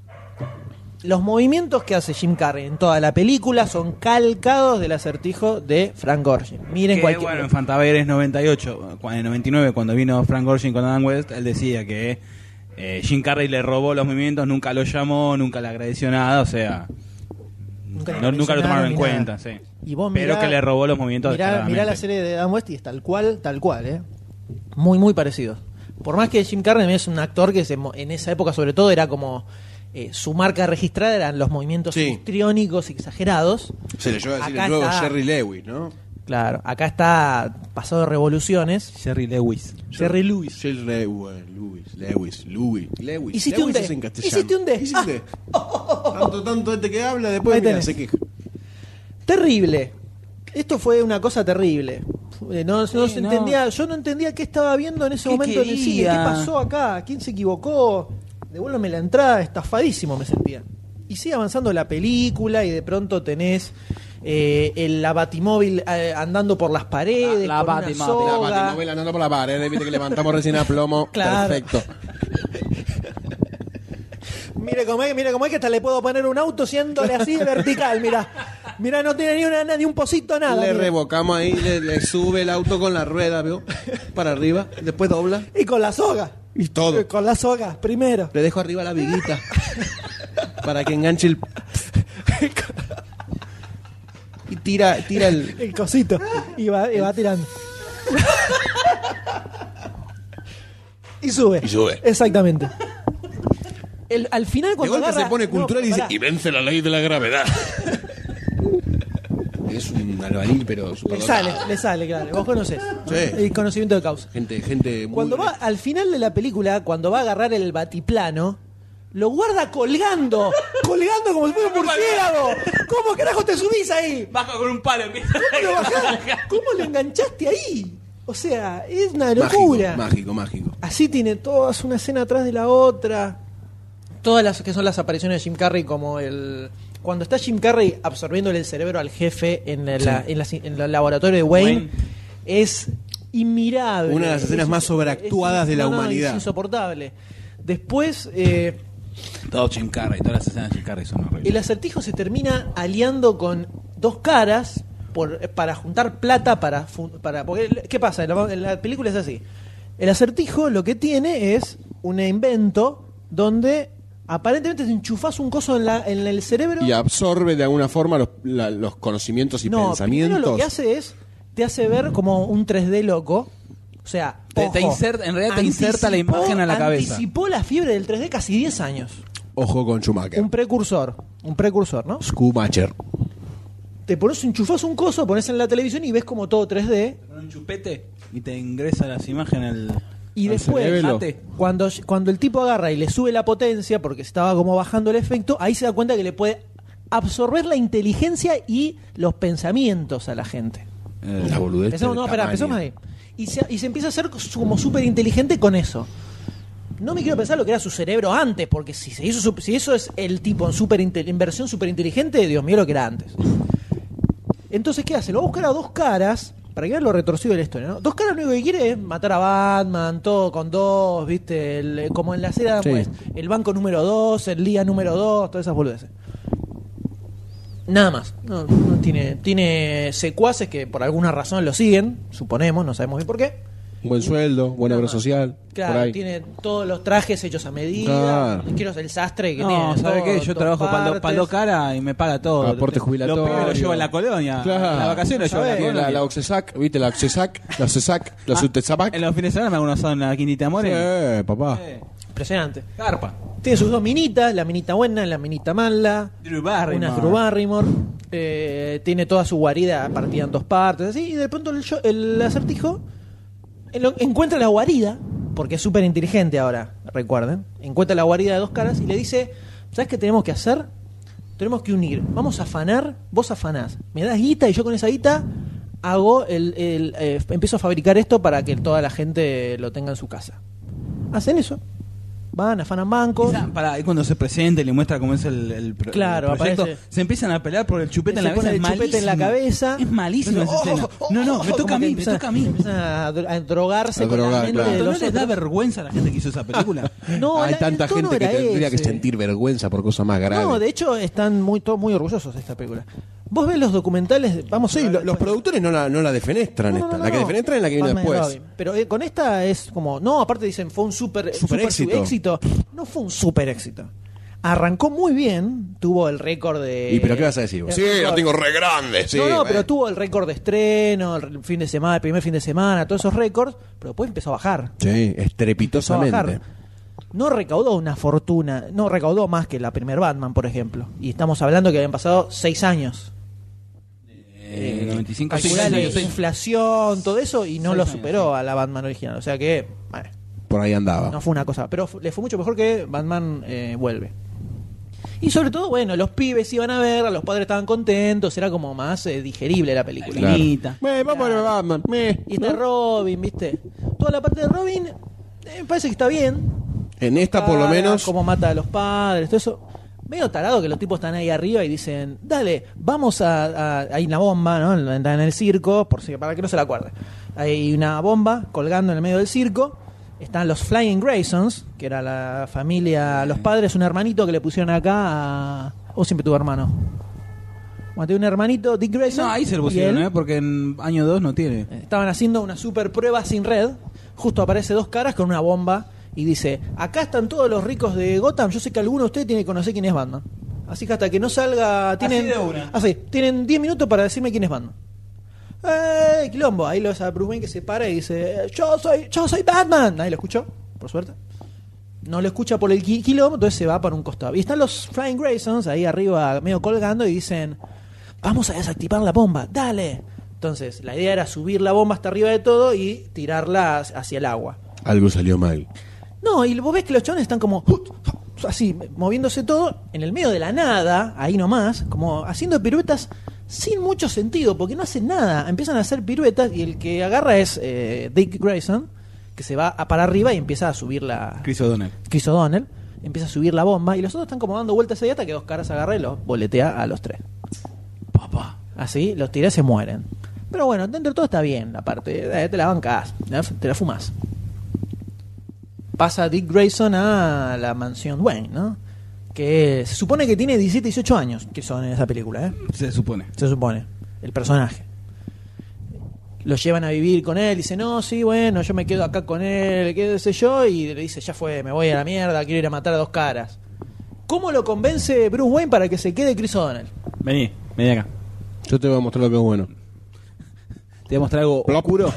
Los movimientos que hace Jim Carrey en toda la película son calcados del acertijo de Frank Gorshin. Miren Que, cualquier... bueno, en Fantaveres noventa y ocho, cu- en noventa y nueve, cuando vino Frank Gorshin con Adam West, él decía que eh, Jim Carrey le robó los movimientos, nunca lo llamó, nunca le agradeció nada, o sea, Nunca le no- nunca lo tomaron en mencionaron ni cuenta, nada. sí. Y vos Pero mirá- que le robó los movimientos Mirá, descaradamente. mirá la serie de Adam West y es tal cual, tal cual, ¿eh? Muy, muy parecido. Por más que Jim Carrey es un actor que se mo- en esa época sobre todo era como... eh, su marca registrada eran los movimientos Sí. histriónicos exagerados. Se le llevó a decir Acá el nuevo está. Jerry Lewis, ¿no? Claro, acá está pasado de revoluciones. Jerry Lewis. Jerry Lewis. Jerry Lewis, Lewis, Lewis, Lewis, Lewis. Hiciste un Lewis D. es en castellano. Hiciste un D. Hiciste un D. Tanto, tanto este que habla, después Ahí mira, tenés. se queja. Terrible. Esto fue una cosa terrible. Eh, No, no se no. entendía, yo no entendía qué estaba viendo en ese ¿Qué momento en el cine. ¿Qué quería? pasó acá? ¿Quién se equivocó? Devuélveme la entrada, estafadísimo me sentía. Y sigue avanzando la película y de pronto tenés eh, el, la batimóvil eh, andando por las paredes, La- la con una Batimóvil, la soga. La batimóvil andando por la pared, viste que levantamos recién a plomo. Claro. Perfecto. Mire cómo es, mire cómo es que hasta le puedo poner un auto siéndole así de vertical, mira. Mira, no tiene ni, una, ni un pocito, nada. Le mira. revocamos ahí, le, le sube el auto con la rueda, ¿vio? Para arriba, después dobla Y con la soga. y todo. Con la soga, primero. Le dejo arriba la viguita para que enganche el. Y tira, tira el. El cosito. Y va, y va tirando. Y sube. Y sube. Exactamente. El, al final De cuando golpe agarra- se pone cultural no, y dice: pará. y vence la ley de la gravedad. Es un albañil, pero Le super sale, le sale, claro. Vos conocés. Sí. El conocimiento de causa. Gente, gente muy. Cuando va al final de la película, cuando va a agarrar el batiplano, lo guarda colgando. Colgando como si fuera un murciélago. ¿Cómo carajo te subís ahí? Baja con un palo. empieza ¿Cómo lo a- bajás? ¿Cómo lo enganchaste ahí? O sea, es una mágico, locura. mágico, mágico. Así tiene todas una escena atrás de la otra. Todas las que son las apariciones de Jim Carrey, como el. Cuando está Jim Carrey absorbiéndole el cerebro al jefe en, la- la- en, la- en el laboratorio de Wayne, Wayne. es inmirable. Una de las escenas Es- más sobreactuadas es- de la no, no, humanidad. Es insoportable. Después, eh, Todo Jim Carrey, todas las escenas de Jim Carrey son horribles. el acertijo se termina aliando con dos caras por, para juntar plata para, fu- para porque, ¿qué pasa? En la, en la película es así. El acertijo lo que tiene es un invento donde aparentemente te enchufás un coso en, la, en el cerebro. Y absorbe de alguna forma los, la- los conocimientos y no, pensamientos. primero lo que hace es te hace ver como un tres D loco. O sea, Te- te ojo, inserta- en realidad te inserta la imagen a la cabeza. Anticipó la fiebre del tres D casi diez años. Ojo con Schumacher. Un precursor, un precursor, ¿no? Schumacher. Te pones, enchufás un coso, pones en la televisión y ves como todo tres D. Con un chupete y te ingresa las imágenes al. Y al después, cerebelo. fíjate, cuando, cuando el tipo agarra y le sube la potencia, porque estaba como bajando el efecto, ahí se da cuenta que le puede absorber la inteligencia y los pensamientos a la gente. Eh, La boludez. Empezamos, no, del espera, tamaño. empezamos ahí. Y se, y se empieza a hacer como súper inteligente con eso. No me quiero pensar lo que era su cerebro antes, porque si se hizo su- si eso es el tipo en, super inte- en versión súper inteligente, Dios mío lo que era antes. Entonces, ¿qué hace? Lo va a buscar a dos caras, para que vean lo retorcido de la historia, ¿no? Dos caras lo único que quiere es matar a Batman, todo con dos, ¿viste? El- como en la serie de Sí. pues, el banco número dos, el día número dos, todas esas boludeces. Nada más. No, no tiene, tiene secuaces que por alguna razón lo siguen, suponemos, no sabemos bien por qué. Un buen sueldo, buena Nada obra más. social. por Claro, ahí. tiene todos los trajes hechos a medida. Claro. Quiero el sastre que No, tiene. ¿sabe todo- qué? Yo dos trabajo para partes. Paldo Cara y me paga todo. Aporte Los jubilatorio. pibes los llevo a la colonia. Claro. A las vacaciones No llevo a la sabés. colonia. La, la Oxesac, ¿viste? La Oxesac, la Oxesac, la Ah, Sutezapac. En los fines de semana me hago un asado en la Quinita de More. Eh, papá. Eh, Impresionante. Carpa. Tiene sus dos minitas, la minita buena, la minita mala. Drew Barrymore. Una Drew Barrymore. Eh, tiene toda su guarida partida en dos partes, así. Y de pronto el, yo- el acertijo en lo- encuentra la guarida, porque es súper inteligente ahora, recuerden. Encuentra la guarida de dos caras y le dice: ¿sabes qué tenemos que hacer? Tenemos que unir. Vamos a afanar, vos afanás. Me das guita y yo con esa guita hago el, el, eh, empiezo a fabricar esto para que toda la gente lo tenga en su casa. Hacen eso. Van, afanan bancos. Esa- para ahí cuando se presenta y le muestra cómo es el, el pro- Claro, el proyecto, aparece. se empiezan a pelear por el chupete en Se la pone cabeza. el Es chupete en la malísimo. cabeza. Es malísima esa Oh, escena. oh, No, no, oh, me toca como a mí, que me empieza- toca a mí. Empiezan a, dro- a drogarse A con la drogar, mente claro. de ¿No los les da otros. vergüenza a la gente que hizo esa película? No, Hay la- tanta el tono gente que era tendría que ese. sentir vergüenza por cosas más graves. No, de hecho están muy todos muy orgullosos de esta película. Vos ves los documentales, vamos a Sí, ver- lo- los productores no la, no la defenestran No, no, esta. no, la que no. defenestran es la que viene Batman y después. Robin. Pero eh, con esta es como, no, aparte dicen fue un super, Super super éxito. éxito. No fue un super éxito. Arrancó muy bien, tuvo el récord de. ¿Y pero qué vas a decir vos? el Sí, récord- lo tengo re grande. Sí, no, no, bueno. pero tuvo el récord de estreno, el fin de semana, el primer fin de semana, todos esos récords, pero después empezó a bajar. Sí, Empezó a estrepitosamente. bajar. No recaudó una fortuna, no recaudó más que la primer Batman, por ejemplo. Y estamos hablando que habían pasado seis años. Eh, noventa y cinco, Calculá la seis años. inflación, todo eso, y no Seis lo años, superó a la Batman original. O sea que, bueno, Por ahí andaba. no fue una cosa. Pero fu- le fue mucho mejor que Batman eh, vuelve. Y sobre todo, bueno, los pibes iban a ver, los padres estaban contentos, era como más eh, digerible la película. Claro. Finita. Me, vamos a ver Batman. Me. Y está Robin, ¿viste? Toda la parte de Robin eh, me parece que está bien. En esta, por lo Cara, menos. Cómo mata a los padres, todo eso. medio tarado que los tipos están ahí arriba y dicen, dale, vamos a... a hay una bomba, ¿no? En, en el circo, por si, para que no se la acuerde. Hay una bomba colgando en el medio del circo. Están los Flying Graysons, que era la familia, los padres, un hermanito que le pusieron acá a... ¿O siempre tuvo hermano? Bueno, tiene un hermanito, Dick Grayson. No, ahí se lo y pusieron, él. ¿eh? Porque en año dos no tiene. Estaban haciendo una super prueba sin red. Justo aparece dos caras con una bomba y dice, acá están todos los ricos de Gotham, yo sé que alguno de ustedes tiene que conocer quién es Batman. Así que hasta que no salga... Tienen, Así de una. Así, tienen diez minutos para decirme quién es Batman. ¡Eh, quilombo! Ahí lo ves a Bruce Wayne que se para y dice, yo soy, yo soy Batman. Nadie lo escuchó, por suerte. No lo escucha por el qui- quilombo, entonces se va para un costado. Y están los Flying Graysons ahí arriba medio colgando y dicen, vamos a desactivar la bomba, dale. Entonces, la idea era subir la bomba hasta arriba de todo y tirarla hacia el agua. Algo salió mal. No, y vos ves que los chavales están como así, moviéndose todo en el medio de la nada, ahí nomás, como haciendo piruetas sin mucho sentido, porque no hacen nada. Empiezan a hacer piruetas y el que agarra es eh, Dick Grayson, que se va a para arriba y empieza a subir la... Chris O'Donnell. Chris O'Donnell empieza a subir la bomba y los otros están como dando vueltas ahí hasta que dos caras agarra y los boletea a los tres. Papá. Así, los tira y se mueren. Pero bueno, dentro de todo está bien la parte. Eh, te la bancás, te la fumás. Pasa Dick Grayson a la mansión Wayne, ¿no? Que se supone que tiene diecisiete, dieciocho años, que son en esa película, ¿eh? Se supone. Se supone, el personaje. Lo llevan a vivir con él, dice, no, sí, bueno, yo me quedo acá con él, qué sé yo, y le dice, ya fue, me voy a la mierda, quiero ir a matar a dos caras. ¿Cómo lo convence Bruce Wayne para que se quede Chris O'Donnell? Vení, vení acá. Yo te voy a mostrar lo que es bueno. Te voy a mostrar algo Plop. oscuro.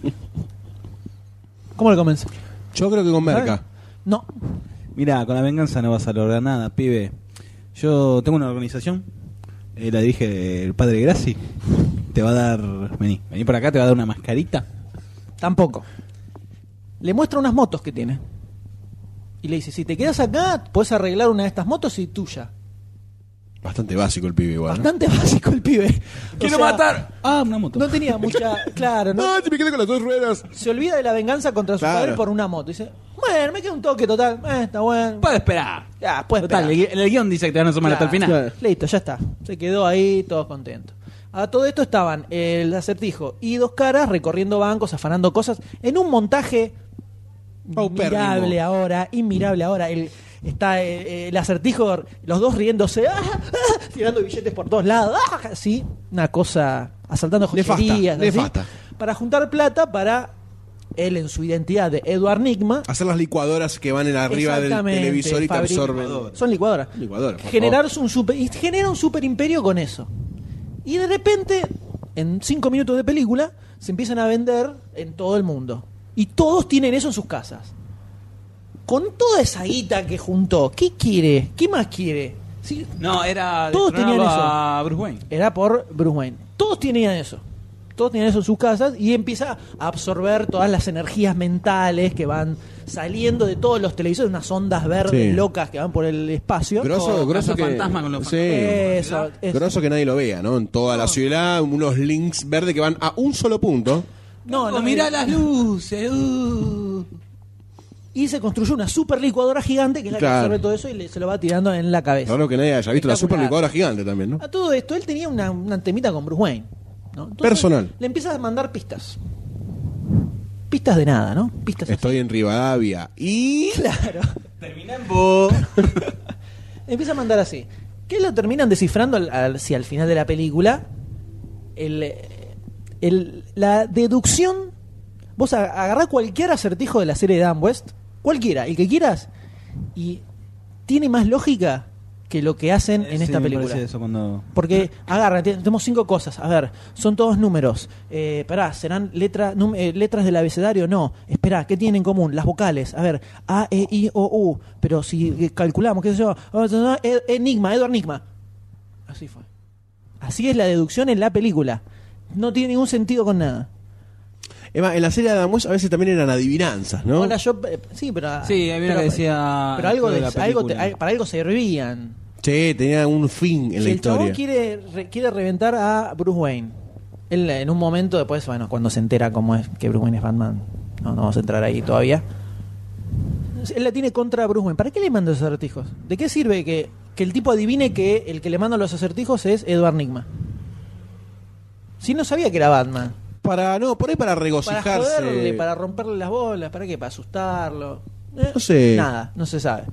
¿Cómo lo convence? Yo creo que con Merca. No. Mira, con la venganza no vas a lograr nada, pibe. Yo tengo una organización, eh, la dirige el padre Grassi. Te va a dar, vení, vení por acá, te va a dar una mascarita. Tampoco. Le muestra unas motos que tiene. Y le dice, si te quedas acá, puedes arreglar una de estas motos y tuya. Bastante básico el pibe igual. ¿no? Bastante básico el pibe. O ¡Quiero sea, matar! Ah, una moto. No tenía mucha... Claro, ¿no? ¡Ah, te me quedé con las dos ruedas! Se olvida de la venganza contra su Claro. padre por una moto. Dice, bueno, me queda un toque total. Eh, está bueno. Puedes esperar. Ya, puedes Total, esperar. el, el guión dice que te van a sumar hasta el final. Claro. Listo, ya está. Se quedó ahí, todos contentos. A todo esto estaban el Acertijo y Dos Caras recorriendo bancos, afanando cosas, en un montaje Paupérrimo. inmirable ahora, inmirable ahora. El, está eh, el Acertijo, los dos riéndose, ¡ah! ¡ah! Tirando billetes por todos lados, ¡ah! Así, una cosa, asaltando Nefasta, joyerías, así, nefasta. para juntar plata para él en su identidad de Edward Nigma. Hacer las licuadoras que van en arriba del Exactamente, televisor y te fabrica- absorben. Son licuadoras. Licuadoras, por Generar un super, y genera un super imperio con eso. Y de repente, en cinco minutos de película, se empiezan a vender en todo el mundo. Y todos tienen eso en sus casas. Con toda esa guita que juntó, ¿qué quiere? ¿Qué más quiere? Sí, No, era. Todos tenían destronaba a Bruce Wayne. era por Bruce Wayne. Todos tenían eso. Todos tenían eso en sus casas y empieza a absorber todas las energías mentales que van saliendo de todos los televisores, unas ondas verdes Sí. locas que van por el espacio. Grosso, Tipo grosso que, cazafantasma con los sí. Eso, eso. Grosso que nadie lo vea, ¿no? En toda la ciudad, unos links verdes que van a un solo punto. No, no, mirá eh, las luces. uh. Y se construyó una super licuadora gigante que es la que Claro. absorbe todo eso y le- se lo va tirando en la cabeza. Claro que nadie haya visto la super Espectacular. licuadora gigante también, ¿no? A todo esto, él tenía una, una temita con Bruce Wayne, ¿no? Entonces, Personal. Le empieza a mandar pistas. Pistas de nada, ¿no? Pistas Estoy en Rivadavia y... así. Claro. Termina en bo. Empieza a mandar así. Que lo terminan descifrando al, al- si al final de la película. El, el- la deducción. Vos a- agarrá cualquier acertijo de la serie de Dan West. Cualquiera, el que quieras. Y tiene más lógica que lo que hacen en Sí, esta me película. parece eso cuando... Porque, agarra, te- tenemos cinco cosas. A ver, son todos números. Eh, pará, ¿serán letra, num- eh, letras del abecedario? No. Espera, ¿qué tienen en común? Las vocales. A ver, A, E, I, O, U. Pero si eh, calculamos, qué sé yo, eh, Enigma, Edward Nigma. Así fue. Así es la deducción en la película. No tiene ningún sentido con nada. Emma, en la serie de Adam West a veces también eran adivinanzas, ¿no? Ahora yo, eh, sí, pero... Sí, había una pero- que decía... Pero algo de de, la algo te- película. al- para algo servían. Sí, tenía un fin en Si la el historia. chabón quiere, re- quiere reventar a Bruce Wayne, él en un momento después, bueno, cuando se entera cómo es que Bruce Wayne es Batman, no, no vamos a entrar ahí todavía. Él la tiene contra Bruce Wayne. ¿Para qué le manda esos acertijos? ¿De qué sirve que que el tipo adivine que el que le manda los acertijos es Edward Nygma. Si no sabía que era Batman. Para, no, por ahí para Para regocijarse. joderle, para romperle las bolas, ¿para qué? Para asustarlo. Eh, No sé. Nada, no se sabe.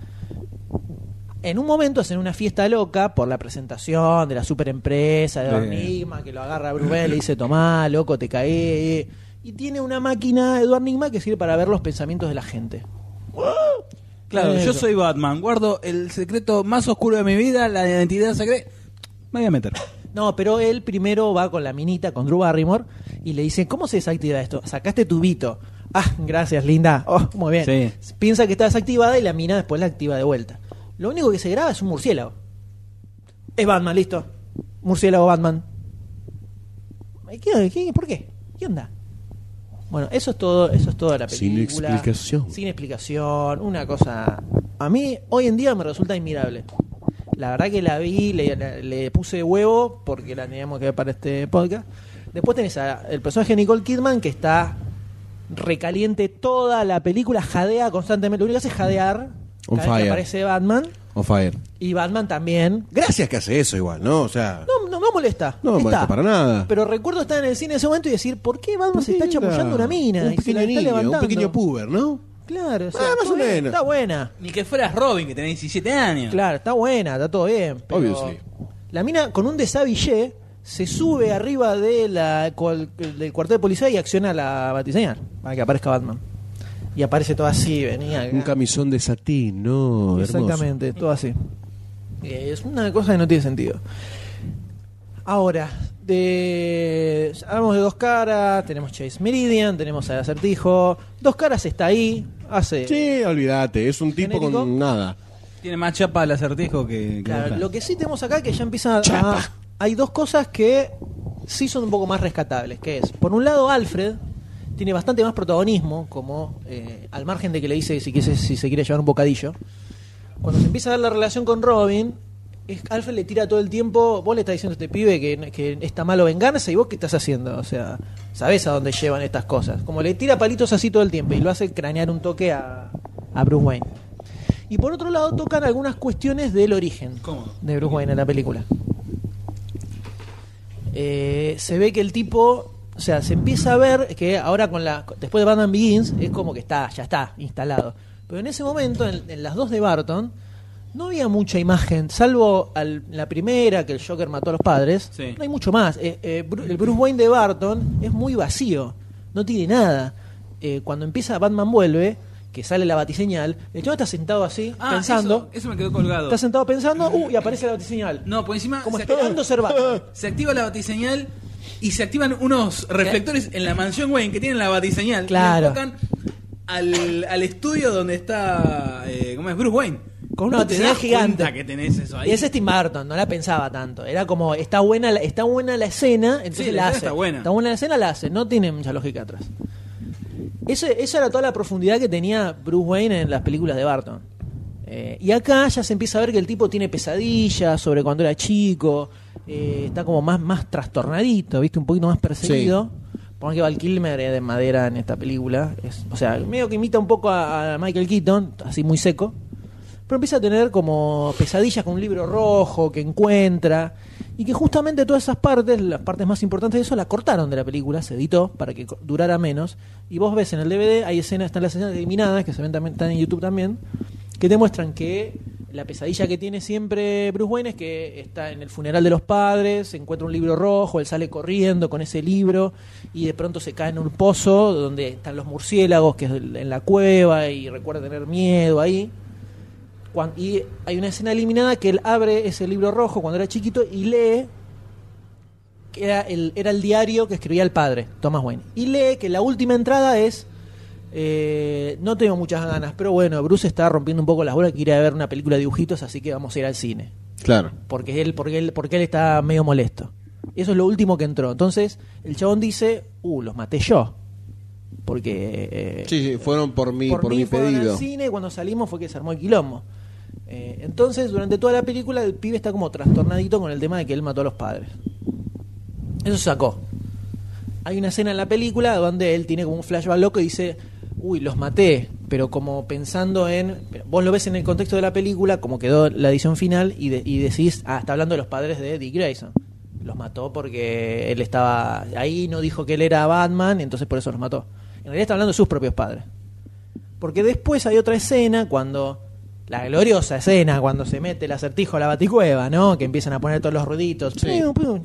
En un momento hacen una fiesta loca por la presentación de la superempresa de Edward Sí. Nygma, que lo agarra a Bruce Wayne y le dice, tomá, loco, te caí. Y tiene una máquina, Edward Nygma, que sirve para ver los pensamientos de la gente. Claro, Eso. yo soy Batman, guardo el secreto más oscuro de mi vida, la identidad secreta. Me voy a meter. No, pero él primero va con la minita, con Drew Barrymore, y le dice, ¿cómo se desactiva esto? Sacaste tubito. Ah, gracias, linda. Oh, muy bien. Sí. Piensa que está desactivada y la mina después la activa de vuelta. Lo único que se graba es un murciélago. Es Batman, listo. Murciélago Batman. ¿Qué, qué, ¿Por qué? ¿Qué onda? Bueno, eso es todo, eso es toda la Sin película. explicación. Sin explicación. Una cosa. A mí, hoy en día me resulta admirable. La verdad que la vi, le, le, le puse huevo porque la teníamos que ver para este podcast. Después tenés a, el personaje de Nicole Kidman que está recaliente toda la película, jadea constantemente. Lo único que hace es jadear On cada vez fire. que aparece Batman. On fire. Y Batman también. Gracias que hace eso igual, ¿no? O sea, No, no, no molesta. no me Está. molesta para nada. Pero recuerdo estar en el cine en ese momento y decir, ¿por qué Batman se está Era chamullando una mina? Un y se la pequeño está niño, un levantando? pequeño puber, ¿no? Claro, o sea, Ah, más todo o bien, menos. está buena. Ni que fueras Robin, que tenés diecisiete años. Claro, está buena, está todo bien. Pero Obviously. la mina con un desabillé se sube arriba de la, cual- del cuartel de policía y acciona la batiseñal para que aparezca Batman. Y aparece todo así, venía. Un camisón de satín, ¿no? Hermoso. Exactamente, todo así. Eh, Es una cosa que no tiene sentido. Ahora, de hablamos de Dos Caras, tenemos Chase Meridian, tenemos al Acertijo. Dos Caras está ahí, hace... Sí, olvídate, es un tipo Genérico. con nada. Tiene más chapa el acertijo que... que Claro, otra. lo que sí tenemos acá que ya empieza a... Chapa. Hay dos cosas que sí son un poco más rescatables, que es, por un lado, Alfred tiene bastante más protagonismo, como eh, al margen de que le dice si, quiere- si se quiere llevar un bocadillo. Cuando se empieza a ver la relación con Robin, es, Alfred le tira todo el tiempo, vos le estás diciendo a este pibe que, que está malo vengarse y vos qué estás haciendo, o sea, sabés a dónde llevan estas cosas. Como le tira palitos así todo el tiempo y lo hace cranear un toque a, a Bruce Wayne. Y por otro lado tocan algunas cuestiones del origen ¿Cómo? de Bruce Wayne en la película. Eh, se ve que el tipo, o sea, se empieza a ver que ahora con la después de Batman Begins es como que está, ya está instalado. Pero en ese momento, en, en las dos de Barton, no había mucha imagen, salvo al- la primera que el Joker mató a los padres. Sí. No hay mucho más. Eh, eh, Bru- el Bruce Wayne de Barton es muy vacío, no tiene nada. Eh, cuando empieza Batman Vuelve, que sale la batiseñal, el chaval está sentado así, Ah, pensando. Eso, eso me quedó colgado. Está sentado pensando, uh, y aparece la batiseñal. No, por encima Como se, esperando ser Batman. se activa la batiseñal y se activan unos reflectores en la mansión Wayne que tienen la batiseñal. Claro. Y enfocan al, al estudio donde está eh, ¿cómo es? Bruce Wayne. Con una No te batiseñal das gigante. cuenta que tenés eso ahí. Y ese es Tim Burton, no la pensaba tanto. Era como, está buena la, está buena la escena, entonces Sí, la la, escena hace. está buena. Está buena la escena, la hace. No tiene mucha lógica atrás. Ese, esa era toda la profundidad que tenía Bruce Wayne en las películas de Burton. Eh, y acá ya se empieza a ver que el tipo tiene pesadillas sobre cuando era chico. eh, está como más, más trastornadito, ¿viste? Un poquito más perseguido. Por más que Val Kilmer es de madera en esta película. Es, o sea, medio que imita un poco a, a Michael Keaton, así muy seco. Pero empieza a tener como pesadillas con un libro rojo que encuentra. Y que justamente todas esas partes, las partes más importantes de eso, la cortaron de la película, se editó para que co- durara menos. Y vos ves en el D V D, hay escenas, están las escenas eliminadas, que se ven también, están en YouTube también, que te muestran que la pesadilla que tiene siempre Bruce Wayne es que está en el funeral de los padres, se encuentra un libro rojo, él sale corriendo con ese libro y de pronto se cae en un pozo donde están los murciélagos, que es en la cueva, y recuerda tener miedo ahí. Cuan- y hay una escena eliminada que él abre ese libro rojo cuando era chiquito y lee que era el, era el diario que escribía el padre, Thomas Wayne, y lee que la última entrada es eh, no tengo muchas ganas, pero bueno, Bruce está rompiendo un poco las bolas, que quiere ver una película de dibujitos, así que vamos a ir al cine, Claro. porque él, porque él, porque él está medio molesto. Eso es lo último que entró. Entonces el chabón dice, uh, los maté yo, porque eh, Sí, sí, fueron por mi, por mí mi fueron pedido. al cine, cuando salimos fue que se armó el quilombo. Eh, entonces, durante toda la película, el pibe está como trastornadito con el tema de que él mató a los padres. Eso se sacó. Hay una escena en la película donde él tiene como un flashback loco y dice, uy, los maté, pero como pensando en... Vos lo ves en el contexto de la película, como quedó la edición final, y, de, y decís, ah, está hablando de los padres de Dick Grayson. Los mató porque él estaba ahí, no dijo que él era Batman, y entonces por eso los mató. En realidad está hablando de sus propios padres. Porque después hay otra escena cuando... La gloriosa escena cuando se mete el Acertijo a la Baticueva, ¿no? Que empiezan a poner todos los ruiditos. Sí.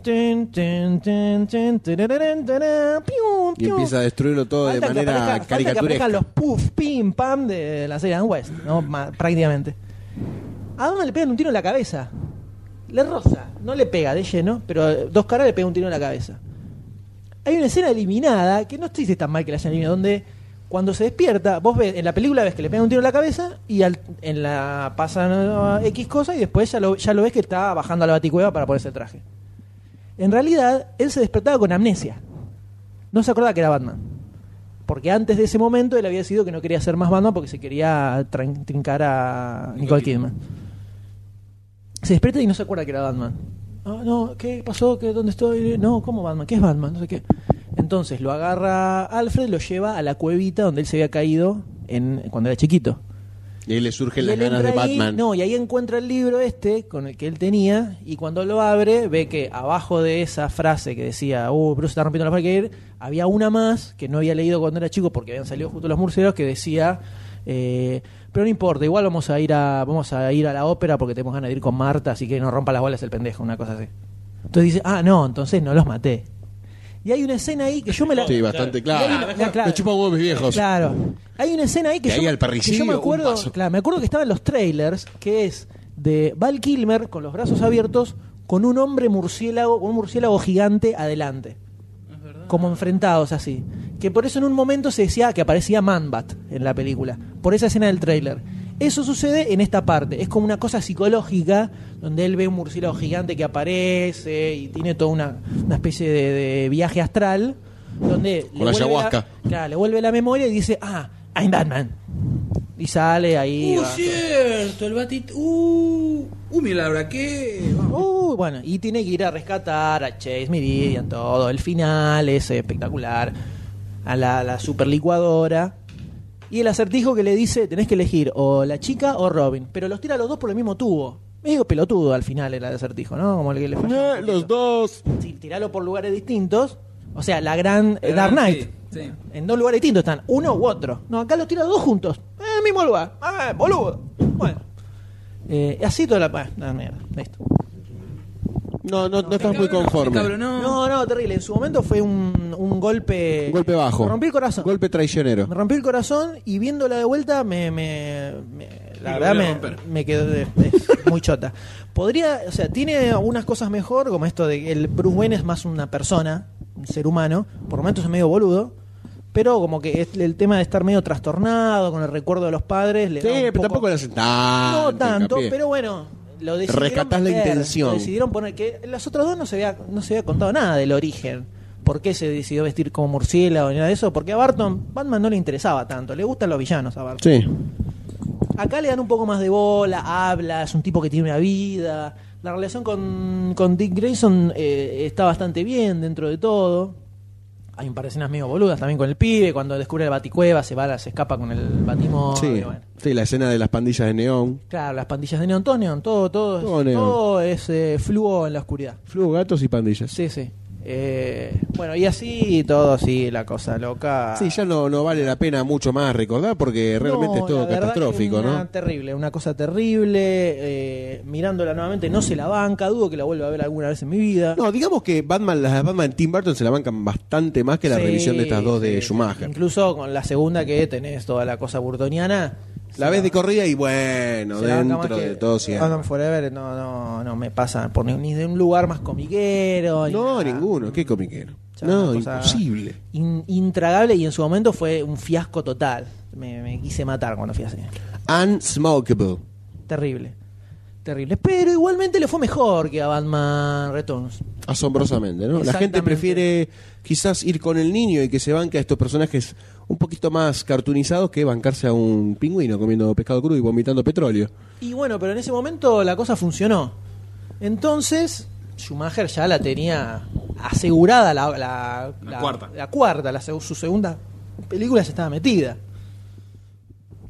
Y empieza a destruirlo todo de Falta que manera aparezca- falta que caricaturesca. aparezcan los puff, pim, pam de la serie Adam West, ¿no? Ma- prácticamente. A Batman le pegan un tiro en la cabeza. Le roza, no le pega de lleno, pero dos caras le pega un tiro en la cabeza. Hay una escena eliminada, que no estoy si es tan mal que la hayan eliminado, donde cuando se despierta, vos ves, en la película ves que le pega un tiro en la cabeza y al- en la pasan X cosa y después ya lo, ya lo ves que está bajando a la Baticueva para ponerse el traje. En realidad, él se despertaba con amnesia. No se acordaba que era Batman. Porque antes de ese momento él había decidido que no quería ser más Batman porque se quería tran- trincar a Nicole Kidman. Se despierta y no se acuerda que era Batman. Ah, no, ¿qué pasó? ¿Qué, ¿Dónde estoy? No, ¿cómo Batman? ¿Qué es Batman? No sé qué. Entonces lo agarra Alfred, lo lleva a la cuevita donde él se había caído en, cuando era chiquito. Y ahí le surgen Y las él ganas de entra ahí, Batman. no, y ahí encuentra el libro este con el que él tenía, y cuando lo abre ve que abajo de esa frase que decía, uh, Bruce está rompiendo la Parker, había una más que no había leído cuando era chico porque habían salido justo los murciélagos, que decía, eh, pero no importa, igual vamos a ir a vamos a ir a la ópera porque tenemos ganas de ir con Marta, así que no rompa las bolas el pendejo, una cosa así. Entonces dice, ah, no, entonces no los maté. Y hay una escena ahí que yo me la... Sí, bastante claro. Y hay una- ya, claro. Me chupan huevos mis viejos. Claro. Hay una escena ahí que, De ahí yo, al que parricidio, yo me un acuerdo, paso. claro, me acuerdo que estaba en los trailers, que es de Val Kilmer con los brazos abiertos, con un hombre murciélago, un murciélago gigante adelante. Como enfrentados así. Que por eso en un momento se decía que aparecía Man-Bat en la película. Por esa escena del trailer. Eso sucede en esta parte. Es como una cosa psicológica donde él ve un murciélago gigante que aparece y tiene toda una, una especie de, de viaje astral donde Con la ayahuasca. claro, le vuelve la memoria y dice, ah, I'm Batman. Y sale ahí. Uh, va. cierto, el batit. Uh, uh, mira la verdad que. Uh, bueno, y tiene que ir a rescatar a Chase Meridian, todo. El final es espectacular. A la, la super licuadora. Y el Acertijo que le dice, tenés que elegir o la chica o Robin. Pero los tira a los dos por el mismo tubo. Medio pelotudo al final el Acertijo, ¿no? Como el que le falla un Eh, poquito. los dos. Sí, tiralo por lugares distintos. O sea, la gran eh, El Dark gran- Knight. sí, sí. En dos lugares distintos están, uno u otro. No, acá los tira dos juntos. Eh, mismo lugar. Ah, boludo. Bueno. Eh, así toda la... Ah, no, mierda. Listo. No, no, no estás muy conforme. Cabrón, no. No, no, terrible. En su momento fue un, un golpe... Un golpe bajo. Me rompí el corazón. Golpe traicionero. Me rompí el corazón y viéndola de vuelta me... me, me- la Me verdad volvió a me, romper. me quedó de- es muy chota. Podría... O sea, tiene algunas cosas mejor, como esto de que el Bruce Wayne es más una persona, un ser humano. Por momentos es medio boludo. Pero como que es el tema de estar medio trastornado con el recuerdo de los padres. Le Sí, da un pero poco- tampoco le hacen tanto. No tanto, hincapié. pero bueno, lo decidieron Rescatás la meter, intención. lo decidieron poner que en las otras dos no se había no se había contado nada del origen. ¿Por qué se decidió vestir como murciélago ni nada de eso? Porque a Barton Batman no le interesaba tanto, le gustan los villanos a Barton. Sí. Acá le dan un poco más de bola, habla, es un tipo que tiene una vida. La relación con, con Dick Grayson eh, está bastante bien dentro de todo. Hay un par de escenas medio boludas también con el pibe, cuando descubre el Baticueva, se va, se escapa con el Batimóvil. Sí. Bueno. Sí, la escena de las pandillas de neón. Claro, las pandillas de neón, todo neón, todo, todo, Todo es, neón. todo es eh, fluo en la oscuridad. Flujo, gatos y pandillas. Sí, sí. Eh, bueno, y así todo, así, la cosa loca. Sí, ya no, no vale la pena mucho más recordar porque realmente No, es todo la verdad catastrófico, que una ¿no? Terrible, una cosa terrible. Eh, mirándola nuevamente, no se la banca, dudo que la vuelva a ver alguna vez en mi vida. No, digamos que Batman, las de Batman Tim Burton se la bancan bastante más que la Sí, revisión de estas dos de sí. Schumacher. Incluso con la segunda que tenés toda la cosa burtoniana. La ves de corrida y bueno, se la banca más dentro que de todo sí. Batman Forever no, no, no me pasa por ni, ni de un lugar más comiquero. ni No, nada. ninguno, qué comiquero. O sea, No, una cosa imposible. in- intragable, y en su momento fue un fiasco total. Me, me quise matar cuando fui así. Unsmokable. Terrible. Terrible. Pero igualmente le fue mejor que a Batman Returns. Asombrosamente, ¿no? La gente Exactamente. prefiere quizás ir con el niño y que se banque a estos personajes un poquito más cartoonizados que bancarse a un pingüino comiendo pescado crudo y vomitando petróleo. Y bueno, pero en ese momento la cosa funcionó. Entonces, Schumacher ya la tenía asegurada la, la, La cuarta. La cuarta, la, seg- su segunda película ya estaba metida.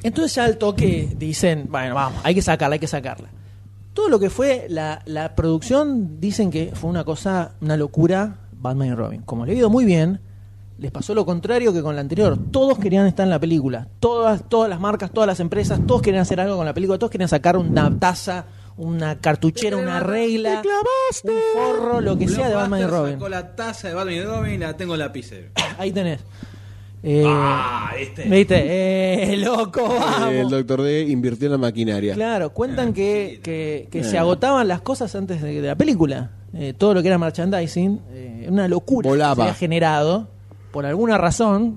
Entonces ya al toque dicen, bueno, vamos, hay que sacarla, hay que sacarla. Todo lo que fue la, la producción, dicen que fue una cosa, una locura, Batman y Robin. Como le ha ido muy bien, les pasó lo contrario que con la anterior. Todos querían estar en la película. Todas, todas las marcas, todas las empresas, todos querían hacer algo con la película. Todos querían sacar una taza, una cartuchera, una regla, un forro, lo que sea de Batman y Robin. Sacó la taza de Batman y Robin y la tengo en la lapicero. Ahí tenés. Eh, Ah, ¿viste? ¿Viste? Eh, loco, vamos. Eh, el Doctor D invirtió en la maquinaria. Claro, cuentan Ah, que, sí, que, que eh. se agotaban las cosas antes de, de la película. Eh, todo lo que era merchandising, eh, una locura Volaba. que se había generado por alguna razón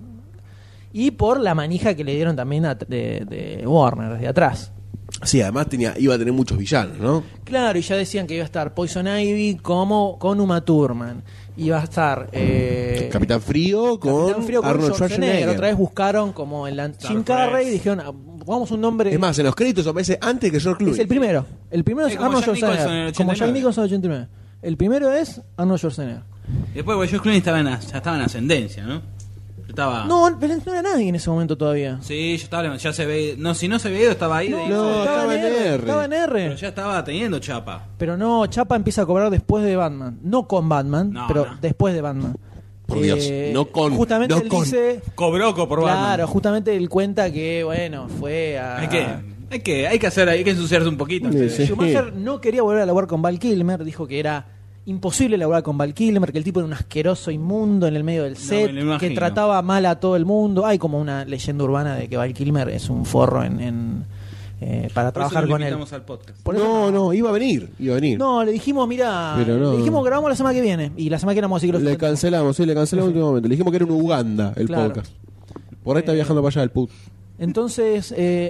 y por la manija que le dieron también a- de, de Warner desde atrás. Sí, además tenía, iba a tener muchos villanos, ¿no? Claro, y ya decían que iba a estar Poison Ivy como con Uma Thurman. Iba a estar eh, Capitán Frío con Capitán Frío con Arnold Schwarzenegger. Schwarzenegger. Otra vez buscaron como el an- Jim Carrey y dijeron, ah, pongamos un nombre. Es más, en los créditos aparece antes que George Clooney. Es el primero. El primero es Es como Arnold Jack Nicholson en Schwarzenegger. el Como Jack ochenta y nueve. Nicholson en el ochenta y nueve. El primero es Arnold Schwarzenegger. Después, George Clooney estaba en, ya estaba en ascendencia, ¿no? Estaba... No, pero no era nadie en ese momento todavía. Sí, ya estaba, ya se ve. No, si no se veía, estaba ahí. de- No, estaba en R. Estaba en Pero R. ya estaba teniendo chapa. Pero no, Chapa empieza a cobrar después de Batman. No con Batman, No, pero no. después de Batman. Por Dios, no con, Justamente no él con. dice. Cobroco por Claro, Batman. justamente él cuenta que, bueno, fue a. Hay que, hay que, hay que hacer, hay que ensuciarse un poquito. Sí, sí. Schumacher no quería volver a laburar con Val Kilmer, dijo que era imposible laburar con Val Kilmer, que el tipo era un asqueroso inmundo en el medio del set, me lo imagino. que trataba mal a todo el mundo. Hay como una leyenda urbana de que Val Kilmer es un forro en, en, eh, para Por eso trabajar lo con él. invitamos al podcast. Por eso- No, no, iba a venir, iba a venir. No, le dijimos, mira, Pero no. le dijimos grabamos la semana que viene y la semana que viene vamos a seguir los Le cancelamos, sí, le cancelamos en último momento. Le dijimos que era en Uganda el Claro. podcast. Por ahí está viajando para allá el put. Entonces, eh,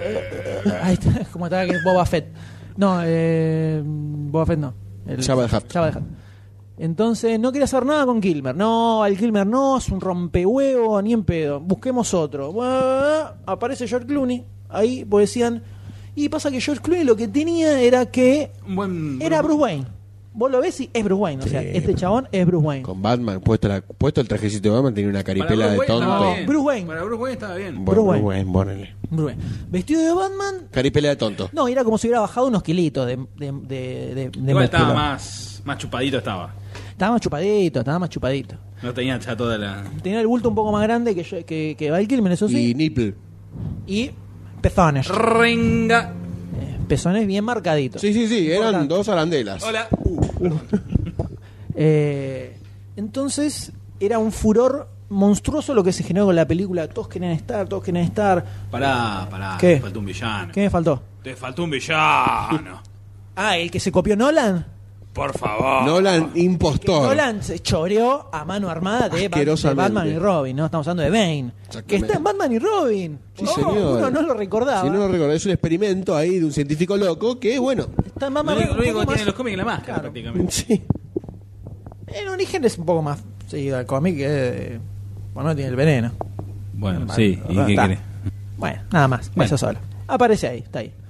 eh, ahí está, como estaba que es Boba Fett. No, eh, Boba Fett no. El- Jabba the Hutt. Jabba the Hutt. Entonces, no quería hacer nada con Kilmer. No, el Kilmer no, es un rompehuevo, ni en pedo. Busquemos otro. Bueno, aparece George Clooney. Ahí, pues decían. Y pasa que George Clooney lo que tenía era que Un buen. era Bruce Wayne. Vos lo ves y es Bruce Wayne. O sea, Sí. este chabón es Bruce Wayne. Con Batman, puesto, la, puesto el trajecito de Batman, tenía una Para caripela de Bruce Wayne tonto. estaba bien. Bruce Wayne. Para Bruce Wayne estaba bien. Bueno, Bruce Wayne. Bruce Wayne, ponele. Bruce Wayne. Vestido de Batman. Caripela de tonto. No, era como si hubiera bajado unos kilitos de, de, de, de, de Igual estaba músculo. más, más chupadito estaba. Estaba más chupadito, estaba más chupadito. No tenía ya toda la. Tenía el bulto un poco más grande que, yo- que, que Val Kilmer, eso Y sí. nipple. Y pezones. Renga. Eh, pezones bien marcaditos. Sí, sí, sí, eran Importante. dos arandelas. Hola. Eh, entonces, era un furor monstruoso lo que se generó con la película. Todos querían estar, todos querían estar. Pará, pará. ¿Qué? Te faltó un villano. ¿Qué me faltó? Te faltó un villano. Ah, el que se copió Nolan. Por favor. Nolan, Que impostor. Nolan se choreó a mano armada de, Bat- de Asquerosamente. Batman y Robin, ¿no? Estamos hablando de Bane. Exactamente. Que está en Batman y Robin. Sí, Oh, señor. Uno no lo recordaba. Si no lo recordás, es un experimento ahí de un científico loco que, bueno, Está en Lo Batman único, un lo único poco que tiene más- los cómics es la máscara, Claro. prácticamente. sí. En origen es un poco más seguido al cómic que. eh, Bueno, tiene el veneno. Bueno, Vale, sí. ¿Y está. qué querés? Bueno, nada más. Bueno. Eso solo. Aparece ahí, está ahí.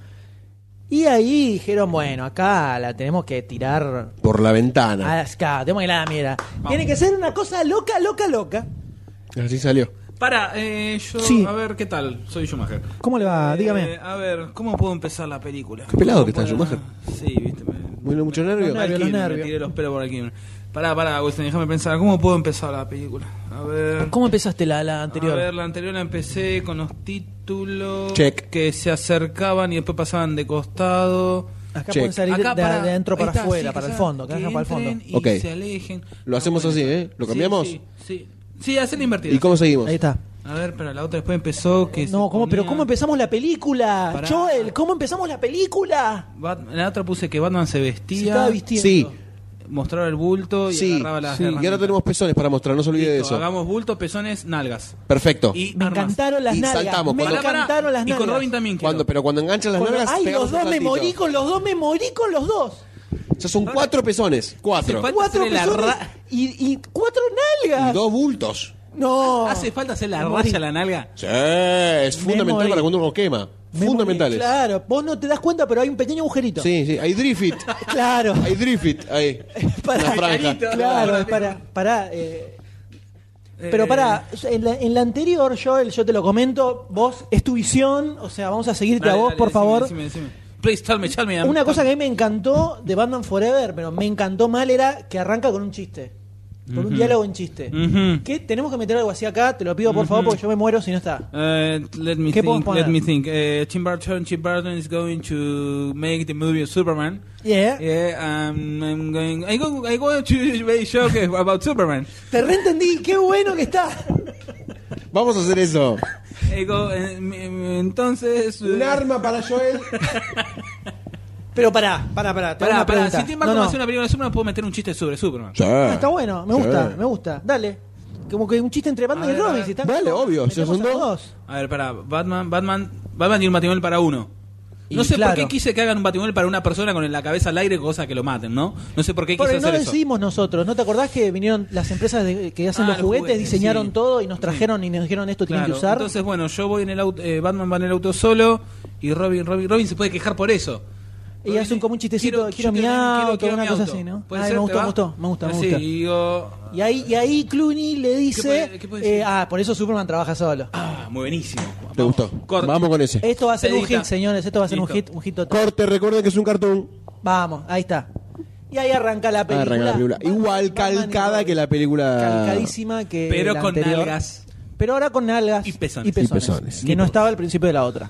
Y ahí dijeron, bueno, acá la tenemos que tirar. Por la ventana. Acá, tenemos que ir a la mierda. Tiene que ser una cosa loca, loca, loca. Así salió. Para, eh, yo. Sí. A ver, ¿qué tal? Soy Schumacher. ¿Cómo le va? Eh, Dígame. A ver, ¿cómo puedo empezar la película? Qué pelado que ¿Cómo está puedo- Schumacher. Sí, viste. Me, Bueno, mucho nervio. Los nervios, Aquí, los me nervios. tiré los pelos por aquí. Pará, pará, Wilson, déjame pensar. ¿Cómo puedo empezar la película? A ver. ¿Cómo empezaste la, la anterior? A ver, la anterior la empecé con los títulos Check. que se acercaban y después pasaban de costado. Acá Check. pueden salir Acá de, para- de adentro para ahí está, afuera, sí, para que el sea- fondo, que que acá para el fondo. entren y Ok. se alejen. Lo hacemos Está así, bueno. ¿eh? ¿Lo Sí, cambiamos? Sí, sí. Sí, hacer la invertida. ¿Y cómo seguimos? Ahí está. A ver, pero la otra después empezó que No, se ¿cómo, pero ponía- ¿cómo empezamos la película? Pará. Joel, ¿cómo empezamos la película? Bat- en la otra puse que Batman se Se vestía, estaba vistiendo. Sí, mostraba el bulto y sí, agarraba las sí. Y ahora herramientas. tenemos pezones para mostrar, no se olvide de Listo, eso. hagamos bulto, pezones, nalgas. Perfecto. Y Me armas. encantaron las Y nalgas. saltamos, Me cuando- Pará, pará. encantaron las Y nalgas. con Robin también quiero. Cuando, pero cuando enganchan las Con- nalgas, Ay, pegamos los dos un me saltito. morí con los dos, me morí con los dos. Ya son cuatro pezones. Cuatro. Hace falta Cuatro hacerle la pezones ra- y, y cuatro nalgas. Y dos bultos. No. ¿Hace falta hacer la Me morí. raya a la nalga? Sí, es Me fundamental morí. para cuando uno quema. Me Fundamentales. morí. Claro, vos no te das cuenta, pero hay un pequeño agujerito. Sí, sí, hay drift. Claro. Hay drift ahí. Para, Una franja. Carito. Claro, para, para, eh, Pero Eh, pará, en la, en la anterior, Joel, yo te lo comento, vos, es tu visión, o sea, vamos a seguirte dale, a vos, dale, por decime, favor. decime, decime. Please tell me, tell me. I'm- Una cosa que a mí me encantó de Batman Forever, pero me encantó mal, era que arranca con un chiste. Con un Ujú. diálogo en chiste. Ujú. Que tenemos que meter algo así acá, te lo pido por Ujú. favor, porque yo me muero si no está. Uh, let me ¿Qué think. podemos poner? Let me think. Uh, Tim Burton. Tim Burton is going to make the movie of Superman. Yeah. Yeah, um, I'm going. I go. I go to make a joke about Superman. Te reentendí, qué bueno que está. Vamos a hacer eso. I go, eh, m- entonces. Un eh, arma para Joel. Pero pará, pará, pará, te hago Pará, una pará. pregunta. Si Tim Burton No, no. hace una película de Superman, puedo meter un chiste sobre Superman. Sí. Ah, está bueno, me gusta, Sí. me gusta. Dale. Como que un chiste entre Batman A y ver, a Robin. ver. Si están Dale, obvio, si metemos son a los dos. A ver, pará. Batman, Batman, Batman tiene un Batimóvil para uno. No Y sé claro. por qué quise que hagan un Batimóvil para una persona con la cabeza al aire, cosa que lo maten, ¿no? No sé por qué quise Porque no hacer lo eso. decidimos nosotros. ¿No te acordás que vinieron las empresas de- que hacen Ah, los los juguetes, juguetes, diseñaron sí. todo y nos trajeron y nos dijeron esto tienen Claro, que usar? entonces, bueno, yo voy en el auto, eh, Batman va en el auto solo y Robin, Robin, Robin se puede quejar por eso. Y Robin, hacen como un chistecito, quiero mi quiero- auto, quiero una mi cosa auto. así, ¿no? ¿Puede Ay, ser? me ¿Te gustó, va? me gustó, me gusta, me Sí, gusta. y digo, Y ahí, y ahí Clooney le dice, puede- qué puede decir? eh, ah, por eso Superman trabaja solo. ah, muy buenísimo. ¿Te gustó? Corte. Vamos con ese. Esto va a ser Se un edita. hit, señores, esto va a ser un Listo. hit, un hit total. Corte, recuerden que es un cartoon. Vamos, ahí está. Y ahí arranca la película. Arranca la película. Batman- Igual Batman y calcada Robin. que la película. Calcadísima que Pero la con anterior. nalgas. Pero ahora con nalgas Y pezones. Y pezones. que no estaba al principio de la otra.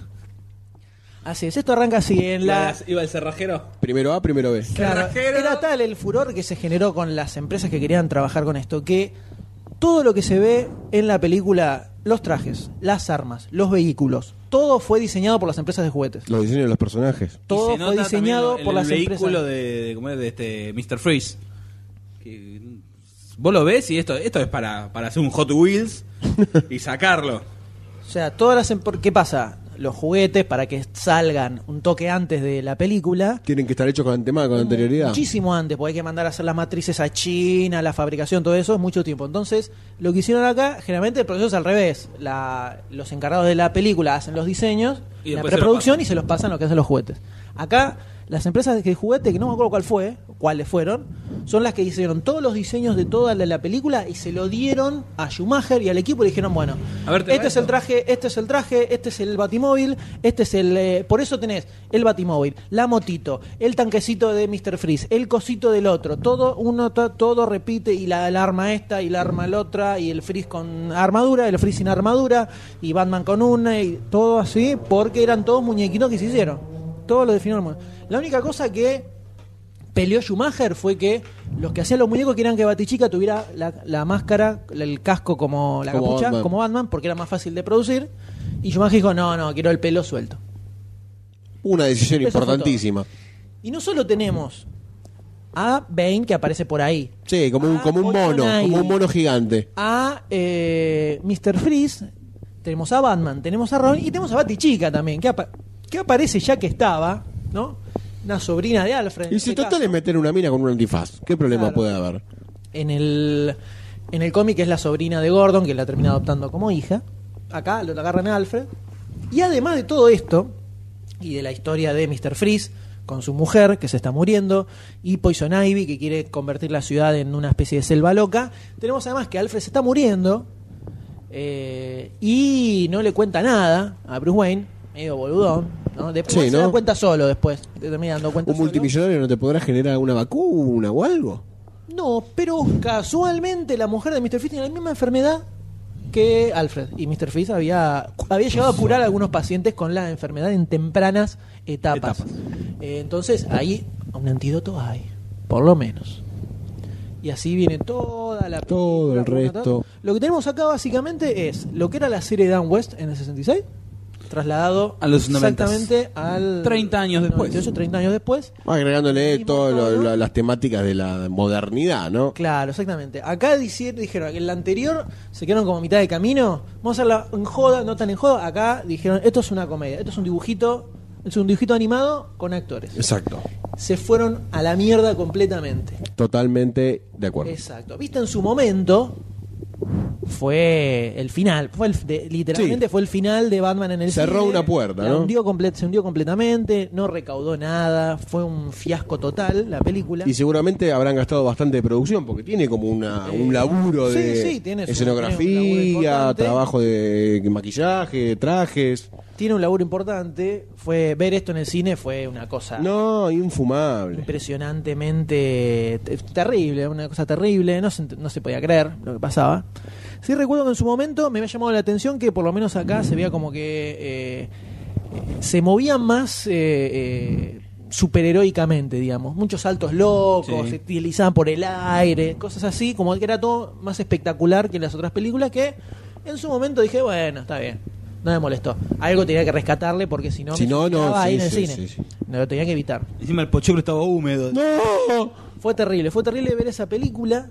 Así es, esto arranca así en la... ¿Iba el cerrajero? Primero A, primero B. Claro, Cerrajero. era tal el furor que se generó con las empresas que querían trabajar con esto, que todo lo que se ve en la película, los trajes, las armas, los vehículos, todo fue diseñado por las empresas de juguetes. Los diseños de los personajes. Todo Y se fue nota diseñado también por el las vehículo empresas. de, de, ¿cómo es? De este mister Freeze. Que, vos lo ves y esto esto es para, para hacer un Hot Wheels y sacarlo. O sea, todas las... em- por- ¿Qué pasa? Los juguetes, para que salgan un toque antes de la película, Tienen que estar hechos con antemano, con anterioridad. muchísimo antes, porque hay que mandar a hacer las matrices a China, la fabricación, todo eso, es mucho tiempo. Entonces, lo que hicieron acá, generalmente el proceso es al revés. La, los encargados de la película hacen los diseños, Y la después se los preproducción pasan. y se los pasan lo que hacen los juguetes. Acá, las empresas de juguete, que no me acuerdo cuál fue, cuáles fueron, son las que hicieron todos los diseños de toda la, la película y se lo dieron a Schumacher y al equipo y le dijeron, bueno, A ver, ¿te este va es el esto? traje, este es el traje, este es el batimóvil, este es el... eh, por eso tenés el batimóvil, la motito, el tanquecito de mister Freeze, el cosito del otro, todo uno to- todo repite y la, la arma esta y la arma la otra y el Freeze con armadura, el Freeze sin armadura y Batman con una y todo así porque eran todos muñequitos que se hicieron. Todo lo definieron. La única cosa que peleó Schumacher fue que los que hacían los muñecos querían que Batichica tuviera la, la máscara, el casco como la Como capucha, Batman. como Batman, porque era más fácil de producir. Y Schumacher dijo, no, no, quiero el pelo suelto. Una decisión Eso fue importantísima. Y no solo tenemos a Bane, que aparece por ahí, Sí, como un, Ah, como un Poison mono, Ivy. como un mono gigante. a eh, mister Freeze, tenemos a Batman, tenemos a Robin y tenemos a Batichica también, que, apa- que aparece ya que estaba, ¿no? Una sobrina de Alfred. en Y si este total caso. es meter una mina con un antifaz, ¿qué problema Claro. puede haber? En el, en el cómic es la sobrina de Gordon, que la termina adoptando como hija. Acá lo agarran a Alfred. Y además de todo esto, y de la historia de mister Freeze con su mujer, que se está muriendo, y Poison Ivy, que quiere convertir la ciudad en una especie de selva loca, tenemos además que Alfred se está muriendo eh, y no le cuenta nada a Bruce Wayne, medio boludón, ¿no? Después Sí, se ¿no? da cuenta solo después, te termina dando cuenta ¿Un solo. multimillonario no te podrá generar una vacuna o algo? No, pero casualmente la mujer de mister Freeze tiene la misma enfermedad que Alfred. Y mister Freeze había, había llegado a curar a algunos pacientes con la enfermedad en tempranas etapas. Etapas. Eh, entonces, ahí un antídoto hay, por lo menos. Y así viene toda la Todo el película, resto. Lo que tenemos acá básicamente es lo que era la serie Dan West en el sesenta y seis, trasladado A los noventas. exactamente al treinta años después. noventa y ocho, treinta años después. Agregándole Mismo todas todo. las temáticas de la modernidad, ¿no? Claro, exactamente. Acá dici- dijeron que en la anterior se quedaron como a mitad de camino. Vamos a hacerla en joda, no tan en joda. Acá dijeron, esto es una comedia, esto es un dibujito, es un dibujito animado con actores. Exacto. Se fueron a la mierda completamente. Totalmente de acuerdo. Exacto. Viste, en su momento fue el final. Fue el, de, literalmente Sí. fue el final de Batman en el Cerró cine. una puerta, La ¿no? hundió comple- se hundió completamente, no recaudó nada, fue un fiasco total la película. Y seguramente habrán gastado bastante de producción porque tiene como una, Eh, un laburo sí, de sí, tiene su- tiene un laburo escenografía, importante. trabajo de maquillaje, trajes. Tiene un laburo importante. Fue ver esto en el cine fue una cosa No, infumable. impresionantemente te- terrible, una cosa terrible, no se, ent- no se podía creer lo que pasaba. Sí recuerdo que en su momento me había llamado la atención que por lo menos acá se veía como que eh, eh, se movían más eh, eh, superheroicamente, digamos. Muchos saltos locos, Sí. se utilizaban por el aire, cosas así, como que era todo más espectacular que en las otras películas que en su momento dije, bueno, está bien. No me molestó. Algo tenía que rescatarle porque si no Si me no, no, suicidaba ahí sí, en el sí, cine. sí, sí. No, lo tenía que evitar. Encima el pochoclo estaba húmedo. ¡No! Fue terrible, fue terrible ver esa película.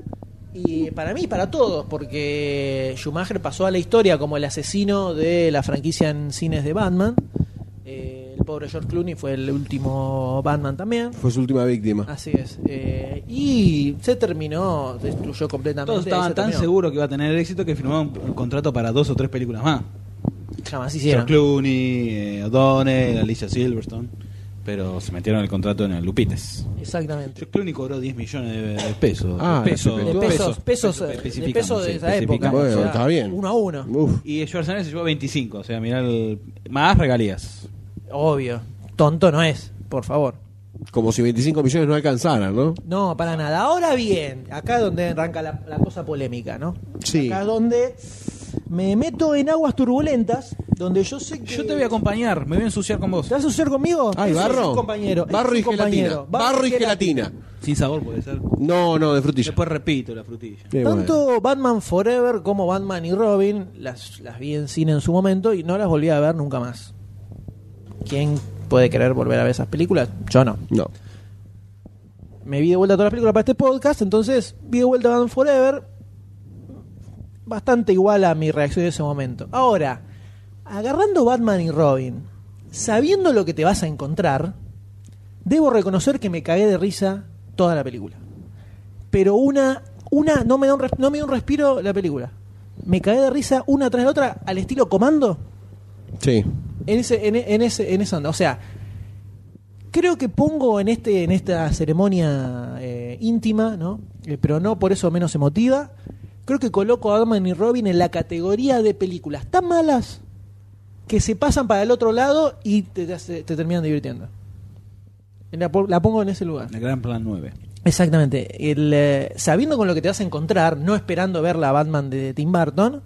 Y para mí y para todos, porque Schumacher pasó a la historia como el asesino de la franquicia en cines de Batman. Eh, el pobre George Clooney fue el último Batman también. Fue su última víctima. Así es. Eh, y se terminó, destruyó completamente. Todos estaban se tan terminó. seguros que iba a tener éxito que firmaron un contrato para dos o tres películas más. Jamás hicieron. George Clooney, eh, O'Donnell, Alicia Silverstone. Pero se metieron el contrato en el Lupites. Exactamente. George Clooney cobró diez millones de, de pesos. Ah, de pesos, de De pesos, pesos, de especificamos, pesos de sí, esa época. especificamos. Bueno, o sea, está bien. Uno a uno. Uf. Y Schwarzenegger se llevó veinticinco, o sea, mirá el... más regalías. Obvio. Tonto no es, por favor. Como si veinticinco millones no alcanzaran, ¿no? No, para nada. Ahora bien, acá es donde arranca la, la cosa polémica, ¿no? Sí. Acá es donde me meto en aguas turbulentas, donde yo sé que... Yo te voy a acompañar, me voy a ensuciar con vos. ¿Te vas a asociar conmigo? Ay, Ese es barro. un compañero. ese Barro es y un compañero. gelatina. Barro y gelatina. Sin sabor puede ser. No, no, de frutilla. Después repito la frutilla. Eh, bueno. Tanto Batman Forever como Batman y Robin las, las vi en cine en su momento y no las volví a ver nunca más. ¿Quién puede querer volver a ver esas películas? Yo no. No. Me vi de vuelta todas las películas para este podcast, entonces vi de vuelta Batman Forever, bastante igual a mi reacción de ese momento. Ahora, agarrando Batman y Robin, sabiendo lo que te vas a encontrar, debo reconocer que me cagué de risa toda la película. Pero una, una no me da un, res- no me da un respiro la película. Me cagué de risa una tras la otra al estilo Comando. Sí. En ese, en, en ese, en esa onda. O sea, creo que pongo en este, en esta ceremonia eh, íntima, ¿no? Eh, pero no por eso menos emotiva. Creo que coloco a Batman y Robin en la categoría de películas tan malas que se pasan para el otro lado y te, te, hace- te terminan divirtiendo. La, po- la pongo en ese lugar. El Gran Plan nueve. Exactamente. El, eh, sabiendo con lo que te vas a encontrar, no esperando ver la Batman de Tim Burton,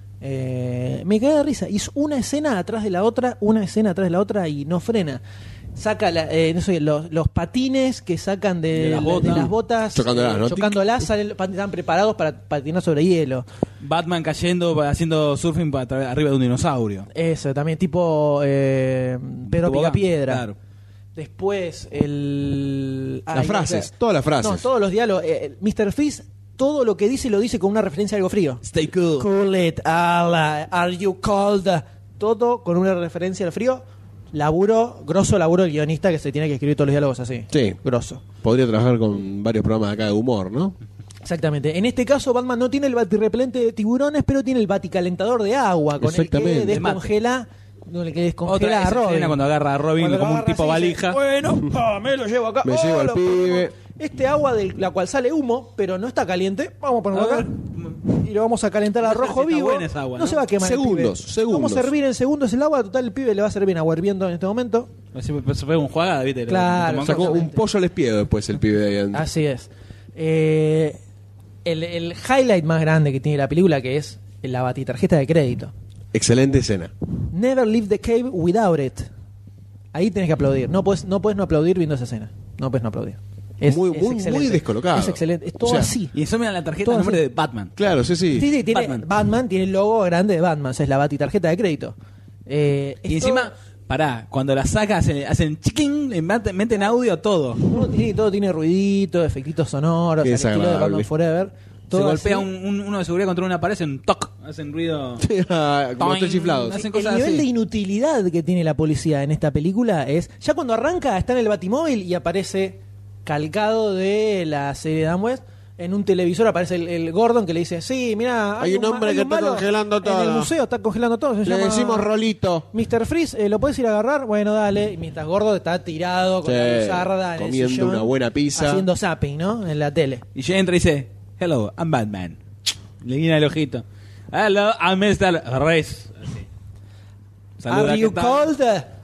eh, me cae de risa. Y es una escena atrás de la otra, una escena atrás de la otra y no frena. Saca la, eh, no sé, los, los patines que sacan de, De las de botas. las botas, Chocándolas, eh, ¿no? chocándolas, salen, están preparados para patinar sobre hielo. Batman cayendo, haciendo surfing para tra- arriba de un dinosaurio. Eso, también tipo eh, Pedro Tobogán, Picapiedra. claro. Después el... Las Ay, frases, no sé. todas las frases. No, todos los diálogos. Eh, mister Fish, todo lo que dice lo dice con una referencia a algo frío. Stay cool. Cool it, ala, are you cold? Todo con una referencia al frío. Laburo, grosso laburo del guionista que se tiene que escribir todos los diálogos así. Sí. Grosso. Podría trabajar con varios programas acá de humor, ¿no? Exactamente. En este caso, Batman no tiene el batirrepelente de tiburones, pero tiene el baticalentador de agua, con el Exactamente. que descongela, con el que descongela Otra a esa Robin. escena cuando agarra a Robin Cuando como lo un agarra tipo así, valija. dice, bueno, ah, me lo llevo acá. Me Oh, llevo al lo- pibe. Este agua de la cual sale humo, pero no está caliente, vamos a ponerlo A acá. ver. Y lo vamos a calentar a No sé rojo si está vivo. buena esa agua, no ¿no? se va a quemar. el Segundos, pibe. segundos. Vamos a hervir en segundos el agua. Total, el pibe le va a servir agua hirviendo en este momento. Así se pega un jugada, ¿viste? Claro, Como- Sacó un Exactamente. pollo al espiedo después el pibe de ahí adentro. Así es. Eh, el, el highlight más grande que tiene la película, que es la batitarjeta de crédito. Excelente escena. Never leave the cave without it. Ahí tenés que aplaudir. No puedes no puedes no aplaudir viendo esa escena. No puedes no aplaudir. Es, Muy- es muy- excelente. muy descolocado. Es excelente. Es todo O sea, así. Y eso me da la tarjeta Todo el nombre así. de Batman. Claro, sí, sí. Sí, sí, tiene, Batman. Batman. tiene el logo grande de Batman. O sea, es la batitarjeta de crédito. Eh, Y es encima, todo- pará, cuando la saca hacen, hacen chiquín, le mat- meten audio todo. todo, tiene, todo tiene ruiditos, efectitos sonoros, Qué al estilo de desagradable. Batman Forever. Se Todo golpea así. un, un- uno de seguridad contra una pared, hacen toc, hacen ruido. Como Toing. tres chiflados. Hacen El cosas nivel así. de inutilidad que tiene la policía en esta película es... Ya cuando arranca está en el Batimóvil y aparece calcado de la serie de Dan West. en un televisor aparece el, el Gordon que le dice, sí, mira, Hay un ma- hombre que está malo congelando todo. En el museo está congelando todo. Se Le llama decimos Rolito. mister Freeze, eh, ¿lo puedes ir a agarrar? Bueno, dale. Y mientras Gordo está tirado con Sí, la luzarda en el comiendo sillón, una buena pizza. haciendo zapping, ¿no? En la tele. Y ya entra y dice, hello, I'm Batman. Le guiña el ojito. Hello, I'm mister Reyes. Así. Saluda, Are you ¿qué tal? cold?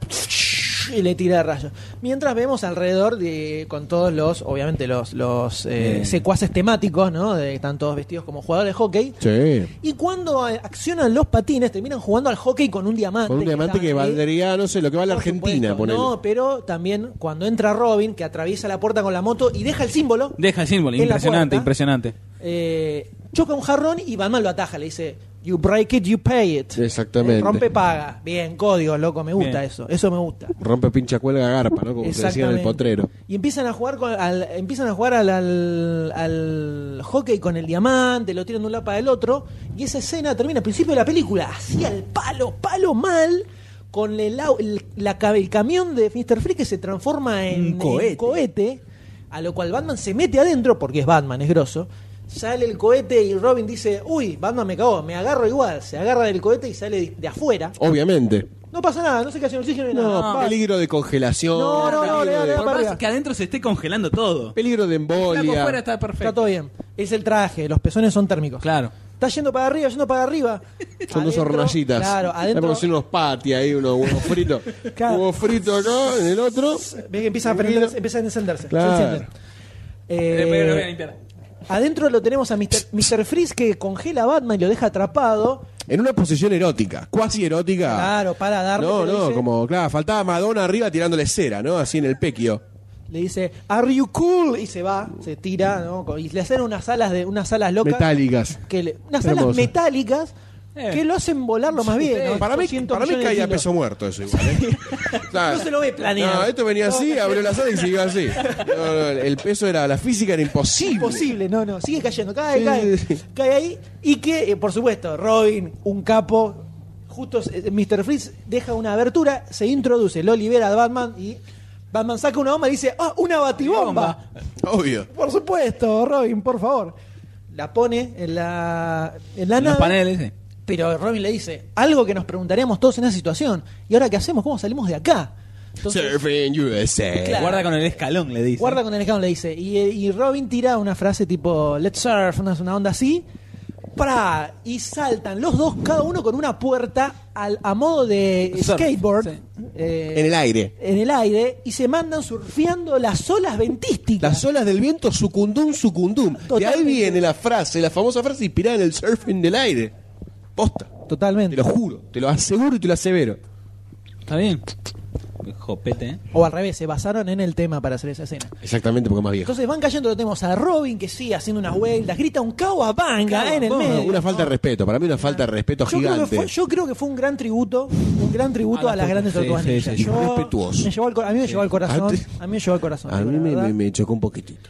Y le tira rayos. Mientras vemos alrededor de con todos los, obviamente los, los eh, Bien. secuaces temáticos, ¿no? De, están todos vestidos como jugadores de hockey. Sí. Y cuando eh, accionan los patines, terminan jugando al hockey con un diamante. Con un diamante que estaban ahí. valdría, no sé, lo que vale Por Argentina, supuesto. ponele. No, pero también cuando entra Robin, que atraviesa la puerta con la moto y deja el símbolo, Deja el símbolo, en la impresionante, puerta. impresionante. eh, choca un jarrón y Batman lo ataja. Le dice, you break it, you pay it. Exactamente. Eh, rompe, paga. Bien, código, loco, me gusta Bien. eso. Eso me gusta. Rompe pincha cuelga garpa, ¿no? Como se decía en el Exactamente. potrero. Y empiezan a jugar con, al, empiezan a jugar al, al, al hockey con el diamante, lo tiran de un lado para el otro, y esa escena termina al principio de la película, así al palo, palo mal, con el, au- el, la ca- el camión de mister Freeze que se transforma en Un cohete. en cohete, a lo cual Batman se mete adentro, porque es Batman, es grosso. Sale el cohete y Robin dice, uy, Batman me cagó, me agarro igual. Se agarra del cohete y sale de, de afuera. Obviamente. No pasa nada, no se queda sin oxígeno ni No, nada. Va. peligro de congelación. No, no, no, peligro le da- de- le da Por para más arriba. que adentro se esté congelando todo. Peligro de El flaco embolia. afuera está perfecto. Está todo bien. Es el traje, los pezones son térmicos. Claro. Está yendo para arriba, yendo para arriba. Son dos Adentro, hornallitas. Claro, adentro. Vamos a hacer unos patis ahí, unos huevos fritos. Claro. Huevos fritos acá, en el otro. Ve que empieza a, prender, empieza a encenderse. Claro. Se enciende. Eh, pero lo voy a Eh, limpiar. adentro lo tenemos a mister mister Freeze que congela a Batman y lo deja atrapado. En una posición erótica, cuasi erótica. Claro, para darle. No, le no, dice- como, claro, faltaba Madonna arriba tirándole cera, ¿no? Así en el pequio. Le dice, ¿Are you cool? Y se va, se tira, ¿no? Y le hacen unas alas de unas alas locas. Metálicas. Que le- unas alas Hermoso. metálicas Eh. que lo hacen volarlo más bien. ¿no? Para mí, doscientos para mí millones de caía kilos. peso muerto eso igual, ¿eh? Claro. No se lo ve planeado. No, esto venía así, No, abrió la sala y siguió así. No, no, el peso era, la física era imposible. Imposible, no, no, sigue cayendo, cae, Sí, cae, sí, sí. cae ahí. Y que, eh, por supuesto, Robin, un capo, justo eh, mister Freeze deja una abertura, se introduce, lo libera a Batman y Batman saca una bomba y dice, ¡ah, una batibomba! Obvio. Por supuesto, Robin, por favor. La pone en la, en la En los nave. paneles, sí. Pero Robin le dice, algo que nos preguntaríamos todos en esa situación. ¿Y ahora qué hacemos? ¿Cómo salimos de acá? Entonces, Surfing U S A. Claro. Guarda con el escalón, le dice. guarda con el escalón, le dice. Y, y Robin tira una frase tipo, let's surf, una, una onda así. ¡Pra! Y saltan los dos, cada uno con una puerta al, a modo de Surf, skateboard. sí. eh, En el aire. en el aire. Y se mandan surfeando las olas ventísticas. Las olas del viento, sucundum, sucundum. De ahí Totalmente. viene la frase, la famosa frase inspirada en el surfing del aire. Posta. Totalmente. Te lo juro, te lo aseguro y te lo asevero. Está bien. Qué jopete, ¿eh? O al revés, se basaron en el tema para hacer esa escena. Exactamente, porque es más viejo. Entonces van cayendo, lo tenemos a Robin que sigue haciendo unas vueltas, grita un cowabunga en el Cowabunga, medio. Una falta de respeto, para mí una falta de respeto Yo creo, que gigante. fue, yo creo que fue un gran tributo, un gran tributo A a, las las grandes tortugas, tortugas sí, ninja. sí, sí. Yo- Respetuoso. me llevó al cor- a mí me llevó al corazón. Antes- A mí me llevó al corazón. A digo mí la me, verdad. me- me chocó un poquitito.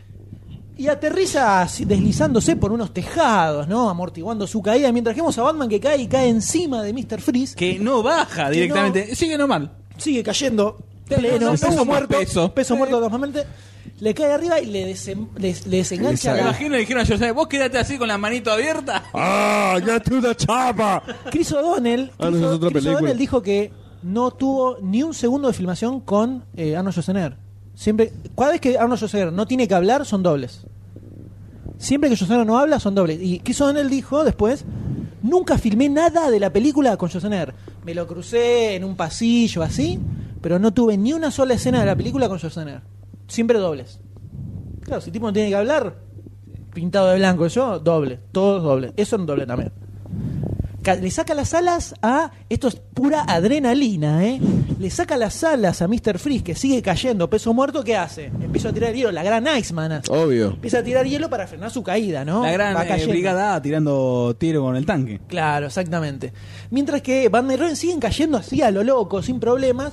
Y aterriza así, deslizándose por unos tejados, ¿no? Amortiguando su caída, mientras que vemos a Batman que cae y cae encima de mister Freeze. Que no baja Que directamente. Sigue normal. Sigue cayendo No, pleno, no, peso peso más muerto, peso. peso muerto normalmente. Le cae arriba y le, desem- les- le desengancha Me Claro. la, imagino le dijeron a José, vos quédate así con la manito abierta. ¡Ah! ¡Get to the chapa! Chris O'Donnell, Ah, no, Chris esa es O- otra Chris película. O'Donnell dijo que no tuvo ni un segundo de filmación con eh, Arnold Schwarzenegger. Siempre, cada vez que Arnold Schwarzenegger no tiene que hablar, son dobles. Siempre que Schwarzenegger no habla, son dobles. Y Chris O'Donnell dijo después, nunca filmé nada de la película con Schwarzenegger. Me lo crucé en un pasillo así, pero no tuve ni una sola escena de la película con Schwarzenegger. Siempre dobles. Claro, si el tipo no tiene que hablar, pintado de blanco yo, doble, todos dobles. Eso es un doble también. Ca- Le saca las alas a... Esto es pura adrenalina, ¿eh? Le saca las alas a mister Freeze, que sigue cayendo, peso muerto, ¿qué hace? Empieza a tirar hielo, la gran Iceman hace. Obvio. Empieza a tirar hielo para frenar su caída, ¿no? La gran Va eh, cayendo. brigada A tirando tiro con el tanque. Claro, exactamente. Mientras que Batman y Robin siguen cayendo así a lo loco, sin problemas.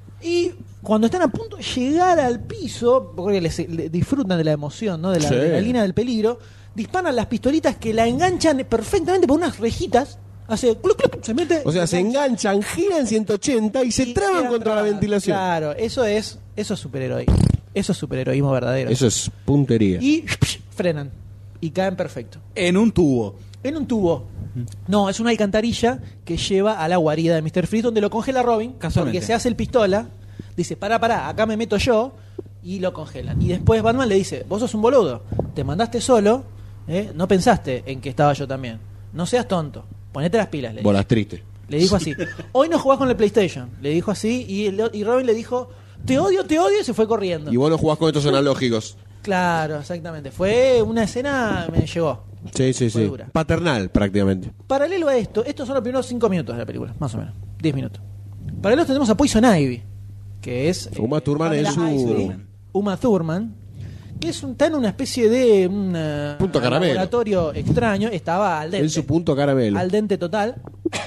Y cuando están a punto de llegar al piso, porque les, le- disfrutan de la emoción, ¿no? De la Sí. adrenalina del peligro, disparan las pistolitas que la enganchan perfectamente por unas rejitas. Hace cluc, cluc, se mete. O sea, se enganchan, giran ciento ochenta y se y traban quedan contra la trabadas. ventilación. Claro, eso es, eso es superheroísmo. Eso es superheroísmo verdadero. Eso es puntería. Y frenan. y caen perfecto. En un tubo. En un tubo. No, es una alcantarilla que lleva a la guarida de míster Freeze, donde lo congela Robin, Casualmente. porque se hace el pistola, dice, pará, pará, acá me meto yo, y lo congelan. Y después Batman le dice, vos sos un boludo, te mandaste solo, ¿eh? No pensaste en que estaba yo también. No seas tonto, ponete las pilas, le dijo. Bolas triste. Le dijo así, hoy no jugás con el PlayStation. Le dijo así, y, el- y Robin le dijo, te odio, te odio, y se fue corriendo. Y vos no jugás con estos analógicos. Claro, exactamente. Fue una escena, me llegó. Sí, sí, Fue sí. dura. Paternal, prácticamente. Paralelo a esto, estos son los primeros cinco minutos de la película, más o menos, diez minutos. Paralelo a esto tenemos a Poison Ivy, que es Uma Thurman Pamela es su- Isley, Uma Thurman, que es un, está en una especie de un eh, Punto caramelo. laboratorio extraño, estaba al dente, En su punto caramelo. al dente total,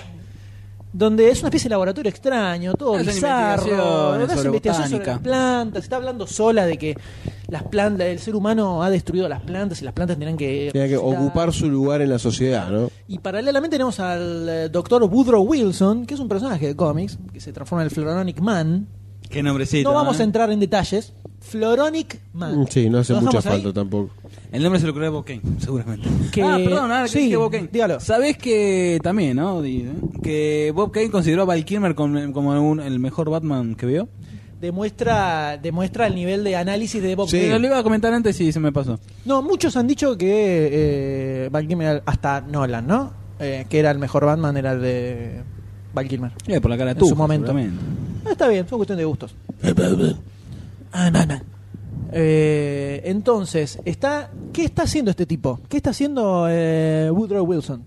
donde es una especie de laboratorio extraño, todo Hacen bizarro, investigaciones hace sobre investigación sobre botánica. las plantas, está hablando sola de que las plantas, el ser humano ha destruido las plantas y las plantas tendrán que Tiene que resucitar. ocupar su lugar en la sociedad, ¿no? Y paralelamente tenemos al eh, doctor Woodrow Wilson, que es un personaje de cómics, que se transforma en el Floronic Man. Qué nombrecito. No vamos ¿eh? a entrar en detalles. Floronic Man. Sí, no hace ¿Lo mucha dejamos ahí? falta tampoco. El nombre se lo ocurrió a Bob Kane, seguramente. Que- Ah, perdón, ahora que sí, dije Bob Kane. dígalo. ¿Sabés que también, no? Di- ¿eh? Que Bob Kane consideró a Val Kilmer como, como un- el mejor Batman que vio. Demuestra, demuestra el nivel de análisis de Bob Sí. Kane. Lo iba a comentar antes y se me pasó. No, muchos han dicho que eh, Val Kilmer, hasta Nolan, ¿no? Eh, que era el mejor Batman, era el de Val Kilmer. Eh, por la cara de En su tufa, momento. seguramente. Ah, está bien, son cuestión de gustos. Ah, no, no. Eh, entonces, está, ¿qué está haciendo este tipo? ¿Qué está haciendo eh, Woodrow Wilson?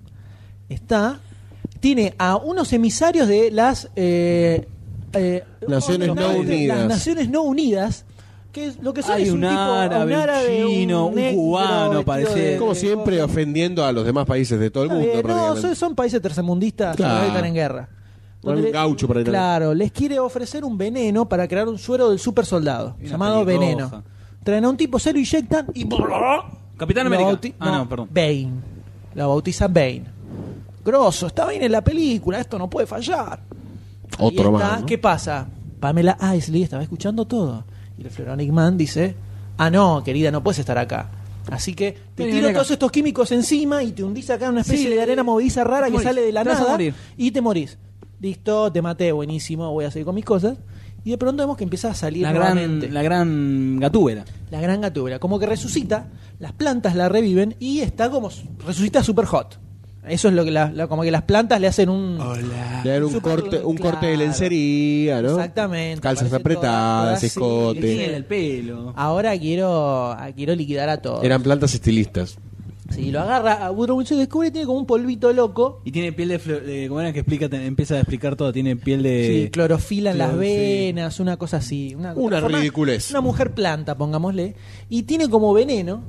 Está, tiene a unos emisarios de las eh, eh, Naciones ¿cómo se no llama? unidas. Las Naciones No Unidas, que es lo que son Hay es un, un tipo, árabe, un árabe, un chino, un negro cubano, vestido parece. de- Como de siempre, cosas. ofendiendo a los demás países de todo el Está mundo, bien, no, prácticamente. son, son países tercermundistas Claro. que están en guerra. Un Donde le- gaucho por ahí también. Claro, les quiere ofrecer un veneno para crear un suero del super soldado, Y una llamado pelirroja. veneno. Traen a un tipo, se lo inyectan y... Capitán lo América. bauti- Ah, no, perdón. Bane. Lo bautiza Bane. Grosso, está Bane en la película, esto no puede fallar. Otro Ahí está, más, ¿no? ¿qué pasa? Pamela Isley estaba escuchando todo. Y el Floronic Man dice, ah, no, querida, no puedes estar acá. Así que te Vení, tiro vení acá. todos estos químicos encima y te hundís acá en una especie Sí, de arena movediza rara te que morís. sale de la Te vas a nada morir. y te morís. Listo, te maté, buenísimo, voy a seguir con mis cosas. Y de pronto vemos que empieza a salir La nuevamente. gran, la gran gatúbela. La gran gatúbela, como que resucita, las plantas la reviven y está como resucita super hot. Eso es lo que la, la- como que las plantas le hacen un Le dan un Super- corte, un claro. corte de lencería, ¿no? Exactamente, Calzas parece apretadas, toda- toda escote. así. Tiene el pelo. Ahora quiero quiero liquidar a todos. Eran plantas estilistas. Sí, lo agarra a Woodrow Wilson y descubre que tiene como un polvito loco. Y tiene piel de... flo- de ¿Cómo era que explica? Te- empieza a explicar todo. Tiene piel de... Sí, clorofila en las cloro- venas, una cosa así. Una, Una transforma- ridiculez. Una mujer planta, pongámosle. Y tiene como veneno,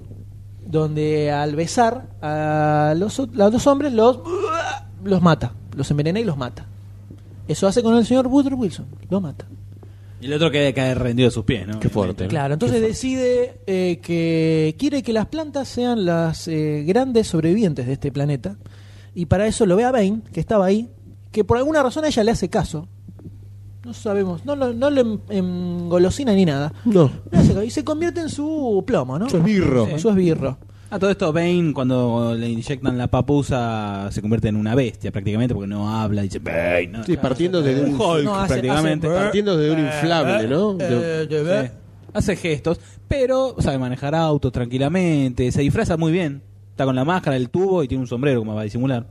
donde al besar a los, o- a los hombres los, los mata. Los envenena y los mata. Eso hace con el señor Woodrow Wilson. Lo mata. Y el otro que cae rendido a sus pies, ¿no? Qué fuerte. Claro, entonces decide eh, que quiere que las plantas sean las eh, grandes sobrevivientes de este planeta. Y para eso lo ve a Bane, que estaba ahí, que por alguna razón a ella le hace caso. No sabemos, no, lo- no le em- engolosina ni nada. No. Le hace caso y se convierte en su plomo, ¿no? Su esbirro. En su esbirro. A todo esto, Bane, cuando le inyectan la papusa, se convierte en una bestia prácticamente, porque no habla, dice Bane. ¿no? Sí, partiendo desde un Hulk, No, hace- prácticamente. hace- partiendo de un inflable, ¿no? De- Eh, de ver- Sí. Hace gestos, pero sabe manejar autos tranquilamente, se disfraza muy bien. Está con la máscara, el tubo y tiene un sombrero como va a disimular.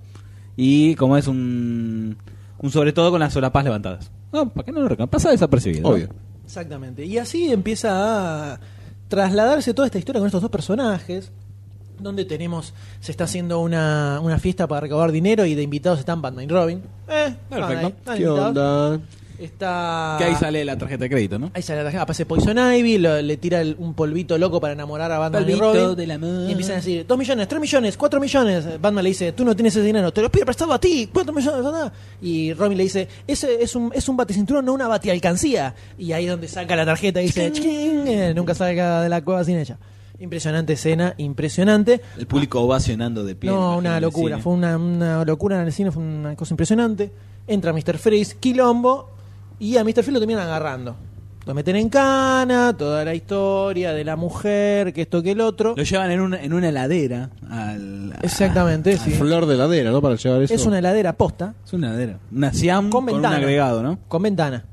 Y como es un, un sobre todo con las solapas levantadas. No, ¿para qué no lo reconozco? Pasa desapercibido. ¿no? Obvio. Exactamente. Y así empieza a trasladarse toda esta historia con estos dos personajes, donde tenemos, se está haciendo una, una fiesta para recaudar dinero y de invitados están Batman y Robin. Eh, Perfecto. están ahí, están ¿Qué invitados. onda? Está... Que ahí sale la tarjeta de crédito, ¿no? Ahí sale la tarjeta, aparece Poison Ivy, lo- le tira el- un polvito loco para enamorar a Batman y Polvito Robin. del amor. Y empiezan a decir, dos millones, tres millones, cuatro millones. Batman le dice, tú no tienes ese dinero, te lo pido prestado a ti, cuatro millones, ¿verdad? Y Robin le dice, ese es un, es un baticinturón, no una batialcancía. Y ahí es donde saca la tarjeta y dice, "Ching", eh, nunca salga de la cueva sin ella. Impresionante escena, impresionante. El público ovacionando de pie. No, imagino, una en el locura, cine. fue una, una locura en el cine, fue una cosa impresionante. Entra míster Freeze, quilombo, y a míster Freeze lo terminan agarrando. Lo meten en cana, toda la historia de la mujer, que esto que el otro. Lo llevan en una, en una heladera. Al, Exactamente, sí. Flor de heladera, ¿no? Para llevar eso. Es una heladera posta, Es una heladera. Una Siam con con, un ventana. agregado, ¿no? con ventana.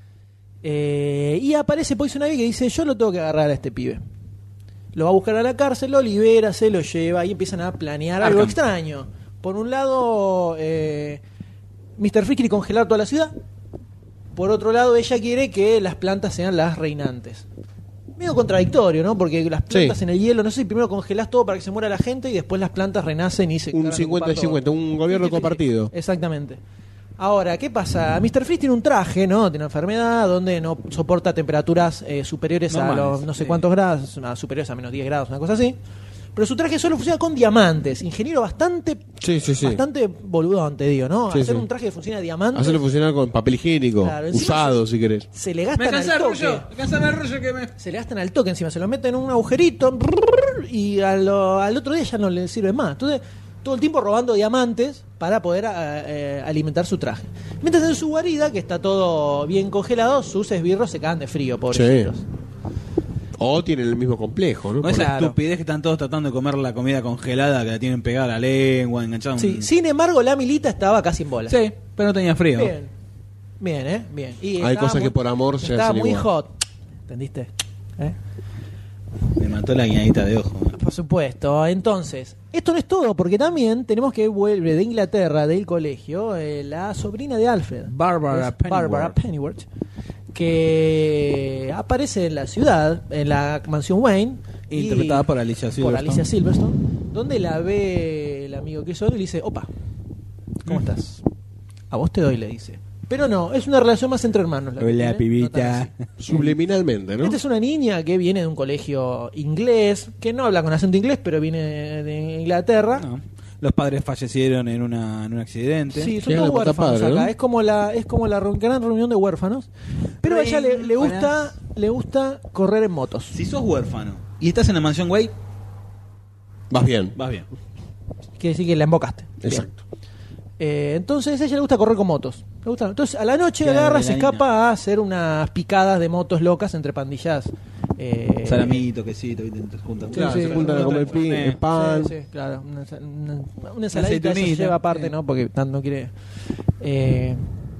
Eh, y aparece Poison Ivy que dice, yo lo tengo que agarrar a este pibe. Lo va a buscar a la cárcel, lo libera, se lo lleva y empiezan a planear algo Arkham. extraño. Por un lado, eh, mister Freeze quiere congelar toda la ciudad. Por otro lado, ella quiere que las plantas sean las reinantes. Medio contradictorio, ¿no? Porque las plantas Sí. en el hielo, no sé si primero congelás todo para que se muera la gente y después las plantas renacen y se Un encargan de cincuenta y ocupar todo. cincuenta, un gobierno compartido. Exactamente. Ahora, ¿qué pasa? mister Freeze tiene un traje, ¿no? Tiene una enfermedad donde no soporta temperaturas eh, superiores a Normales, los no sé sí. cuántos grados, a superiores a menos diez grados, una cosa así. Pero su traje solo funciona con diamantes. Ingeniero bastante Sí, sí, sí. bastante boludón, te digo, ¿no? Sí, Hacer sí. un traje que funcione a diamantes Hacerlo funcionar con papel higiénico. Claro, encima usado, se- si querés. se le gastan al toque. Cansame el rollo que me... Se le gastan al toque encima, se lo meten en un agujerito y a lo- al otro día ya no le sirve más. Entonces, todo el tiempo robando diamantes para poder eh, eh, alimentar su traje. Mientras en su guarida, que está todo bien congelado, sus esbirros se cagan de frío, pobrecitos. O tienen el mismo complejo, ¿no? No esa Claro. estupidez que están todos tratando de comer la comida congelada que la tienen pegada a la lengua, enganchada. a un- Sí, sin embargo, la milita estaba casi en bola. Sí, pero no tenía frío. Bien. Bien, ¿eh? Bien. Y Hay estaba cosas muy- que por amor se Estaba hacen muy igual. hot. ¿Entendiste? ¿Eh? Me mató la guiñadita de ojo. Por supuesto. Entonces, esto no es todo, porque también tenemos que vuelve de Inglaterra, del colegio, eh, la sobrina de Alfred. Barbara Es Pennyworth. Barbara Pennyworth, que aparece en la ciudad, en la mansión Wayne. y- Interpretada por Alicia Por Silverstone. Alicia Silverstone, donde la ve el amigo que son y le dice, opa, ¿cómo Mm. estás? A vos te doy, le dice. Pero no, es una relación más entre hermanos. La que Hola, tienen, pibita. no tan así. Subliminalmente, ¿no? Esta es una niña que viene de un colegio inglés, que no habla con acento inglés, pero viene de Inglaterra. No. Los padres fallecieron en, una, en un accidente. Sí, son Llega todos la puta huérfanos padre, acá. ¿no? Es como la, es como la re- gran reunión de huérfanos. Pero a ella le, le gusta, Buenas. le gusta correr en motos. Si sos huérfano y estás en la mansión Way, Vas bien. vas bien. Quiere decir que la embocaste. Bien. Exacto. Eh, entonces a ella le gusta correr con motos. Le gusta. Entonces a la noche Qué agarra, se adrenalina. escapa a hacer unas picadas de motos locas entre pandillas. Eh, Salamito, quesito, ¿viste? Te juntan. Sí, Claro, sí, se juntan a comer pi- Eh, el pan. Sí, sí, claro. Una, ensa- una, una ensaladita ella se aceitunita, lleva aparte, sí. ¿no? Porque tanto no quiere. Eh,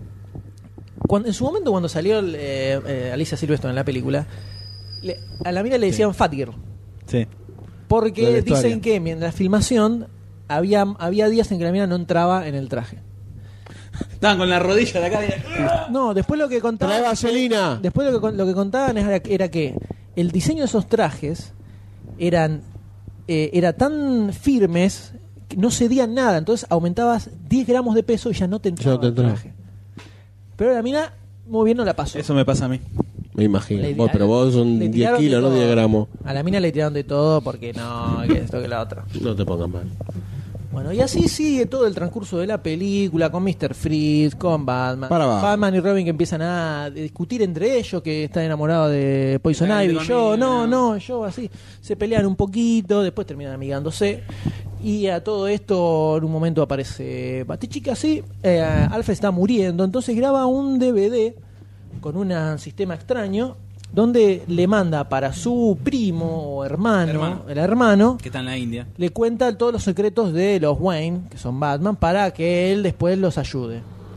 cuando, en su momento, cuando salió eh, eh, Alicia Silverstone en la película, le- a la mina le decían Fat Girl. Sí. Porque Del vestuario. dicen que mientras la filmación había, había días en que la mina no entraba en el traje. Estaban con la rodilla de acá. de- No, después lo que ¡Trae contaban. vaselina! Después lo que, con- lo que contaban era, era que el diseño de esos trajes eran eh, era tan firmes que no cedían nada. Entonces aumentabas diez gramos de peso y ya no te entraba Ya no te el entraba. traje. Pero la mina muy bien no la pasó. Eso me pasa a mí. Me imagino. Le- Bueno, pero vos son le diez tiraron de kilos, no todo. diez gramos. A la mina le tiraron de todo porque no, que esto que la otra. No te pongas mal. Bueno, y así sigue todo el transcurso de la película con mister Freeze, con Batman. Para abajo. Batman y Robin que empiezan a discutir entre ellos, que están enamorados de Poison Ay, Ivy. de Yo, conmigo, no, no. no, yo así. Se pelean un poquito, después terminan amigándose. Y a todo esto, en un momento aparece Batichica así. Eh, Alfred está muriendo, entonces graba un D V D con un sistema extraño donde le manda para su primo o hermano, Hermano. el hermano, Que está en la India. le cuenta todos los secretos de los Wayne, que son Batman, para que él después los ayude.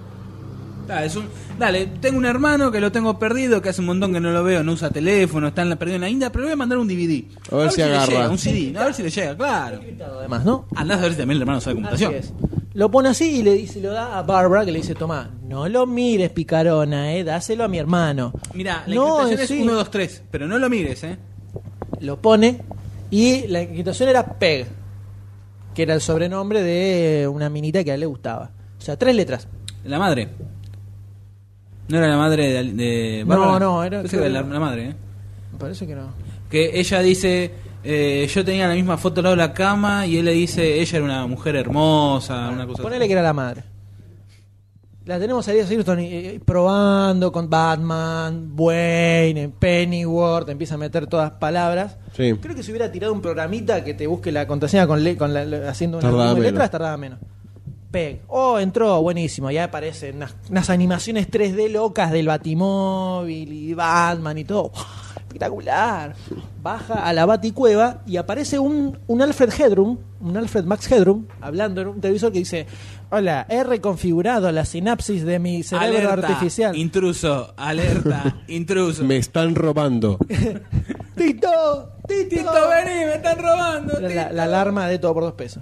Dale, es un- dale, tengo un hermano que lo tengo perdido, que hace un montón que no lo veo, no usa teléfono, está en la, perdido en la India, pero le voy a mandar un D V D. A ver si le agarra. llega, un C D, a ver si le llega, claro. Además, ¿no? Andás a ver si también el hermano sabe computación. Así es. Lo pone así y le dice, lo da a Barbara, que le dice, toma, no lo mires, picarona, eh, dáselo a mi hermano. Mirá, la No, encriptación es sí. uno, dos, tres, pero no lo mires, eh. Lo pone y la encriptación era Peg, que era el sobrenombre de una minita que a él le gustaba. O sea, tres letras. La madre. No era la madre de, de No, Bárbara? no, era- Pensé que creo era la, que- la madre, eh. Me parece que no. Que ella dice, eh, yo tenía la misma foto al lado de la cama y él le dice, ella era una mujer hermosa, una cosa Ponele que era la madre. La tenemos ahí a Silverstone eh, probando con Batman, Wayne, Pennyworth, empieza a meter todas palabras. Sí. Creo que si hubiera tirado un programita que te busque la contraseña con, le- con la- la- haciendo una Tardaba una menos. letra, tardaba menos. Peg. Oh, entró, buenísimo. Ya aparecen unas, unas animaciones tres D locas del Batimóvil y Batman y todo. Espectacular. Baja a la Baticueva y aparece un, un Alfred Headroom, un Alfred Max Headroom, hablando en un televisor que dice: hola, he reconfigurado la sinapsis de mi cerebro Alerta, artificial. Intruso, alerta, intruso. Me están robando. ¡Tito! ¡Tito! Tito, vení, me están robando. Era la, Tito. la alarma de todo por dos pesos.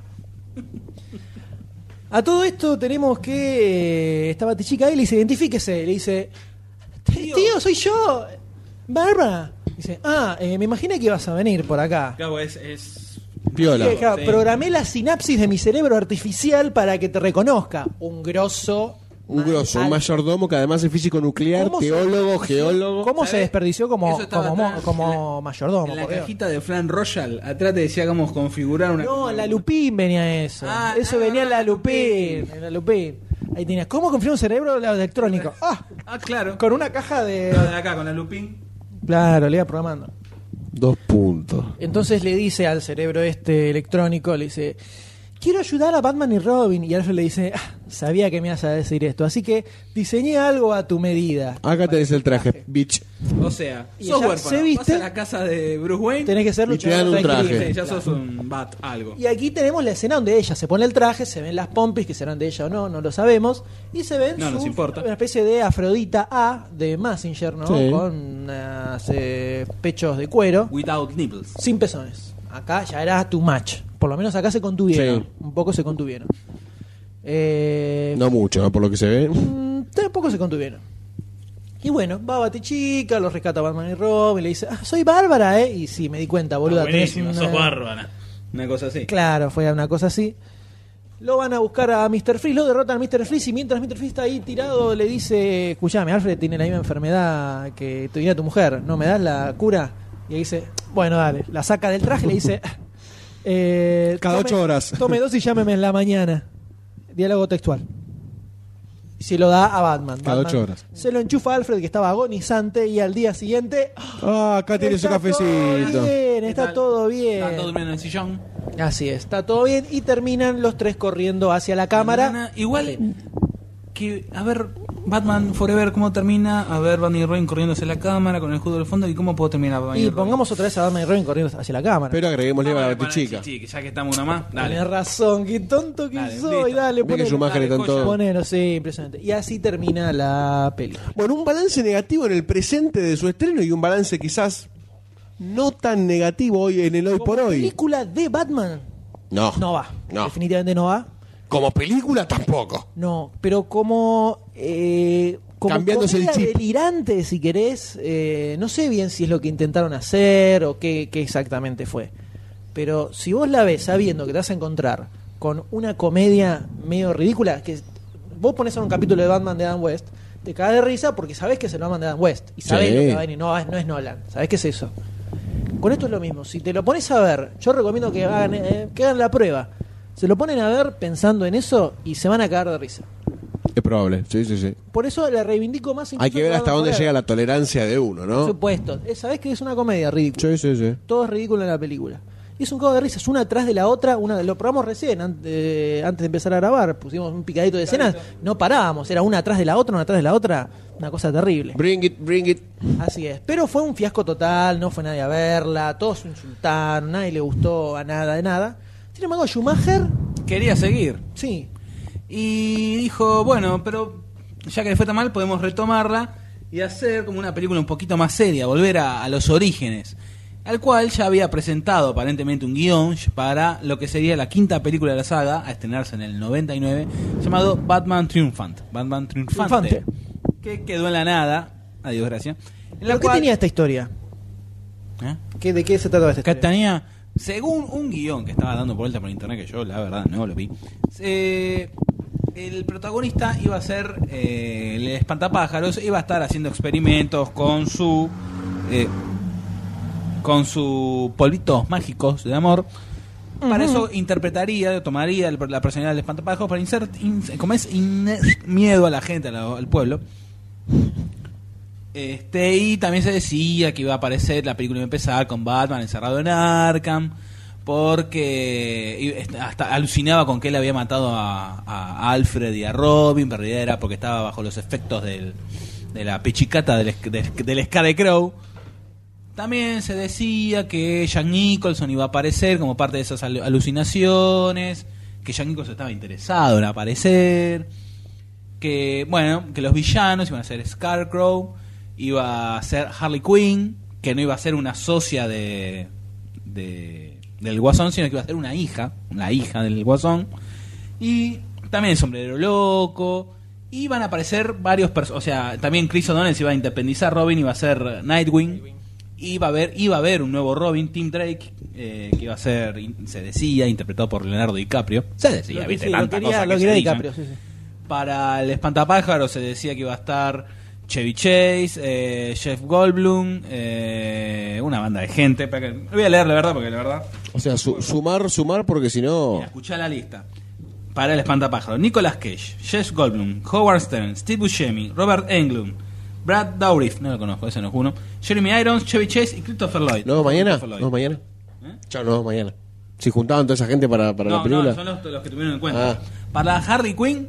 A todo esto tenemos que eh, esta Batichica ahí le dice: identifíquese. Le dice: Tío. tío, soy yo, Bárbara. Dice: ah, eh, me imaginé que ibas a venir por acá. Claro, es, es... Piola. Sí, claro, Sí. programé la sinapsis de mi cerebro artificial para que te reconozca. Un grosso. Un grosso, un al- mayordomo que además es físico nuclear, ¿Cómo se teólogo, desperdició? geólogo. ¿Cómo se ¿Sabés? desperdició como, Eso estaba como, mo- atrás, como en la- mayordomo? En la por Dios? cajita de Flan Royal, atrás te decía cómo configurar una... No, en la Lupin venía eso. Ah, eso ah, venía en la la Lupin. Lupin. En la Lupin. Ahí tenías: ¿cómo configura un cerebro electrónico? Ah, Ah, claro. con una caja de. Con la de acá, con la Lupin. Claro, le iba programando. Dos puntos. Entonces le dice al cerebro este electrónico, le dice: quiero ayudar a Batman y Robin. Y Alfred le dice: ah, sabía que me ibas a decir esto, así que diseñé algo a tu medida. Acá tenés el traje, bitch. O sea, Y sos ya huérfano. se viste. Vas a la casa de Bruce Wayne. Tenés que ser Y te dan luchador un contra el traje. crimen. Sí, ya Claro. sos un bat algo. Y aquí tenemos la escena donde ella se pone el traje, se ven las pompis, que serán de ella o no, no lo sabemos, y se ven No nos su- importa. una especie de Afrodita A de Mazinger, ¿no? Sí. Con unas, eh, pechos de cuero, Without nipples. sin pezones. Acá ya era too much. Por lo menos acá se contuvieron. Sí. Un poco se contuvieron. Eh, No mucho, ¿no? Por lo que se ve. mm, tampoco se contuvieron. Y bueno, va Batichica, los rescata Batman y Robin, le dice: ah, soy Bárbara, ¿eh? Y sí, me di cuenta, boluda. Ah, tenés buenísimo, una- sos bárbara. Una cosa así. Claro, fue una cosa así. Lo van a buscar a mister Freeze, lo derrotan a mister Freeze y mientras mister Freeze está ahí tirado le dice: escuchame, Alfred tiene la misma enfermedad que tuviera tu mujer, ¿no me das la cura? Y ahí dice: bueno, dale, la saca del traje y le dice: eh, Cada tome- ocho horas. Tome dos y llámeme en la mañana. Diálogo textual. Y se lo da a Batman. Cada Batman ocho horas. Se lo enchufa a Alfred, que estaba agonizante, y al día siguiente... Ah, acá tiene su está todo cafecito. bien, ¿Qué está tal? todo bien. Están todos durmiendo en el sillón. Así es, está todo bien y terminan los tres corriendo hacia la cámara. Nana, igual que, a ver, Batman Forever, ¿cómo termina? A ver, Batman y Robin corriendo hacia la cámara con el escudo del fondo. ¿Y cómo puedo terminar Batman Y Robin? pongamos otra vez a Batman y Robin corriendo hacia la cámara. Pero agreguémosle Ah, a la bueno, Batichica. sí, sí, que ya que estamos una más, dale. Tenés razón, qué tonto que Dale, soy. listo. Dale, Ve que ponelo. Schumacher dale, está en joya. todo. Ponelo, sí, impresionante. Y así termina la película. Bueno, un balance negativo en el presente de su estreno y un balance quizás no tan negativo hoy en el hoy por Como hoy. película de Batman No. no va. No. Definitivamente no va. Como película tampoco. No, pero como eh, como Cambiándose el comedia chip. delirante, si querés, eh, no sé bien si es lo que intentaron hacer o qué, qué exactamente fue. Pero si vos la ves sabiendo que te vas a encontrar con una comedia medio ridícula, que vos pones en un capítulo de Batman de Adam West, te cagas de risa porque sabés que es el Batman de Adam West y sabés Sí. lo que va a venir, no, no es Nolan, sabés qué es eso. Con esto es lo mismo, si te lo pones a ver, yo recomiendo que hagan, eh, que hagan la prueba. Se lo ponen a ver pensando en eso y se van a cagar de risa. Es probable, sí, sí, sí. Por eso la reivindico más. Hay que ver hasta dónde llega la tolerancia de uno, Por ¿no? supuesto. Eh, Sabés que es una comedia ridícula. Sí, sí, sí. Todo es ridículo en la película. Y es un cago de risas, una atrás de la otra. Una, lo probamos recién, an- eh, antes de empezar a grabar. Pusimos un picadito de escenas. No parábamos, era una atrás de la otra, una atrás de la otra. Una cosa terrible. Bring it, bring it. Así es. Pero fue un fiasco total, no fue nadie a verla. Todos se insultaron, nadie le gustó a nada de nada. Sin embargo, Schumacher, Quería seguir. sí. Y dijo, bueno, pero ya que le fue tan mal, podemos retomarla y hacer como una película un poquito más seria, volver a, a los orígenes. Al cual ya había presentado aparentemente un guión para lo que sería la quinta película de la saga, a estrenarse en el noventa y nueve, llamado Batman Triumphant. Batman Triunfante. Triunfante. Que quedó en la nada, adiós, gracias. En ¿Pero qué tenía esta historia? ¿Eh? ¿Qué, ¿De qué se trataba esta Que historia? tenía, según un guión que estaba dando vuelta por internet, que yo la verdad no lo vi, eh, el protagonista iba a ser eh, el espantapájaros, iba a estar haciendo experimentos con su eh, con sus polvitos mágicos de amor. Para eso interpretaría, tomaría el- la personalidad del espantapájaros para inser, in- como es in- miedo a la gente, a la- al pueblo. Este, y también se decía que iba a aparecer, la película iba a empezar con Batman encerrado en Arkham, porque y est- hasta alucinaba con que él había matado a, a Alfred y a Robin, pero en realidad era porque estaba bajo los efectos del, de la pechicata del, esc- del, del Scarecrow. También se decía que Jack Nicholson iba a aparecer como parte de esas alu- alucinaciones, que Jack Nicholson estaba interesado en aparecer, que bueno, que los villanos iban a ser Scarecrow, iba a ser Harley Quinn, que no iba a ser una socia de, de del Guasón, sino que iba a ser una hija, una hija del Guasón, y también el Sombrero Loco. Iban a aparecer varios personajes, o sea, también Chris O'Donnell se iba a independizar, Robin iba a ser Nightwing. Iba a haber iba a haber un nuevo Robin, Tim Drake, eh, que iba a ser, se decía, interpretado por Leonardo DiCaprio. Se decía, Lo- viste, sí, lo tanta quería- cosa lo que quería se DiCaprio, dicen. sí, sí. Para el Espantapájaro se decía que iba a estar Chevy Chase, eh, Jeff Goldblum, eh, una banda de gente. Pero que, voy a leer la verdad, porque la verdad... O sea, su- sumar, sumar, porque si no... Mira, escuchá la lista. Para el Espantapájaro: Nicolas Cage, Jeff Goldblum, Howard Stern, Steve Buscemi, Robert Englund, Brad Dourif, no lo conozco, ese no es uno, Jeremy Irons, Chevy Chase y Christopher Lloyd. ¿No mañana? Christopher Lloyd. ¿No mañana? ¿Eh? Chao, no mañana. Si juntaban toda esa gente para, para no, la película. no, son los, los que tuvieron en cuenta. Ah. Para Harley Quinn,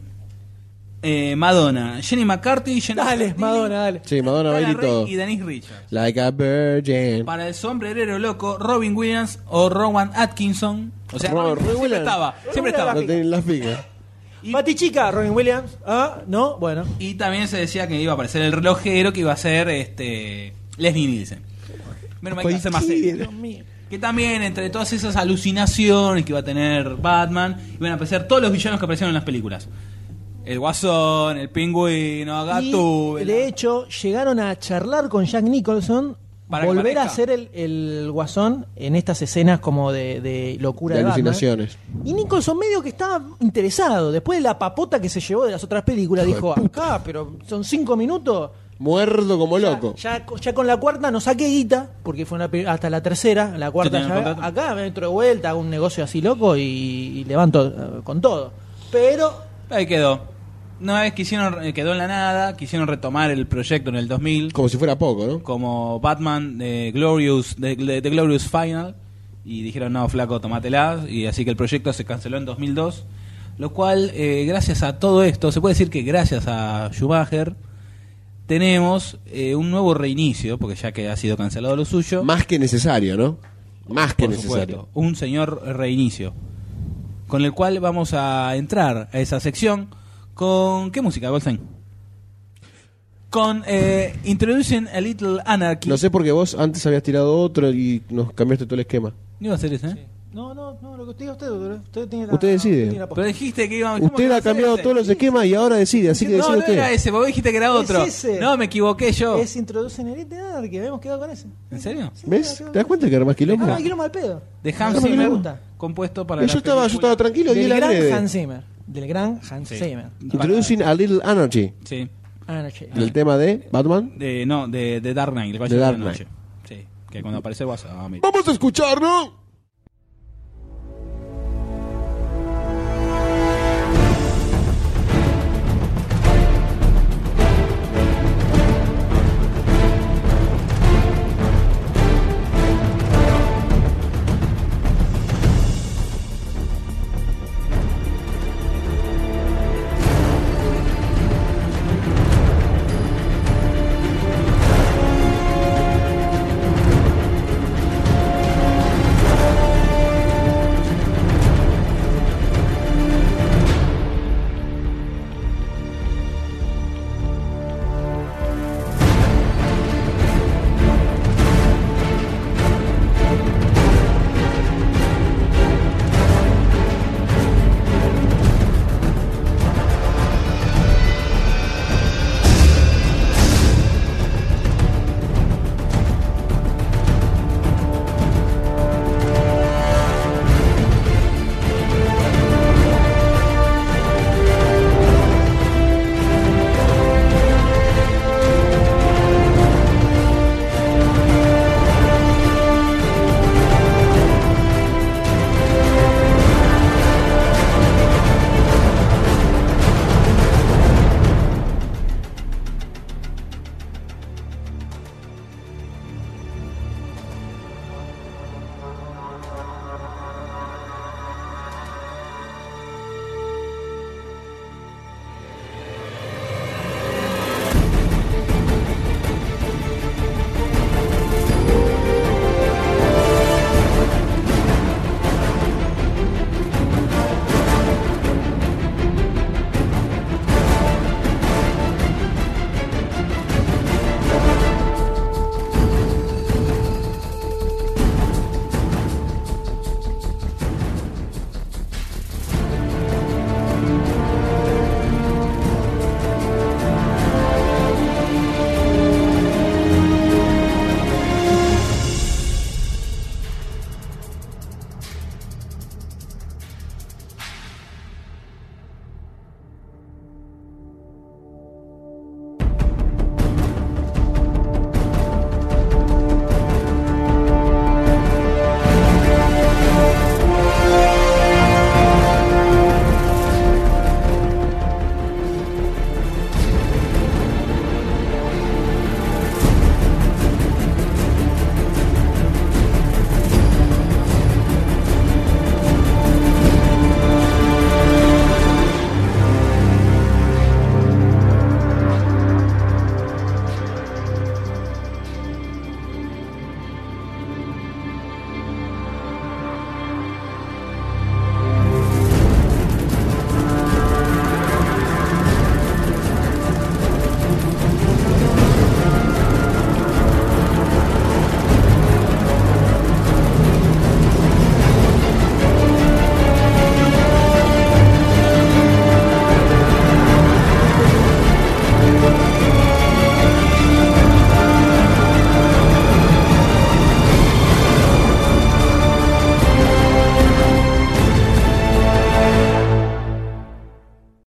eh, Madonna, Jenny McCarthy, Jennifer Dale, Tilly, Madonna, dale. Sí, Madonna Lana Bailey y Rey todo. y Denise Richards. Like a virgin. Para el Sombrerero Loco, Robin Williams o Rowan Atkinson. O sea, Ro- Robin Robin siempre Williams. estaba, siempre Robin estaba. No tienen las pigas. Y, Batichica, Robin Williams. Ah, no, bueno. y también se decía que iba a aparecer el relojero, que iba a ser este Leslie Nielsen. Menos mal que iba a ser más serio. Dios mío. Que también entre todas esas alucinaciones que iba a tener Batman, iban a aparecer todos los villanos que aparecieron en las películas. El Guasón, el Pingüino, Y, Gatúbela. de hecho, llegaron a charlar con Jack Nicholson, Para que volver a aparezca. hacer el, el Guasón en estas escenas como de, de locura De de, Batman. alucinaciones. Y Nicholson medio que estaba interesado. Después de la papota que se llevó de las otras películas, dijo, acá, pero son cinco minutos. Muerdo como Ya, loco. ya, ya con la cuarta no saqué guita, porque fue una pe- hasta la tercera, la cuarta tenía ya, el contrato. acá me entro de vuelta, hago un negocio así loco y, y levanto eh, con todo. Pero Ahí quedó. Una vez quisieron, eh, quedó en la nada, quisieron retomar el proyecto en el dos mil Como si fuera poco, ¿no? como Batman de Glorious, de, de- de Glorious Final, y dijeron, no, flaco, tomátela, y así que el proyecto se canceló en dos mil dos, lo cual, eh, gracias a todo esto, se puede decir que gracias a Schumacher, tenemos eh, un nuevo reinicio, porque ya que ha sido cancelado lo suyo, Más que necesario, ¿no? Más que por necesario. supuesto, un señor reinicio, con el cual vamos a entrar a esa sección con... ¿Qué música, Goldstein? Con eh, Introducing a Little Anarchy. No sé por qué vos antes habías tirado otro y nos cambiaste todo el esquema. ¿No iba a ser ese, eh? no, no, no, lo que diga usted, doctor, usted tiene la, Usted decide. tiene la posta. Pero dijiste que íbamos... ¿cómo que Usted iba a ha ser cambiado ese? todos los esquemas y ahora decide, así que No, decide no usted. era ese, vos dijiste que era otro. Es ese. No, me equivoqué yo. Es Introducen el Elite Anarchy, habíamos quedado con ese. ¿En serio? Sí, ¿Ves? habíamos quedado ¿Te das cuenta que era más con- quilombo? Ah, quilombo al pedo. De Ah, Hans me Zimmer, gusta. compuesto para Yo la estaba, yo película. estaba tranquilo y Del él gran agrede. Hans Zimmer. Del gran Hans Sí. Zimmer. Introducing a Little Anarchy. Sí. Anarchy. Del tema de Batman. De, no, de, de Dark Knight. El De Caballero Dark la Noche. Sí. Que cuando aparece el WhatsApp... Vamos a escuchar, ¿no?